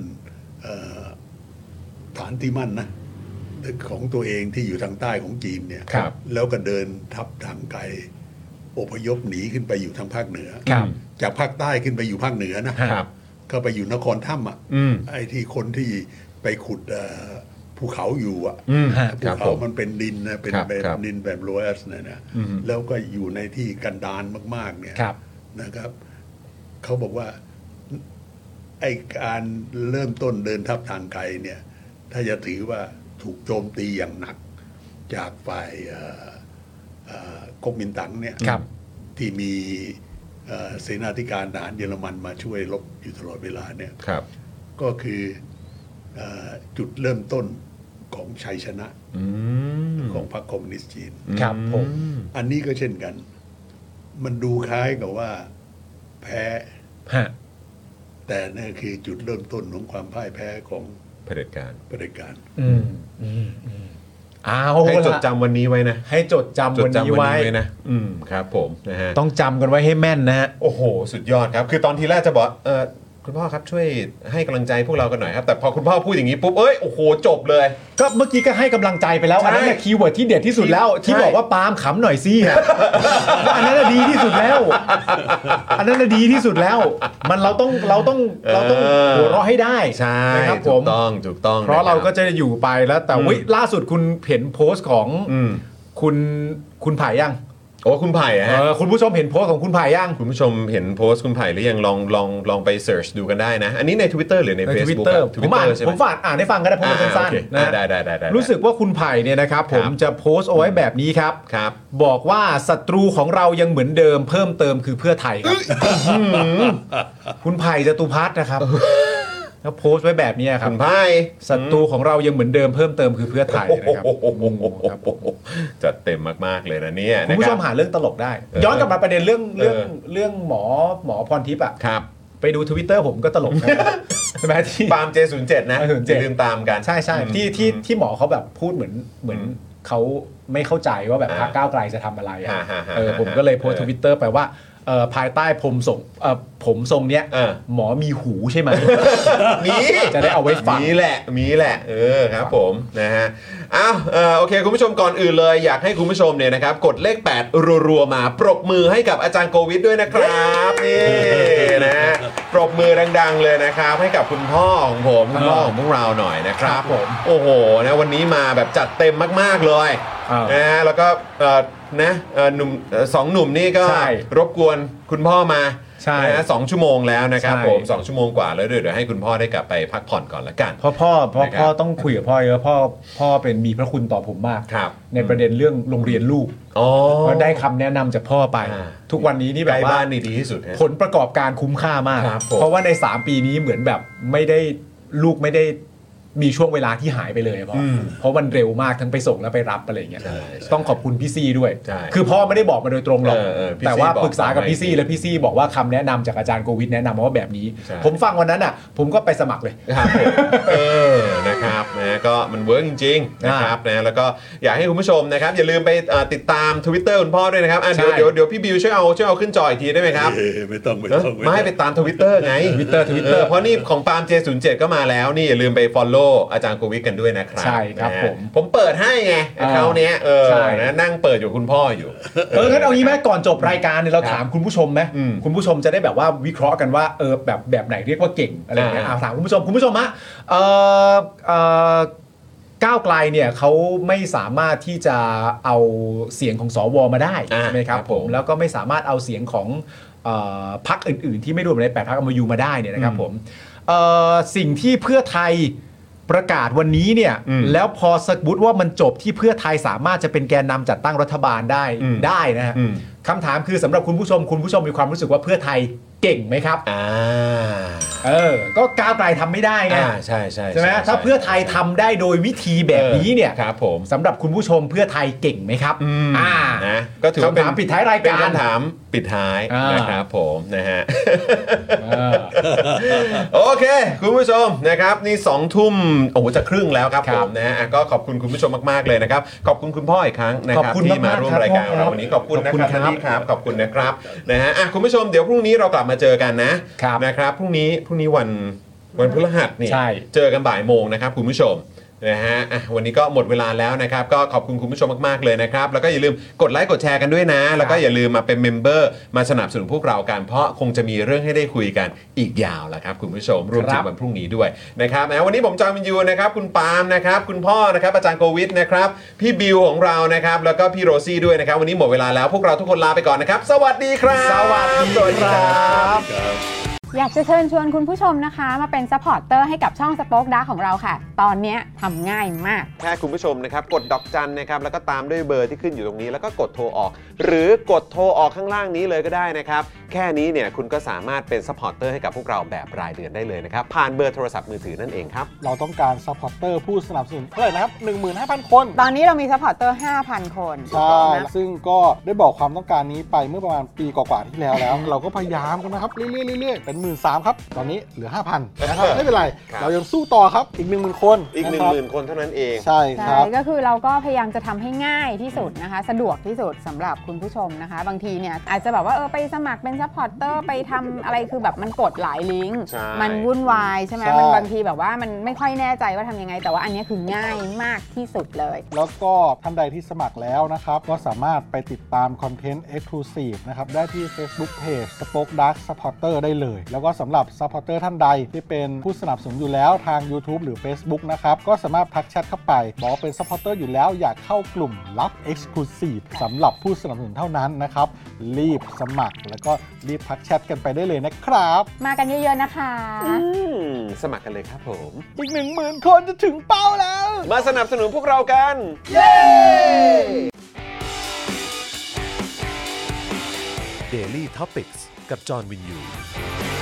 นะของตัวเองที่อยู่ทางใต้ของจีนเนี่ยแล้วก็เดินทับทางไกลอพยพหนีขึ้นไปอยู่ทางภาคเหนือจากภาคใต้ขึ้นไปอยู่ภาคเหนือนะก็ไปอยู่นครถ้ำไอ้ที่คนที่ไปขุดภูเขาอยู่ภูเขามันเป็นดินนะเป็นแบบดินแบบโรอัสเนี่ยนะแล้วก็อยู่ในที่กันดารมากๆเนี่ยนะครับเขาบอกว่าไอ้การเริ่มต้นเดินทับทางไกลเนี่ยถ้าจะถือว่าถูกโจมตีอย่างหนักจากฝ่ายก๊กมินตั๋งเนี่ยที่มีเสนาธิการทหารเยอรมันมาช่วยรบอยู่ตลอดเวลาเนี่ยก็คือจุดเริ่มต้นของชัยชนะของพรรคคอมมิวนิสต์จีนครับผมอันนี้ก็เช่นกันมันดูคล้ายกับว่าแพ้แต่นี่คือจุดเริ่มต้นของความพ่ายแพ้ของเผด็จการให้จดจำวันนี้ไว้นะให้จดจำวันนี้ไว้นะครับผมนะฮะต้องจำกันไว้ให้แม่นนะฮะโอ้โหสุดยอดครับคือตอนทีแรกจะบอกคุณพ่อครับช่วยให้กำลังใจพวกเรากันหน่อยครับแต่พอคุณพ่อพูดอย่างนี้ปุ๊บโอ้โหจบเลยก็เมื่อกี้ก็ให้กำลังใจไปแล้วอันนั้นแหละคีย์เวิร์ดที่เด็ดที่สุดแล้วที่บอกว่าปาล์มขำหน่อยสิอันนั้นดีที่สุดแล้วอันนั้นดีที่สุดแล้วมันเราต้องหัวเราะให้ได้ใช่นะครับถูกต้องเพราะเราก็จะอยู่ไปแล้วแต่ล่าสุดคุณเห็นโพสต์ของคุณไผ่ยังโอ้คุณไผ่ฮะคุณผู้ชมเห็นโพสต์ของคุณไผ่ยังคุณผู้ชมเห็นโพสต์คุณไผ่หรือยังลองไปเสิร์ชดูกันได้นะอันนี้ใน Twitter หรือใน Facebook ผมฝากอ่านให้ฟังก็ได้เพราะมันสั้นๆนะได้รู้สึกว่าคุณไผ่เนี่ยนะครับผมจะโพสต์เอาไว้แบบนี้ครับบอกว่าศัตรูของเรายังเหมือนเดิมเพิ่มเติมคือเพื่อไทยครับคุณไผ่จตุพัฒน์นะครับแล้วโพสต์ไว้แบบนี้ครับคุณไผ่ศัตรูของเรายังเหมือนเดิมเพิ่มเติมคือเพื่อไทยนะครับจัดเต็มมากๆเลยนะเนี่ยคุณผู้ชมหาเรื่องตลกได้ย้อนกลับมาประเด็นเรื่องหมอพรทิพย์อ่ะไปดู Twitter ผมก็ตลกใช่ไหมที่ปาล์ม J07 นะอย่าลืมตามกันใช่ที่หมอเขาแบบพูดเหมือนเขาไม่เข้าใจว่าแบบพรรคก้าวไกลจะทำอะไรผมก็เลยโพสต์ Twitter ไปว่าภายใต้ผมทรงเนี้ยหมอมีหูใช่ไหมมีจะได้เอาไว้ฟังมีแหละครับผมนะฮะอ้าวโอเคคุณผู้ชมก่อนอื่นเลยอยากให้คุณผู้ชมเนี่ยนะครับกดเลข8รัวๆมาปรบมือให้กับอาจารย์โควิดด้วยนะครับนี่นะปรบมือดังๆเลยนะครับให้กับคุณพ่อของผมคุณพ่อของพวกเราหน่อยนะครับผมโอ้โหนะวันนี้มาแบบจัดเต็มมากๆเลยนะแล้วก็หนุ่ม2หนุ่มนี่ก็รบกวนคุณพ่อมานะ2 ชั่วโมงแล้วนะครับผม2 ชั่วโมงกว่าแล้วเดี๋ยวให้คุณพ่อได้กลับไปพักผ่อนก่อนละกันเพราะพ่อต้องคุยกับพ่อเยอะพ่อเป็นมีพระคุณต่อผมมากในประเด็นเรื่องโรงเรียนลูกก็ได้คำแนะนำจากพ่อไปทุกวันนี้นี่แบบว่าดีที่สุดผลประกอบการคุ้มค่ามากเพราะว่าใน3 ปีนี้เหมือนแบบลูกไม่ได้มีช่วงเวลาที่หายไปเลยเพราะมันเร็วมากทั้งไปส่งแล้วไปรับอะไรอย่างเงี้ยต้องขอบคุณพี่ซี่ด้วยคือพ่อไม่ได้บอกมาโดยตรงหรอกแต่ว่าปรึกษากับพี่ซี่แล้วพี่ซี่บอกว่าคำแนะนำจากอาจารย์โควิดแนะนำมาว่าแบบนี้ผมฟังวันนั้นอ่ะผมก็ไปสมัครเลยนะครับนะก็มันเวิร์กจริงๆนะครับนะแล้วก็อยากให้คุณผู้ชมนะครับอย่าลืมไปติดตาม Twitter คุณพ่อด้วยนะครับเดี๋ยวพี่บิวช่วยเอาขึ้นจออีกทีได้ไหมครับไม่ต้องไม่ไปตาม Twitter ไง Twitter เพราะนี่ของปาล์ม J07 ก็มาแล้วนี่อย่าลืมไป followอาจารย์โควิดกันด้วยนะครับใช่ครับผมเปิดให้ไงเขาเนี้ยนะนั่งเปิดอยู่คุณพ่ออยู่งั้นเอางี้ไหมก่อนจบรายการเนี่ยเราถามคุณผู้ชมไหมคุณผู้ชมจะได้แบบว่าวิเคราะห์กันว่าแบบไหนเรียกว่าเก่งอะไรอย่างเงี้ยถามคุณผู้ชมฮะก้าวไกลเนี่ยเขาไม่สามารถที่จะเอาเสียงของสวมาได้ใช่ไหมครับผมแล้วก็ไม่สามารถเอาเสียงของพรรคอื่นๆที่ไม่รวมใน8 พรรคเอามาอยู่มาได้เนี่ยนะครับผมสิ่งที่เพื่อไทยประกาศวันนี้เนี่ยแล้วพอสมมุติว่ามันจบที่เพื่อไทยสามารถจะเป็นแกนนำจัดตั้งรัฐบาลได้นะฮะคำถามคือสำหรับคุณผู้ชมมีความรู้สึกว่าเพื่อไทยเก่งไหมครับก็ก้าวไกลทำไม่ได้ไงใช่ใช่ไหมถ้าเพื่อไทยทำได้โดยวิธีแบบนี้เนี่ยครับผมสำหรับคุณผู้ชมเพื่อไทยเก่งไหมครับนะก็ถือว่าเป็นคำถามปิดท้ายรายการเป็นคำถามปิดท้ายนะครับผมนะฮะโอเคคุณผู้ชมนะครับนี่2 ทุ่มจะครึ่งแล้วครับผมนะก็ขอบคุณคุณผู้ชมมากๆเลยนะครับขอบคุณคุณพ่ออีกครั้งนะครับที่มาร่วมรายการเราวันนี้ขอบคุณนะครับที่ครับขอบคุณนะครับนะฮะคุณผู้ชมเดี๋ยวพรุ่งนี้เรากลับมาเจอกันนะครับพรุ่งนี้วันพฤหัสนี่เจอกันบ่ายโมงนะครับคุณผู้ชมนะฮะวันนี้ก็หมดเวลาแล้วนะครับก็ขอบคุณคุณผู้ชมมากๆเลยนะครับแล้วก็อย่าลืมกดไลค์กดแชร์กันด้วยนะแล้วก็อย่าลืมมาเป็นเมมเบอร์มาสนับสนุนพวกเรากันเพราะคงจะมีเรื่องให้ได้คุยกันอีกยาวแล้วครับคุณผู้ชมรวมถึงวันพรุ่งนี้ด้วยนะครับวันนี้ผมจอมินยูนะครับคุณปาล์มนะครับคุณพ่อนะครับอาจารย์โควิดนะครับพี่บิวของเรานะครับแล้วก็พี่โรซี่ด้วยนะครับวันนี้หมดเวลาแล้วพวกเราทุกคนลาไปก่อนนะครับสวัสดีครับสวัสดีครับอยากจะเชิญชวนคุณผู้ชมนะคะมาเป็นซัพพอร์ตเตอร์ให้กับช่อง Spoke Dark ของเราค่ะตอนนี้ทำง่ายมากแค่คุณผู้ชมนะครับกดดอกจันนะครับแล้วก็ตามด้วยเบอร์ที่ขึ้นอยู่ตรงนี้แล้วก็กดโทรออกหรือกดโทรออกข้างล่างนี้เลยก็ได้นะครับแค่นี้เนี่ยคุณก็สามารถเป็นซัพพอร์ตเตอร์ให้กับพวกเราแบบรายเดือนได้เลยนะครับผ่านเบอร์โทรศัพท์มือถือนั่นเองครับเราต้องการซัพพอร์ตเตอร์ผู้สนับสนุนเท่าไหร่นะครับ 15,000 คนตอนนี้เรามีซัพพอร์ตเตอร์ 5,000 คนใช่ซึ่งก็ได้บอกความต้องการนี้ไปเมื่อประมาณปีกว่าๆที่แล้วเราก็พยายามกันนะครับเรื่อยๆเป็น 13,000 ครับตอนนี้เหลือ 5,000 นะครับไม่เป็นไรเรายังสู้ต่อครับอีก 10,000 คนอีก 10,000 คนเท่านั้นเองใช่ครับก็คือเราก็พยายามจะทำให้ง่ายที่สุดนะคะสะดวกที่สุดสำหรับคุณผู้ชมนะคะบางทีเนี่ยอาจจะแบบว่าไปสมัครเป็นซัพพอร์ตเตอร์ไปทำอะไรคือแบบมันกดหลายลิงก์มันวุ่นวายใช่ไหมมันบางทีแบบว่ามันไม่ค่อยแน่ใจว่าทำยังไงแต่ว่าอันนี้คือง่ายมากที่สุดเลยแล้วก็ท่านใดที่สมัครแล้วนะครับก็สามารถไปติดตามคอนเทนต์ Exclusive นะครับได้ที่ Facebook Page Spoke Dark Supporter ได้เลยแล้วก็สำหรับ Supporter ท่านใดที่เป็นผู้สนับสนุนอยู่แล้วทาง YouTube หรือ Facebook นะครับก็สามารถทักแชทเข้าไปบอกว่าเป็น Supporter อยู่แล้วอยากเข้ากลุ่มลับ Exclusive สำหรับผู้สนับสนุนเท่านั้นนะครับรีบสมัครแล้วก็รีบทักแชทกันไปได้เลยนะครับมากันเยอะๆนะคะสมัครกันเลยครับผมอีก 10,000 คนจะถึงเป้าแล้วมาสนับสนุนพวกเรากันเย้ Daily Topics กับจอห์นวินยู